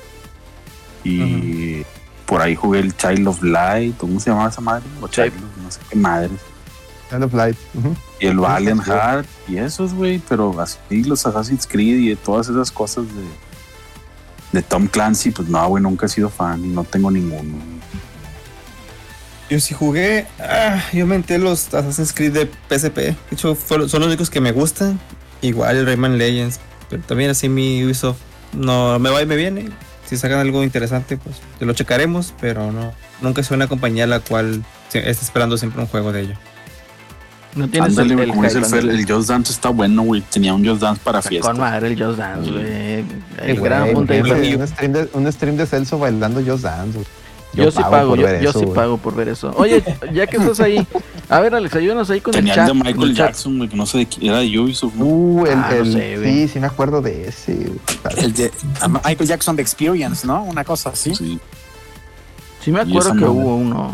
Y por ahí jugué el Child of Light, ¿cómo se llamaba esa madre? O Child of, no sé qué madre. Child of Light. Y el Valiant Heart y esos, güey, pero así los Assassin's Creed y todas esas cosas de Tom Clancy, pues no, güey, nunca he sido fan y no tengo ninguno. Yo sí jugué, yo menté los Assassin's Creed de PSP. De hecho, son los únicos que me gustan. Igual el Rayman Legends. Pero también así mi Ubisoft no me va y me viene. Si sacan algo interesante, pues lo checaremos. Pero no, nunca soy una compañía a la cual está esperando siempre un juego de ello. No tienes como dice el Just Dance está bueno, güey. Tenía un Just Dance para fiesta. Con madre el Just Dance, güey. El gran punto de un stream de Celso bailando Just Dance, güey. Yo sí pago por ver eso. Oye, ya que estás ahí, a ver, Alex, ayúdanos ahí con el chat. Tenía de Michael Jackson, güey, que no sé de quién era, de Ubisoft, ¿no? No sé, sí me acuerdo de ese. El de Michael Jackson The Experience, ¿no? Una cosa así. Sí me acuerdo que hubo uno.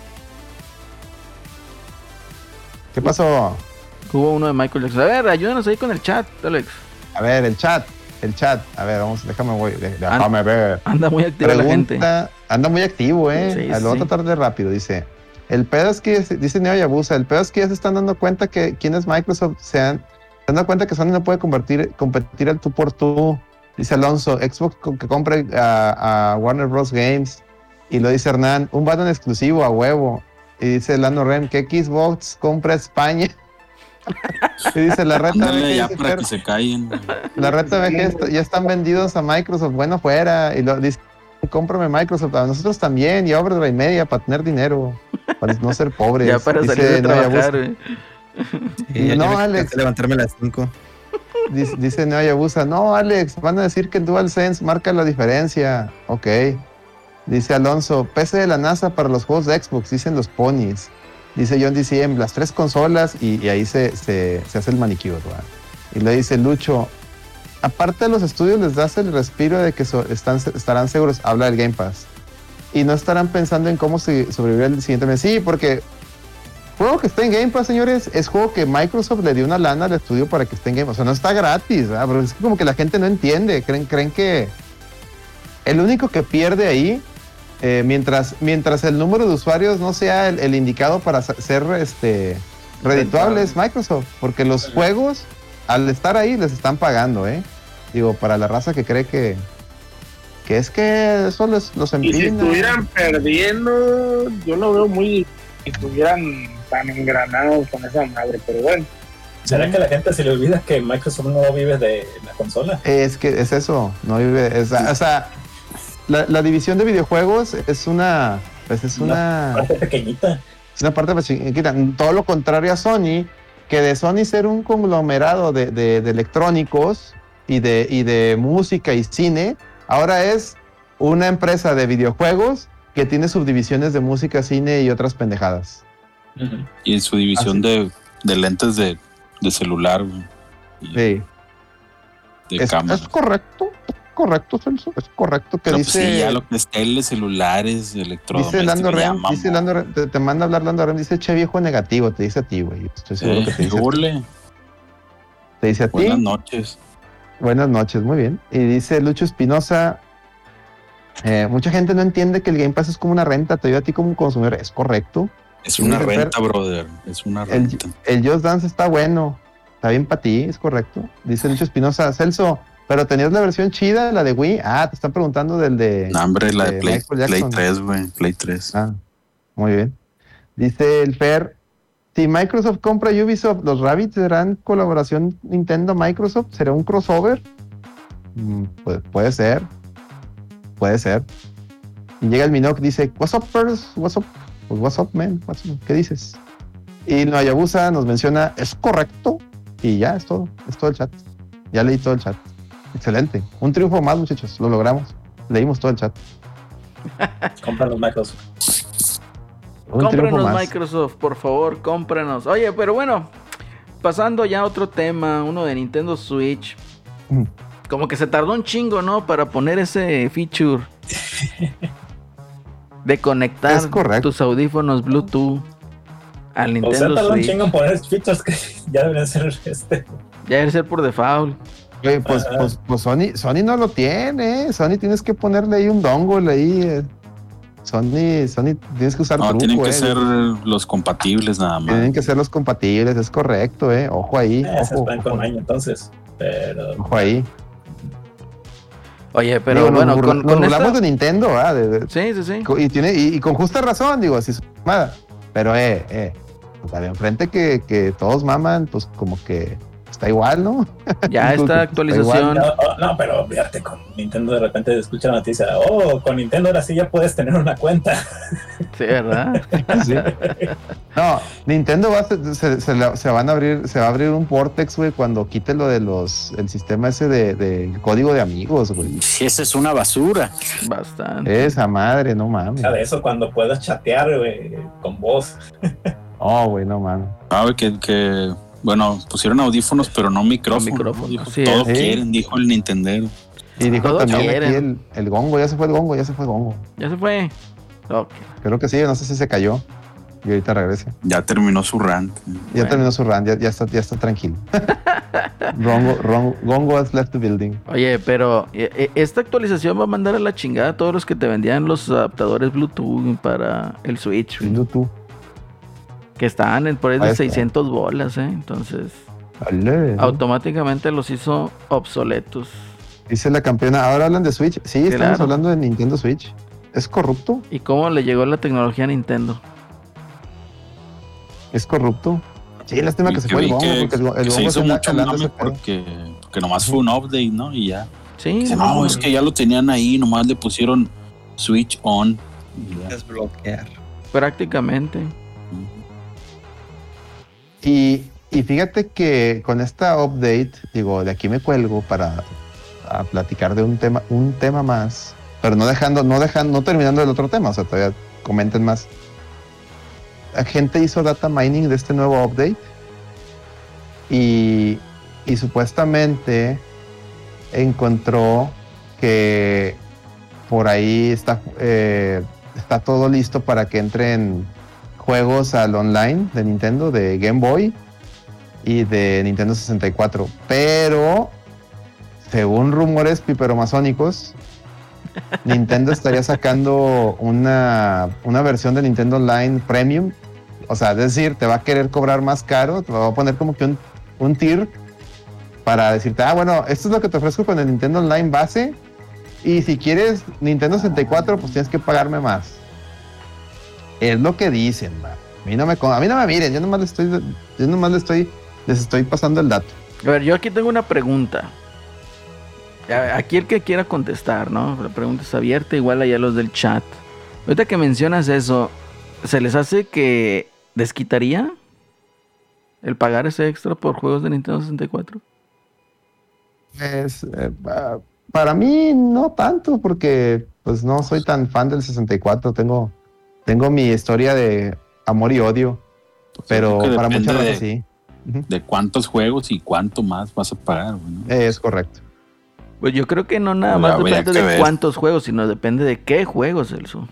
¿Qué pasó? Hubo uno de Michael Jackson. A ver, ayúdanos ahí con el chat, Alex. A ver, el chat. A ver, déjame ver. Anda muy activa la gente. Anda muy activo, Sí, lo voy a tratar de rápido, dice. El pedo es que, dice Neo Yabusa, el pedo es que ya se están dando cuenta que quienes Microsoft se dan dando cuenta que Sony no puede competir al tú por tú. Dice Alonso, Xbox que compre a Warner Bros. Games. Y lo dice Hernán, un button exclusivo a huevo. Y dice Lando Ren, que Xbox compra a España. Y dice la reta VG ya para que se callen. La reta VG ya están vendidos a Microsoft. Bueno, fuera. Y lo dice, cómprame Microsoft. A nosotros también. Y a Overdrive Media para tener dinero. Para no ser pobres. Ya para salir de trabajar. Sí, no, Alex. Levantarme a las 5. Dice Neo Yabusa, no, Alex, van a decir que el DualSense marca la diferencia. Ok. Dice Alonso, PC de la NASA para los juegos de Xbox, dicen los ponis. Dice John DCM, las 3 consolas y ahí se hace el manicure, ¿verdad? Y le dice Lucho, aparte de los estudios les das el respiro de que estarán seguros, habla del Game Pass. Y no estarán pensando en cómo sobrevivir el siguiente mes. Sí, porque juego que está en Game Pass, señores, es juego que Microsoft le dio una lana al estudio para que esté en Game Pass. O sea, no está gratis, ¿verdad? Pero es como que la gente no entiende. Creen que el único que pierde ahí, mientras el número de usuarios no sea el indicado para ser redituable, es Microsoft. Porque los juegos, al estar ahí, les están pagando, Digo, para la raza que cree que es que eso los empina. Y si estuvieran perdiendo, yo lo veo muy... Si estuvieran tan engranados con esa madre, pero bueno. ¿Será que a la gente se le olvida que Microsoft no vive de la consola? Es que es eso, no vive... o sea, la división de videojuegos es una parte pequeñita. Es una parte pequeñita. Todo lo contrario a Sony, que de Sony ser un conglomerado de electrónicos y de música y cine, ahora es una empresa de videojuegos que tiene subdivisiones de música, cine y otras pendejadas. Uh-huh. Y su división de lentes de celular. Sí. De cámara. Es correcto, Celso. Es correcto que pero dice... Pues sí, ya lo que es tele, celulares, electrodomésticos. Dice Lando Ren, te manda a hablar Lando Ren, dice che viejo negativo, te dice a ti, güey. Estoy seguro que te dice a ti. Te dice a ti. Buenas noches. Buenas noches, muy bien. Y dice Lucho Espinosa, mucha gente no entiende que el Game Pass es como una renta, te ayuda a ti como un consumidor. Es correcto. Es una renta, brother. Es una renta. El Just Dance está bueno. Está bien para ti, es correcto. Dice Lucho Espinosa, Celso, pero tenías la versión chida, la de Wii. Ah, te están preguntando del de... No, hombre, la de Play 3, güey. Play 3. Ah, muy bien. Dice el Fer, si Microsoft compra Ubisoft, ¿los Rabbids serán colaboración Nintendo-Microsoft? ¿Será un crossover? Puede ser. Puede ser. Y llega el Minoc, dice, what's up, first? What's up? Pues what's up, man? ¿Qué dices? Y Noyabusa nos menciona, es correcto. Y ya, es todo el chat. Ya leí todo el chat. Excelente. Un triunfo más, muchachos. Lo logramos. Leímos todo el chat. Cómpranos Microsoft. Cómprenos Microsoft, por favor, cómprenos. Oye, pero bueno, pasando ya a otro tema, uno de Nintendo Switch. Como que se tardó un chingo, ¿no? Para poner ese feature de conectar tus audífonos Bluetooth al Nintendo Switch. Tardó un chingo en poner features que ya deberían ser Ya debe ser por default. Oye, pues Sony no lo tiene. Sony tienes que ponerle ahí un dongle ahí. Sony tienes que usar truco. Tienen que ser los compatibles nada más. Tienen que ser los compatibles, es correcto, Ojo ahí. Ojo, con año entonces. Pero... Ojo ahí. Oye, pero bueno, nos burlamos esta... de Nintendo, ¿verdad? Sí. Y con justa razón, digo, así es nada. Pero, pues de enfrente que todos maman, pues como que está igual, ¿no? Ya esta actualización. No, pero fíjate, con Nintendo de repente escucha la noticia, con Nintendo ahora sí ya puedes tener una cuenta. Sí, ¿verdad? Sí. No, Nintendo se va a abrir un Vortex, güey, cuando quite lo de el sistema ese de código de amigos, güey. Sí, esa es una basura. Bastante. Esa madre, no mames. De eso cuando puedas chatear, güey, con voz. Oh, güey, no mames. Güey, que bueno, pusieron audífonos, pero no micrófono. Dijo, sí, todos quieren, dijo el Nintendero. Y dijo todos también quieren. aquí el gongo, ya se fue el gongo. Ya se fue. Okay. Creo que sí, no sé si se cayó. Y ahorita regresa. Ya terminó su rant. Ya terminó su run, ya está tranquilo. Gongo has left the building. Oye, pero esta actualización va a mandar a la chingada a todos los que te vendían los adaptadores Bluetooth para el Switch. Bluetooth. Que estaban por ahí de 600 bolas, Entonces, automáticamente los hizo obsoletos. Dice la campeona, ahora hablan de Switch. Sí, Claro. estamos hablando de Nintendo Switch. ¿Es corrupto? ¿Y cómo le llegó la tecnología a Nintendo? ¿Es corrupto? Sí, lástima que se fue el gongo, porque el gongo se hizo mucho anda mame porque nomás fue un update, ¿no? Y ya. Sí. Dice, no, es que ya lo tenían ahí, nomás le pusieron Switch on. Desbloquear. Prácticamente. Y fíjate que con esta update, digo, de aquí me cuelgo para platicar de un tema más, pero no terminando el otro tema, o sea, todavía comenten más. La gente hizo data mining de este nuevo update y supuestamente encontró que por ahí está todo listo para que entren juegos al online de Nintendo, de Game Boy y de Nintendo 64, pero según rumores piperomasónicos, Nintendo estaría sacando una versión de Nintendo Online Premium, o sea, es decir, te va a querer cobrar más caro, te va a poner como que un tier para decirte, bueno, esto es lo que te ofrezco con el Nintendo Online base, y si quieres Nintendo 64, pues tienes que pagarme más. Es lo que dicen, man. A mí no me miren, yo nomás les estoy pasando el dato. A ver, yo aquí tengo una pregunta. Aquí el que quiera contestar, ¿no? La pregunta es abierta, igual allá los del chat. Ahorita que mencionas eso, ¿se les hace que desquitaría el pagar ese extra por juegos de Nintendo 64? Para mí no tanto, porque pues no soy tan fan del 64. Tengo mi historia de amor y odio, pero para muchas veces sí. De cuántos juegos y cuánto más vas a pagar, ¿no? Es correcto. Pues yo creo que no nada más depende de cuántos juegos, sino depende de qué juegos, Celso.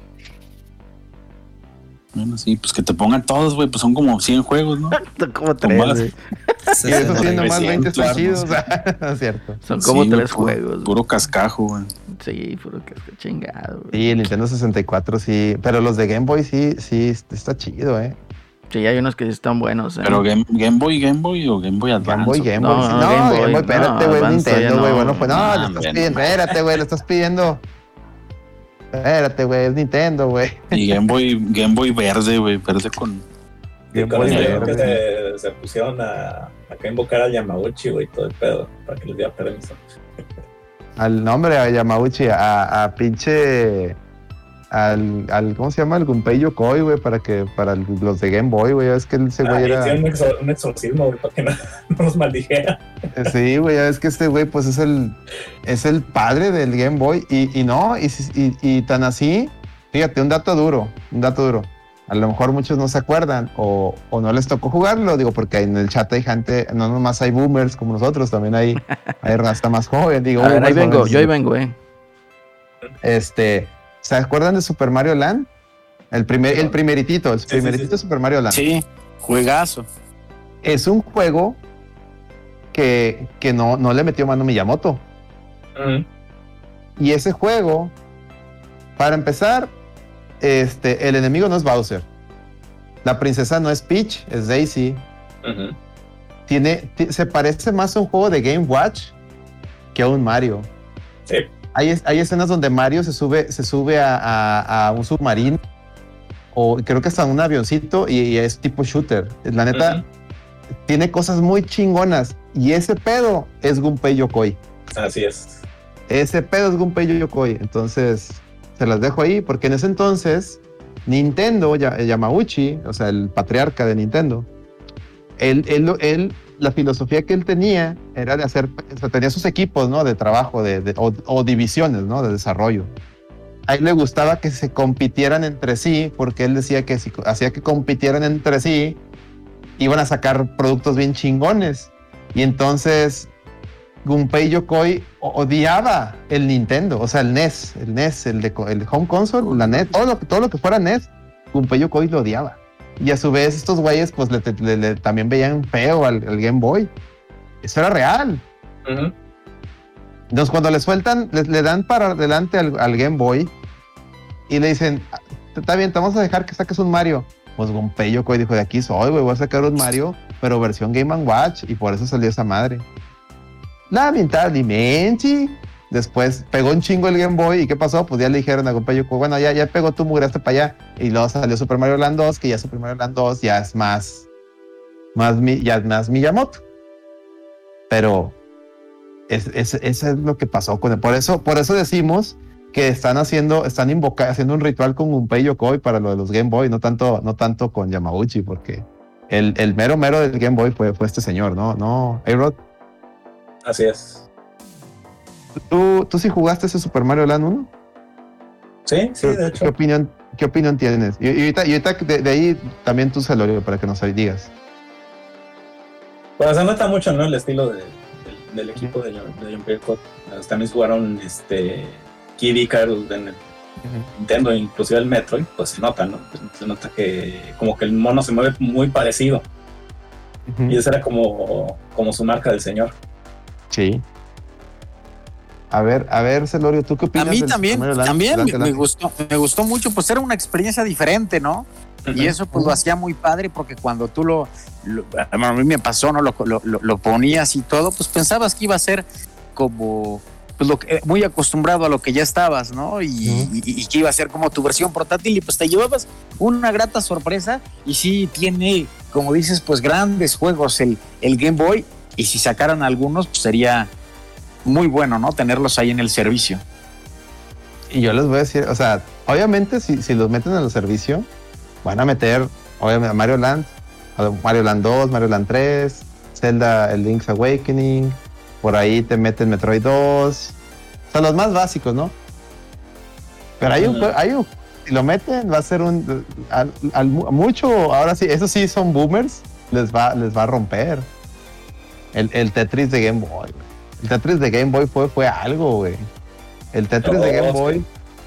Bueno, sí, pues que te pongan todos, güey, pues son como 100 juegos, ¿no? Son como 3. Y eso sí, nomás 20 están chidos, es cierto. Son como 3 juegos. Puro cascajo, güey. Sí, puro cascajo chingado, güey. Sí, el Nintendo 64 sí, pero los de Game Boy sí está chido, Sí, hay unos que sí están buenos, Pero Game Boy o Game Boy Advance. Game Boy, espérate, güey, Nintendo, güey. Bueno, pues no, le estás pidiendo, espérate, güey, le estás pidiendo. Espérate, güey, es Nintendo, güey. Y Game Boy verde, güey, verde con... Game Boy verde. Que se pusieron a invocar al Yamauchi, güey, todo el pedo, para que les diera permiso. Al nombre, a Yamauchi, a pinche... Al ¿cómo se llama? El Gunpei Yokoi, güey, para los de Game Boy, güey, es que ese güey era... un exorcismo, güey, para que no nos maldijera. Sí, güey, es que este güey, pues es el padre del Game Boy, y tan así, fíjate, un dato duro, a lo mejor muchos no se acuerdan, o no les tocó jugarlo, digo, porque en el chat hay gente, no nomás hay boomers como nosotros, también hay raza más joven, digo. A ver, ahí vengo, yo ahí vengo, ¿Se acuerdan de Super Mario Land? El primeritito Super Mario Land. Sí, juegazo. Es un juego que no le metió mano Miyamoto. Y ese juego, para empezar, el enemigo no es Bowser. La princesa no es Peach, es Daisy. Se parece más a un juego de Game Watch que a un Mario. Sí. hay escenas donde Mario se sube a un submarino o creo que hasta un avioncito y es tipo shooter. La neta, tiene cosas muy chingonas y ese pedo es Gunpei Yokoi. Así es. Ese pedo es Gunpei Yokoi. Entonces, se las dejo ahí porque en ese entonces Nintendo, Yamauchi, o sea, el patriarca de Nintendo, la filosofía que él tenía era de hacer, o sea, tenía sus equipos, ¿no? De trabajo o divisiones, ¿no? De desarrollo. A él le gustaba que se compitieran entre sí, porque él decía que si hacía que compitieran entre sí, iban a sacar productos bien chingones. Y entonces Gunpei Yokoi odiaba el Nintendo, o sea, el NES, el Home Console, la NES, todo lo que fuera NES, Gunpei Yokoi lo odiaba. Y a su vez estos güeyes pues le también veían feo al Game Boy. Eso era real. Entonces cuando le sueltan, le dan para adelante al Game Boy y le dicen, está bien, te vamos a dejar que saques un Mario. Pues Gunpei Yokoi dijo, de aquí soy, güey, voy a sacar un Mario, pero versión Game & Watch, y por eso salió esa madre. Lamentablemente, después pegó un chingo el Game Boy, ¿y qué pasó? Pues ya le dijeron a Gunpei Yokoi, bueno, ya pegó tú, mugraste para allá, y luego salió Super Mario Land 2, que ya Super Mario Land 2 ya es más Miyamoto. Pero eso es lo que pasó con él. Por eso decimos que están haciendo un ritual con Gunpei Yokoi para lo de los Game Boy, no tanto con Yamauchi, porque el mero del Game Boy fue este señor, ¿no? A-Rod. Así es. ¿Tú sí jugaste ese Super Mario Land 1? Sí, de hecho. ¿Qué opinión tienes? Y ahorita de ahí también tú, Celorio, para que nos digas. Pues se nota mucho, ¿no? El estilo del equipo de Gunpei Yokoi. También jugaron Kid Icarus en el Nintendo, inclusive el Metroid, pues se nota, ¿no? Se nota que como que el mono se mueve muy parecido. Y esa era como su marca del señor. Sí. A ver, Celorio, ¿tú qué opinas? A mí también me gustó mucho, pues era una experiencia diferente, ¿no? Y eso pues lo hacía muy padre, porque cuando tú a mí me pasó, ¿no? Lo ponías y todo, pues pensabas que iba a ser como pues muy acostumbrado a lo que ya estabas, ¿no? Y que iba a ser como tu versión portátil, y pues te llevabas una grata sorpresa. Y sí tiene, como dices, pues grandes juegos el Game Boy, y si sacaran algunos, pues sería muy bueno, ¿no? Tenerlos ahí en el servicio. Y yo les voy a decir, o sea, obviamente si los meten en el servicio, van a meter, obviamente, a Mario Land 2, Mario Land 3, Zelda, el Link's Awakening, por ahí te meten Metroid 2, o sea, los más básicos, ¿no? Pero hay un si lo meten, va a ser mucho, ahora sí, eso sí son boomers, les va a romper. El Tetris de Game Boy, güey. El Tetris de Game Boy fue algo, güey. El Tetris de Game Boy,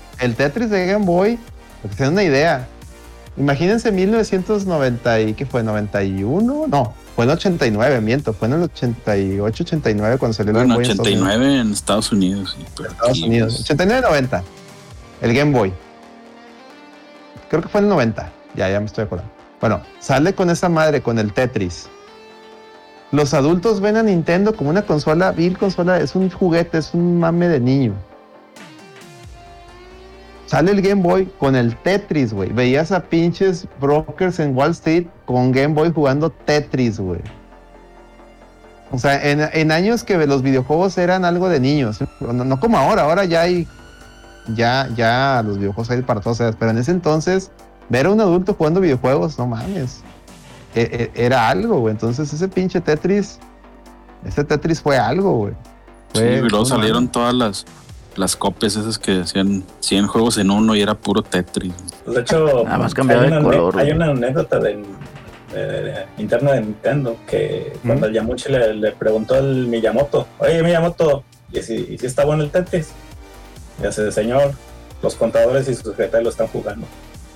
para que se den una idea. Imagínense 1990 y ¿qué fue? 91, no, fue en 89, miento, fue en el 88, 89 cuando salió el Game Boy. En 89 en Estados Unidos. Estados Unidos, 89-90, el Game Boy. Creo que fue en el 90, ya me estoy acordando. Bueno, sale con esa madre, con el Tetris. Los adultos ven a Nintendo como una consola, es un juguete, es un mame de niño. Sale el Game Boy con el Tetris, güey. Veías a pinches brokers en Wall Street con Game Boy jugando Tetris, güey. O sea, en años que los videojuegos eran algo de niños. No como ahora ya hay... Ya los videojuegos hay para todas edades. Pero en ese entonces, ver a un adulto jugando videojuegos, no mames. Era algo, güey. Entonces ese pinche Tetris... Ese Tetris fue algo, güey. Sí, y luego salieron todas las copias esas que hacían 100 juegos en uno y era puro Tetris. De hecho, nada más cambiaba de color. Hay una anécdota interna de Nintendo que cuando el Yamauchi le preguntó al Miyamoto, oye Miyamoto, ¿y si está bueno el Tetris? Y hace, señor, los contadores y sus secretarios lo están jugando.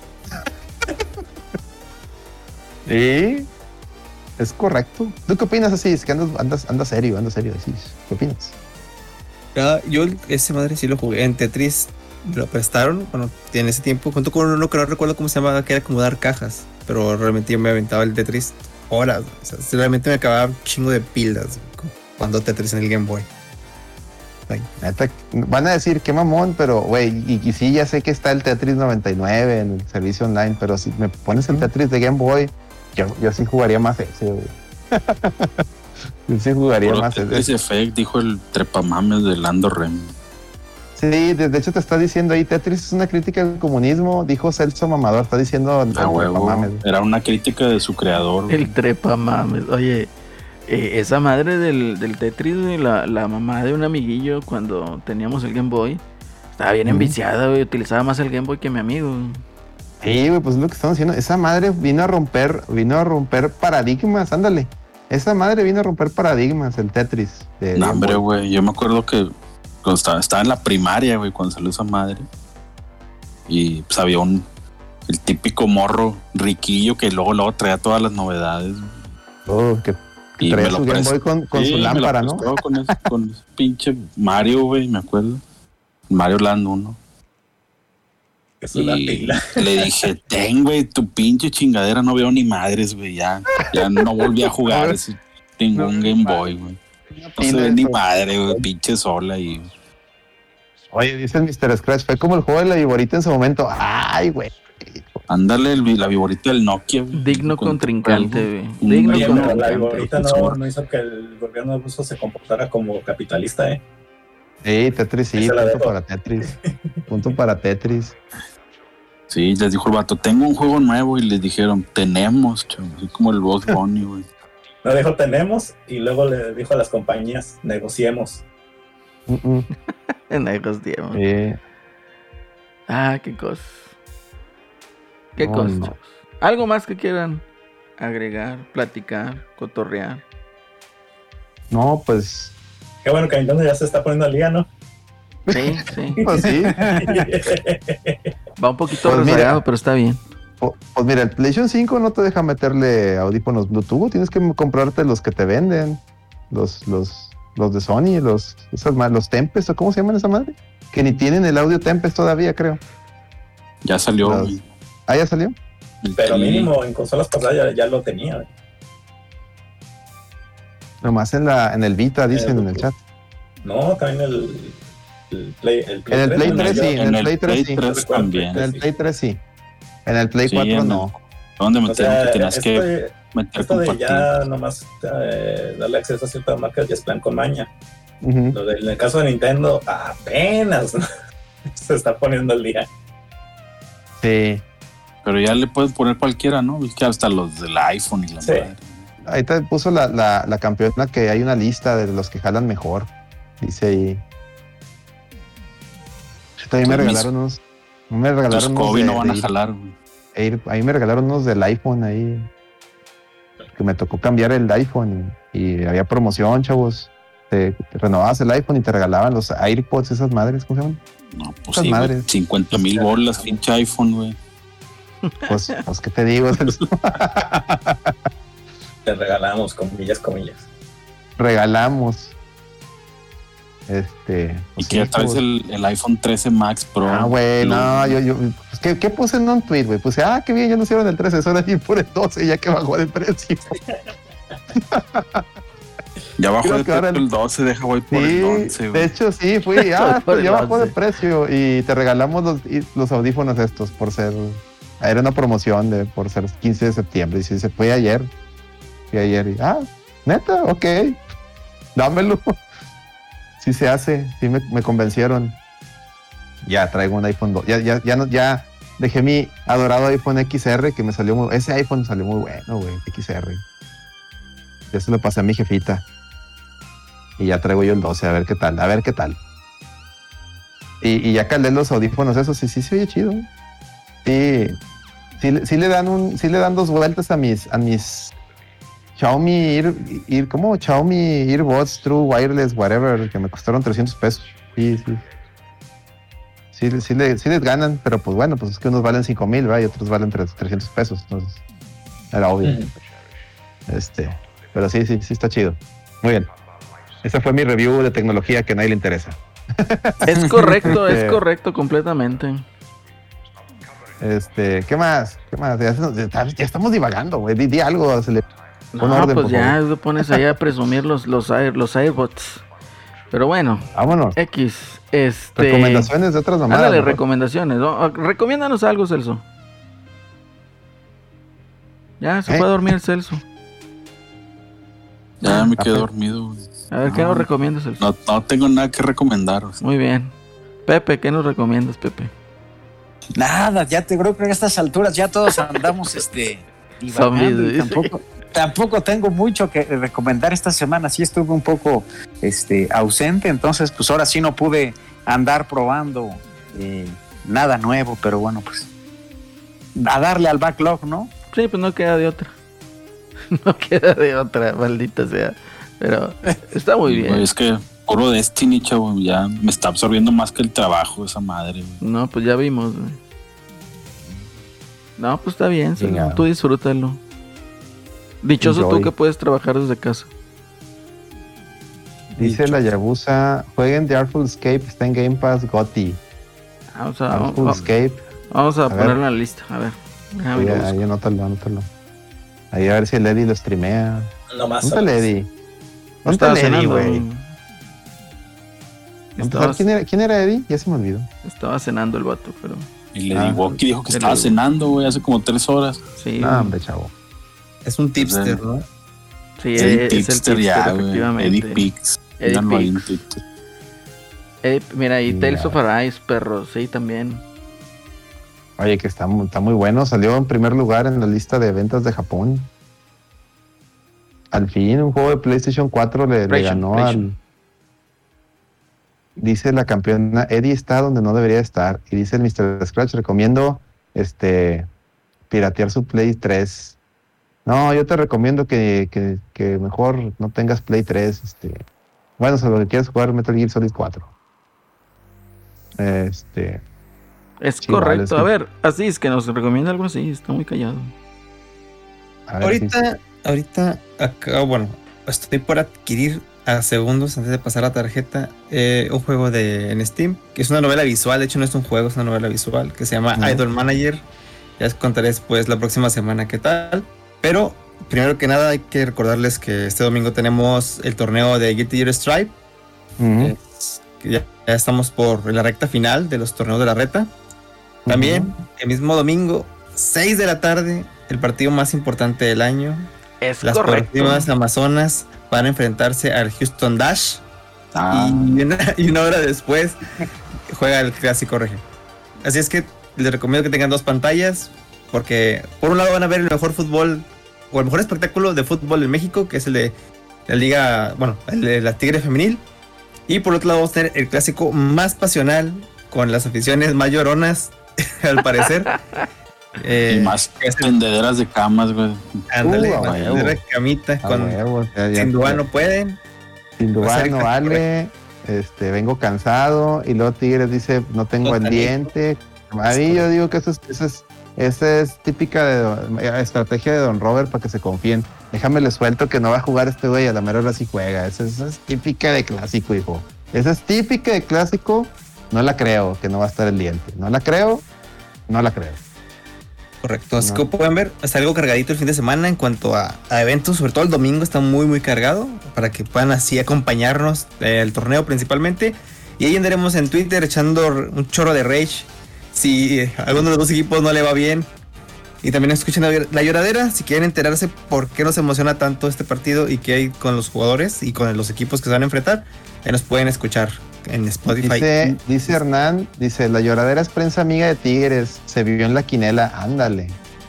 Sí, es correcto. ¿Tú qué opinas así? Es que andas serio, así. ¿Qué opinas? Yo ese madre sí lo jugué en Tetris, lo prestaron, bueno, en ese tiempo, junto con uno que no recuerdo cómo se llamaba, que era como dar cajas, pero realmente yo me aventaba el Tetris horas, o sea, realmente me acababa un chingo de pilas cuando Tetris en el Game Boy. Neta, van a decir qué mamón, pero güey, y sí, ya sé que está el Tetris 99 en el servicio online, pero si me pones el Tetris de Game Boy, yo sí jugaría más ese, güey. Yo sí jugaría más ese. Ese Effect dijo el trepamames de Lando Rem. Sí, de hecho te está diciendo ahí, Tetris es una crítica al comunismo, dijo Celso Mamador, está diciendo el trepamames. Era una crítica de su creador. El trepamames, oye. Esa madre del Tetris, la mamá de un amiguillo cuando teníamos el Game Boy, estaba bien enviciada, güey, utilizaba más el Game Boy que mi amigo. Sí, güey, pues es lo que estamos diciendo. Esa madre vino a romper paradigmas, ándale. Esa madre vino a romper paradigmas, el Tetris. No, hombre, güey, yo me acuerdo que cuando estaba en la primaria, güey, cuando salió esa madre, y pues había el típico morro riquillo que luego traía todas las novedades. Que traía su Game Boy con su lámpara, ¿no? Con ese pinche Mario, güey, me acuerdo. Mario Land 1. Y le dije, güey, tu pinche chingadera, no veo ni madres, güey, ya no volví a jugar ese ningún Game Boy, güey. No se ve ni madre, güey, pinche sola y... Oye, dice el Mr. Scratch, fue como el juego de la viborita en su momento. Ay, güey. Ándale, la viborita del Nokia. Digno contrincante, güey. Digno contrincante. La viborita no hizo que el gobierno ruso se comportara como capitalista, Sí, Tetris, sí, punto para Tetris. Punto para Tetris. Sí, les dijo el vato, tengo un juego nuevo, y les dijeron, tenemos, chavo, así como el Boss Bunny, güey. No dijo tenemos, y luego le dijo a las compañías, negociemos. Negociemos. Sí. Qué cosa. ¿Qué cosas? No. ¿Algo más que quieran agregar, platicar, cotorrear? No, pues... Qué bueno que Nintendo ya se está poniendo al día, ¿no? Sí. Pues sí. Va un poquito rezagado, pero está bien. Pues mira, el PlayStation 5 no te deja meterle audífonos Bluetooth. Tienes que comprarte los que te venden. Los de Sony, los Tempest, ¿o cómo se llaman esa madre? Que ni tienen el audio Tempest todavía, creo. Ya salió. ¿Ya salió? Pero mínimo en consolas pasadas ya lo tenía. Güey. Nomás en el Vita, dicen en el chat. No, también el Play 3. En el Play 3 sí, en el Play 3 sí. También. En el Play 3 sí. En el Play 4 no. ¿Dónde metieron que tenías que meter esto de ya nomás darle acceso a ciertas marcas ya es plan con maña. En el caso de Nintendo, apenas se está poniendo al día. Sí. Pero ya le pueden poner cualquiera, ¿no? Es que hasta los del iPhone y la madre. Ahí te puso la campeona que hay una lista de los que jalan mejor. Dice ahí. También me regalaron unos. Los COVID no van a jalar, güey. Ahí me regalaron unos del iPhone ahí. Que me tocó cambiar el iPhone y había promoción, chavos. Te renovabas el iPhone y te regalaban los AirPods, esas madres, ¿cómo se llaman? No, pues esas sí, madres. 50,000 bolas, pinche iPhone, güey. Pues, ¿qué te digo? Te regalamos, comillas. Regalamos. Pues y que ya traes el iPhone 13 Max Pro. Güey, no, yo pues, ¿qué puse en un tweet, güey? Puse, qué bien, ya no hicieron el 13, es hora de ir por el 12, ya que bajó de precio. Ya bajó el 12, deja voy por el 11, güey. De hecho, sí, fui, ya bajó de precio y te regalamos los audífonos estos por ser... Era una promoción por ser 15 de septiembre. Y se fue ayer. Fui ayer y, neta, ok. Dámelo. Sí se hace. Sí me convencieron. Ya traigo un iPhone 2. Ya dejé mi adorado iPhone XR que me salió ese iPhone salió muy bueno, güey. XR. Ya se lo pasé a mi jefita. Y ya traigo yo el 12. A ver qué tal. Y ya calé los audífonos. Eso sí se oye chido. Sí le dan 2 vueltas a mis Xiaomi Xiaomi Earbuds True Wireless Whatever que me costaron $300. Sí les ganan, pero pues bueno, pues es que unos valen 5,000, ¿verdad? Y otros valen $300. Entonces era obvio. Pero sí está chido. Muy bien. Esa fue mi review de tecnología que a nadie le interesa. Es correcto completamente. ¿Qué más? Ya estamos divagando, güey. Di algo. No, orden, pues ya te pones ahí a presumir los AirBots. Pero bueno, vámonos. Recomendaciones de otras mamadas. Ándale, ¿no? recomendaciones. ¿No? Recomiéndanos algo, Celso. Ya, se fue a dormir el Celso. Ya me quedé dormido, güey. A ver, ¿qué nos recomiendas, Celso? No tengo nada que recomendar. O sea. Muy bien. Pepe, ¿qué nos recomiendas, Pepe? Nada, ya te creo que a estas alturas ya todos andamos divagando. Tampoco tengo mucho que recomendar esta semana. Sí estuve un poco ausente, entonces pues ahora sí no pude andar probando nada nuevo, pero bueno, pues a darle al backlog, ¿no? Sí, pues no queda de otra. No queda de otra, maldita sea. Pero está muy bien. Es que puro Destiny, chavo, ya me está absorbiendo más que el trabajo esa madre, güey. No, pues ya vimos, güey. No, pues está bien, tú disfrútalo. Dichoso tú que puedes trabajar desde casa. Dice la Yabusa, jueguen The Artful Escape, está en Game Pass GOTY. Artful Escape. Vamos a ponerlo en la lista, a ver. Ahí anótalo. Ahí a ver si el Eddie lo streamea. No más. ¿Dónde el Eddie? ¿Dónde está el Eddie, güey? ¿Quién era Eddie? Ya se me olvidó. Estaba cenando el vato, pero... Y le digo que dijo que estaba cenando, güey, hace como 3 horas. Sí. Hombre, chavo. Es un tipster, ¿no? Sí, es el tipster, ya, efectivamente. Eddie Pix. Mira, y Tales of Arise, perro, sí, también. Oye, que está muy bueno. Salió en primer lugar en la lista de ventas de Japón. Al fin, un juego de PlayStation 4 le ganó al... Dice la campeona, Eddie está donde no debería estar. Y dice el Mr. Scratch, recomiendo piratear su Play 3. No, yo te recomiendo que mejor no tengas Play 3. Bueno, si lo que quieres jugar, Metal Gear Solid 4. Es sí, correcto. Vale, a ver, así es que nos recomienda algo así. Está muy callado. Ahorita acá, bueno, estoy por adquirir a segundos antes de pasar la tarjeta un juego en Steam, que es una novela visual. De hecho no es un juego, es una novela visual que se llama Idol Manager. Ya les contaré después la próxima semana qué tal. Pero primero que nada hay que recordarles que este domingo tenemos el torneo de Guilty Gear Strive. Ya estamos por la recta final de los torneos de la reta. También el mismo domingo 6 de la tarde, el partido más importante del año. Es las Deportivas Amazonas van a enfrentarse al Houston Dash. Y una hora después juega el Clásico Regio. Así es que les recomiendo que tengan 2 pantallas, porque por un lado van a ver el mejor fútbol o el mejor espectáculo de fútbol en México, que es el de la liga, bueno, el de la Tigre Femenil, y por otro lado vamos a tener el clásico más pasional con las aficiones más lloronas al parecer. Y más vendederas de camas, güey. Ándale, de camita con sin duda no pueden. Sin duda no vale. Vengo cansado. Y luego Tigres dice no tengo el diente. A mí yo digo que esa es típica estrategia de Don Robert para que se confíen. Déjame le suelto que no va a jugar este güey, a la mera hora sí juega. Esa es típica de clásico, hijo. Esa es típica de clásico. No la creo que no va a estar el diente. No la creo. Correcto, así que pueden ver, está algo cargadito el fin de semana en cuanto a eventos, sobre todo el domingo está muy muy cargado para que puedan así acompañarnos el torneo principalmente, y ahí andaremos en Twitter echando un chorro de rage si a alguno de los 2 equipos no le va bien, y también escuchen la lloradera si quieren enterarse por qué nos emociona tanto este partido y qué hay con los jugadores y con los equipos que se van a enfrentar. Ahí nos pueden escuchar en Spotify. Dice Hernán, la lloradera es prensa amiga de Tigres, se vivió en la quinela. Ándale.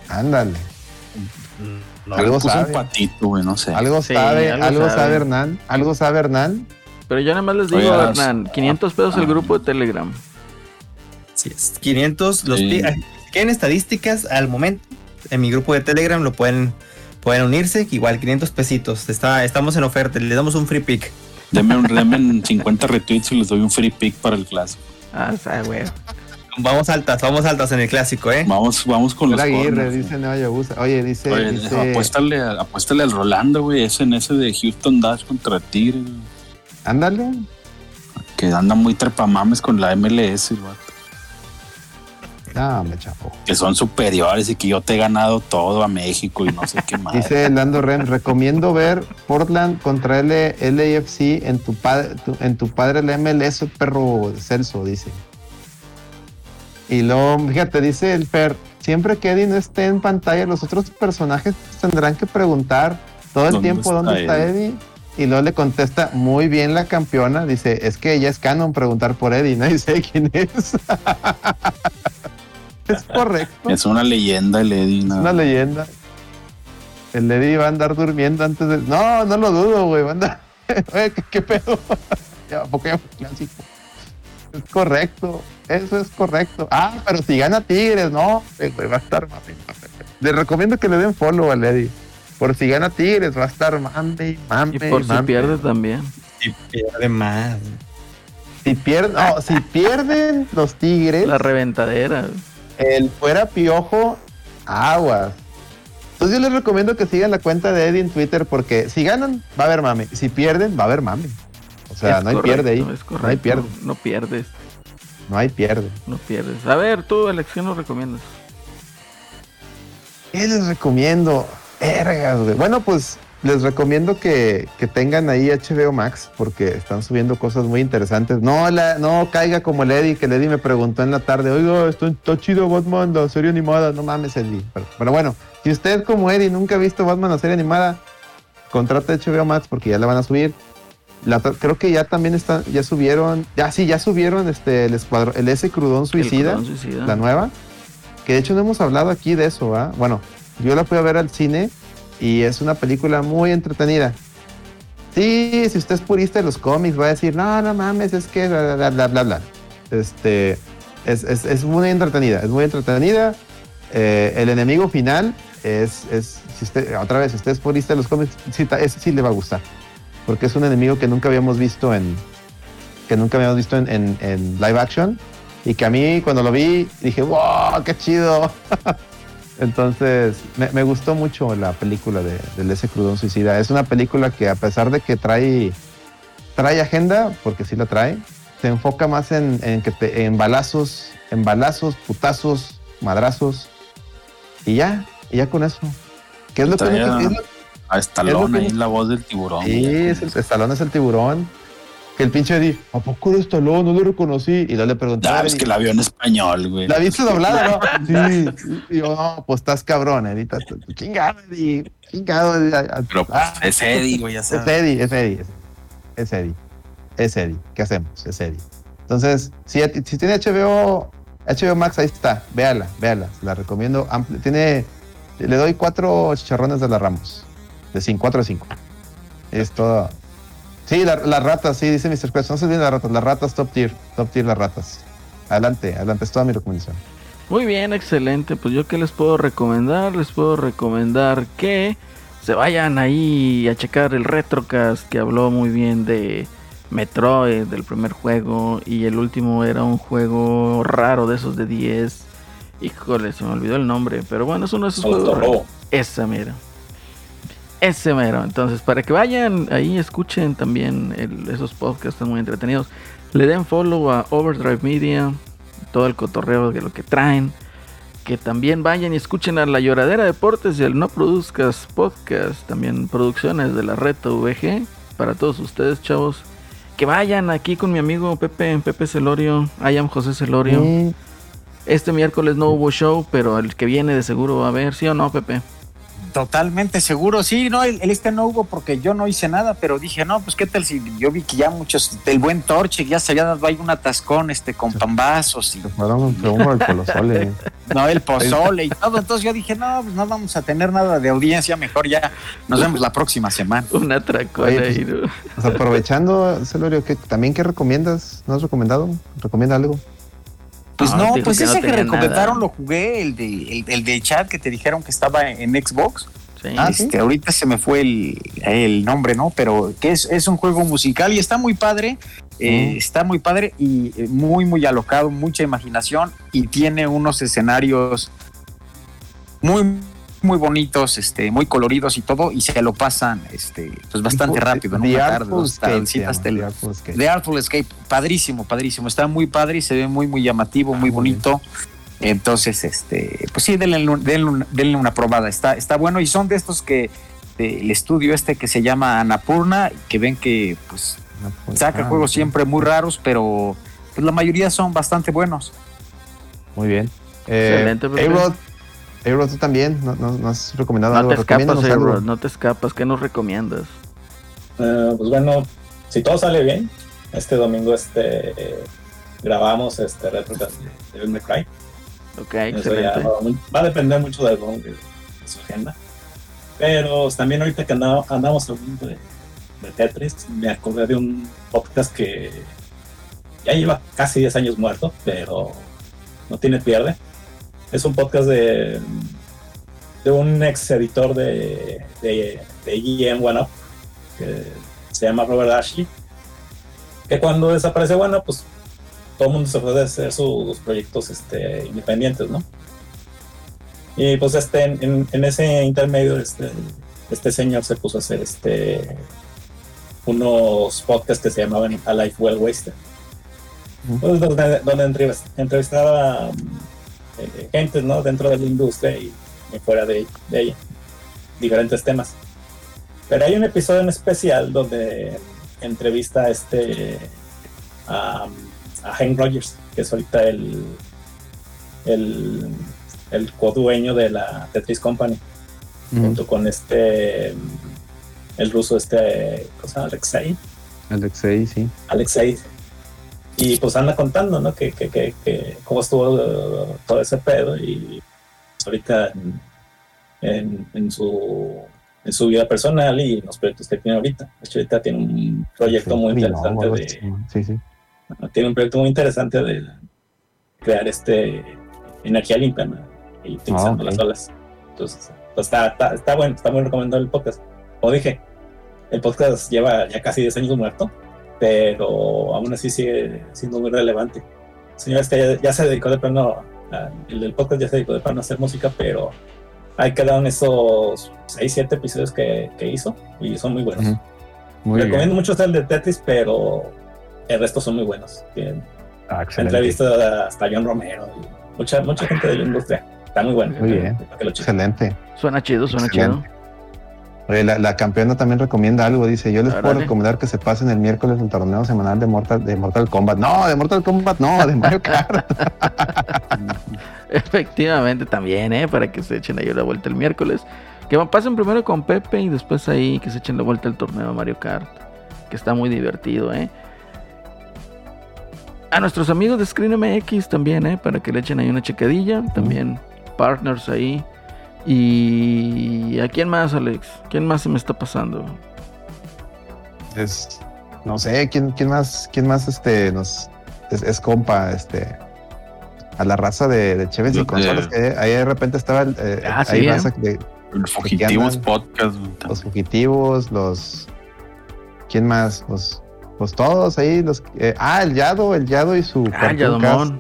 No, algo sabe. Un patito, güey, no sé. Algo sabe Hernán. Pero yo nada más les digo, Hernán, 500 pesos el grupo de Telegram. Sí, es 500. Si quieren estadísticas al momento, en mi grupo de Telegram lo pueden unirse, igual 500 pesitos. Estamos en oferta, le damos un free pick. Denme 50 retweets y les doy un free pick para el clásico. Güey. Vamos altas en el clásico, Vamos con los Aguirre, dice Neva Yabusa. Oye, dice... Apuéstale al Rolando, güey, ese de Houston Dash contra Tigre, güey. Ándale. Que anda muy trepamames con la MLS, güey. No, me chapó. Que son superiores y que yo te he ganado todo a México y no sé qué más. Dice Lando Rem, recomiendo ver Portland contra LAFC en tu padre el MLS, perro Celso, dice. Y luego, fíjate, dice el Fer, siempre que Eddie no esté en pantalla, los otros personajes tendrán que preguntar todo el tiempo dónde está Eddie. Y luego le contesta muy bien la campeona, dice, es que ella es canon preguntar por Eddie, nadie sabe quién es. Es correcto. Es una leyenda el Eddie. ¿no? Es una leyenda. El Eddie va a andar durmiendo antes de... No lo dudo, güey, va a andar... ¿Qué pedo? ¿Por qué clásico? Es correcto, eso es correcto. Ah, pero si gana Tigres, no, güey, va a estar mami. Les recomiendo que le den follow al Eddie. Por si gana Tigres, va a estar mami. Y por si pierde también. Si pierde más. Si pierden los Tigres. La reventadera. El fuera Piojo, aguas. Entonces yo les recomiendo que sigan la cuenta de Eddie en Twitter porque si ganan, va a haber mami. Si pierden, va a haber mami. O sea, es no hay pierde ahí. Es correcto, no hay pierde. No pierdes. No hay pierde. No pierdes. A ver, tú, Alex, ¿qué nos recomiendas? ¿Qué les recomiendo? Vergas, güey. Bueno, pues les recomiendo que tengan ahí HBO Max porque están subiendo cosas muy interesantes. No caiga como el Eddie, que el Eddie me preguntó en la tarde, oiga, está chido Batman, la serie animada. No mames, Eddie. Pero bueno, si usted como Eddie nunca ha visto Batman, la serie animada, contrate HBO Max porque ya la van a subir. Creo que ya también ya subieron el S Crudón Suicida, la nueva, que de hecho no hemos hablado aquí de eso, ¿va? Bueno, yo la fui a ver al cine y es una película muy entretenida. Sí, si usted es purista de los cómics va a decir, no mames, es que bla, bla, bla, bla. Es muy entretenida, el enemigo final si usted es purista de los cómics, sí le va a gustar. Porque es un enemigo que nunca habíamos visto en live action y que a mí cuando lo vi dije, wow, qué chido. Entonces me gustó mucho la película del S Crudón Suicida. Es una película que a pesar de que trae agenda, porque sí la trae, se enfoca más en balazos, putazos, madrazos y ya con eso. ¿Qué es lo que a Stallone ahí la voz del tiburón. Sí, Stallone es el tiburón. Que el pinche Eddie, ¿a poco de Stallone? No lo reconocí. Y luego le preguntaba. Es que la vio en español, güey. ¿La viste doblada, no? Sí. Y yo, no, pues estás cabrón, Eddie. Chingado, Eddie. Pero pues, es Eddie, güey, ya sabes. Es Eddie. ¿Qué hacemos? Es Eddie. Entonces, si tiene HBO Max, ahí está. Véala. Se la recomiendo. Le doy 4 chicharrones de la Ramos. De 4 de 5. Es todo. Sí, las ratas, sí, dice Mr. Quest. No se olviden las ratas top tier las ratas. Adelante, es toda mi recomendación. Muy bien, excelente. Pues yo qué les puedo recomendar. Les puedo recomendar que se vayan ahí a checar el Retrocast, que habló muy bien de Metroid, del primer juego. Y el último era un juego raro de esos de 10. Híjole, se me olvidó el nombre. Pero bueno, es uno de esos juegos. Ese mero. Entonces, para que vayan ahí, escuchen también esos podcasts, están muy entretenidos. Le den follow a Overdrive Media, todo el cotorreo de lo que traen. Que también vayan y escuchen a La Lloradera Deportes y el No Produzcas Podcast, también producciones de la Reto VG. Para todos ustedes, chavos, que vayan aquí con mi amigo Pepe Celorio, I am José Celorio. Este miércoles no hubo show, pero el que viene de seguro va a haber, ¿sí o no, Pepe? Totalmente seguro, sí, no, el no hubo porque yo no hice nada, pero dije, no, pues qué tal si yo vi que ya muchos, el buen Torche ya se había dado ahí un atascón con pambazos y... No, el pozole y todo, entonces yo dije, no, pues no vamos a tener nada de audiencia, mejor ya nos vemos la próxima semana. Un atracón ahí, ¿no? Pues aprovechando, Celorio, ¿qué recomiendas? ¿No has recomendado? ¿Recomienda algo? Pues no, pues ese que recomendaron lo jugué, el de chat que te dijeron que estaba en Xbox. Sí. Ahorita se me fue el nombre, ¿no? Pero que es un juego musical y está muy padre. Está muy padre y muy, muy alocado, mucha imaginación y tiene unos escenarios muy, muy bonitos, muy coloridos y todo, y se lo pasan pues bastante rápido, en una tarde, 2 tardecitas. The Artful Escape, padrísimo, está muy padre y se ve muy, muy llamativo, muy bonito. Entonces, pues sí, denle una probada. Está bueno, y son de estos que el estudio que se llama Annapurna, que ven que pues saca juegos siempre muy raros, pero pues la mayoría son bastante buenos. Muy bien. Excelente. A-Rod, tú también, ¿no has recomendado algo? No te escapas, A-Rod, no te escapas. ¿Qué nos recomiendas? Pues bueno, si todo sale bien, este domingo grabamos Retro de Devil May Cry. Ok, eso excelente. Va a depender mucho de su agenda. Pero también ahorita que andamos hablando de Tetris, me acordé de un podcast que ya lleva casi 10 años muerto, pero no tiene pierde. Es un podcast de un ex editor de EGM One Up, que se llama Robert Ashley, que cuando desaparece One Up, pues todo el mundo se fue a hacer sus proyectos independientes, ¿no? Y pues en ese intermedio este señor se puso a hacer unos podcasts que se llamaban A Life Well Wasted, pues, donde entrevistaba gente, ¿no? Dentro de la industria y fuera de ella, diferentes temas. Pero hay un episodio en especial donde entrevista a Hank Rogers, que es ahorita el codueño de la Tetris Company, junto con el ruso cosa, Alexei, sí. Alexei. Y pues anda contando, ¿no? que cómo estuvo todo ese pedo, y ahorita en su vida personal y en los proyectos que tiene ahorita. De hecho, ahorita tiene un proyecto muy interesante tiene un proyecto muy interesante de crear energía limpia, ¿no? Y utilizando las olas. Entonces, pues está bueno, está muy recomendable el podcast. Como dije, el podcast lleva ya casi 10 años muerto, pero aún así sigue siendo muy relevante. El señor ya se dedicó de plano, el podcast ya se dedicó de plano a hacer música, pero ahí quedaron esos 6-7 episodios que hizo, y son muy buenos. Recomiendo mucho el de Tetris, pero el resto son muy buenos. Entrevista hasta John Romero y mucha gente de la industria. Está muy bueno. Muy bien. Excelente. Suena chido. Oye, la campeona también recomienda algo. Dice: yo les puedo recomendar que se pasen el miércoles el torneo semanal de Mortal Kombat. No, de Mortal Kombat no, de Mario Kart. Efectivamente, también, para que se echen ahí la vuelta el miércoles. Que pasen primero con Pepe y después ahí que se echen la vuelta el torneo de Mario Kart, que está muy divertido, A nuestros amigos de Screen MX también, para que le echen ahí una checadilla. También partners ahí. ¿Y a quién más, Alex? ¿Quién más se me está pasando? No sé, ¿quién más es compa, a la raza de Chévez y Consolas, que ahí de repente estaba sí, raza los Fugitivos Podcast. Los Fugitivos, ¿quién más? Pues todos ahí, el Yado y su el Yadomón.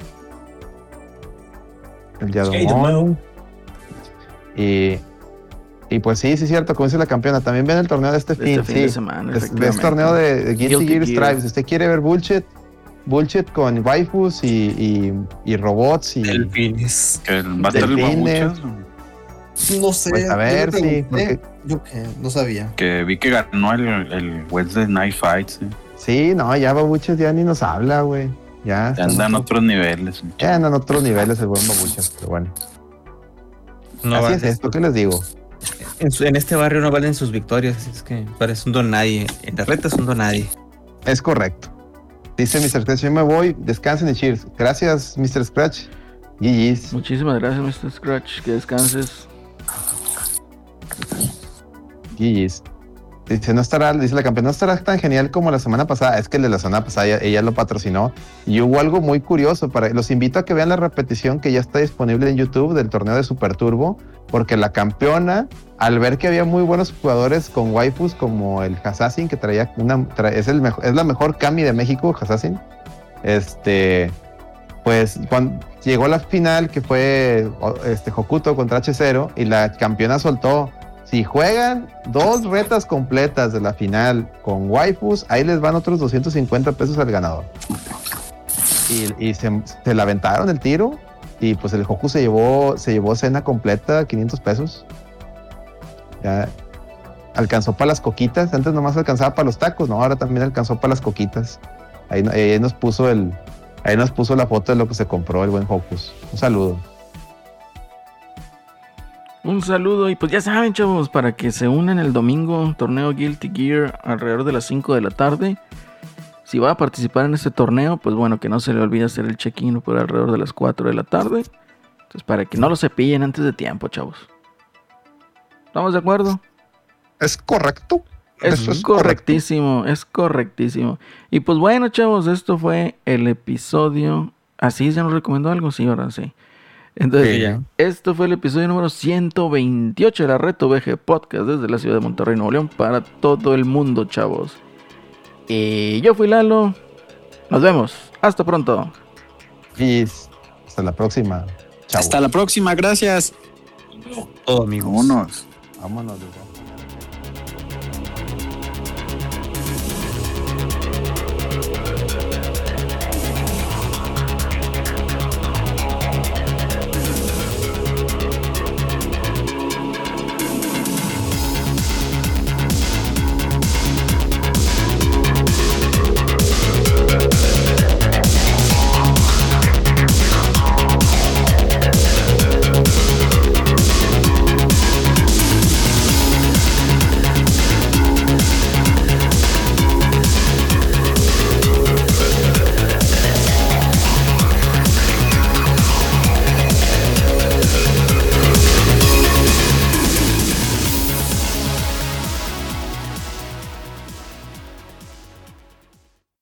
El Yadomón. Y pues sí, es cierto, como dice la campeona, también ven el torneo de este fin de semana. Es torneo de Guilty Gear Strive. Si usted quiere ver bullshit con waifus y robots y el Finis, que el Battle no sé, pues a ver yo que no sabía. Que vi que ganó el Wednesday Night Fights. Sí, no, ya Babuchas ya ni nos habla, güey. Ya andan otros niveles. Ya andan otros niveles el buen Babuchas, pero bueno. No así es esto, ¿qué les digo? En este barrio no valen sus victorias, es que parece un don nadie. En la reta es un don nadie. Es correcto. Dice Mr. Scratch, yo me voy, descansen y cheers. Gracias, Mr. Scratch. GG's. Muchísimas gracias, Mr. Scratch, que descanses. GG's. Dice la campeona, no estará tan genial como la semana pasada. Es que el de la semana pasada ella lo patrocinó. Y hubo algo muy curioso. Los invito a que vean la repetición que ya está disponible en YouTube del torneo de Super Turbo. Porque la campeona, al ver que había muy buenos jugadores con waifus como el Assassin, que traía es la mejor Kami de México, Assassin. Pues cuando llegó a la final, que fue Hokuto contra H0, y la campeona soltó: si juegan 2 retas completas de la final con waifus, ahí les van otros 250 pesos al ganador. Y se la aventaron el tiro Y pues el Hoku se llevó cena completa, 500 pesos. Ya alcanzó para las coquitas. Antes nomás alcanzaba para los tacos, no, ahora también alcanzó para las coquitas. Ahí nos puso la foto de lo que se compró el buen Hocus. Un saludo. Un saludo y pues ya saben, chavos, para que se unan el domingo, torneo Guilty Gear alrededor de las 5 de la tarde. Si va a participar en este torneo, pues bueno, que no se le olvide hacer el check-in por alrededor de las 4 de la tarde. Entonces, para que no lo cepillen antes de tiempo, chavos. ¿Estamos de acuerdo? ¿Es correcto? Eso es correctísimo, es correctísimo. Y pues bueno, chavos, esto fue el episodio... ¿Así ya nos recomendó algo? Sí, ahora sí. Entonces, Sí, ya. Esto fue el episodio número 128 de la Reto VG Podcast desde la ciudad de Monterrey, Nuevo León, para todo el mundo, chavos. Y yo fui Lalo. Nos vemos. Hasta pronto. Y hasta la próxima. Chao. Hasta la próxima, gracias. Todo, amigos. Vámonos. Vámonos.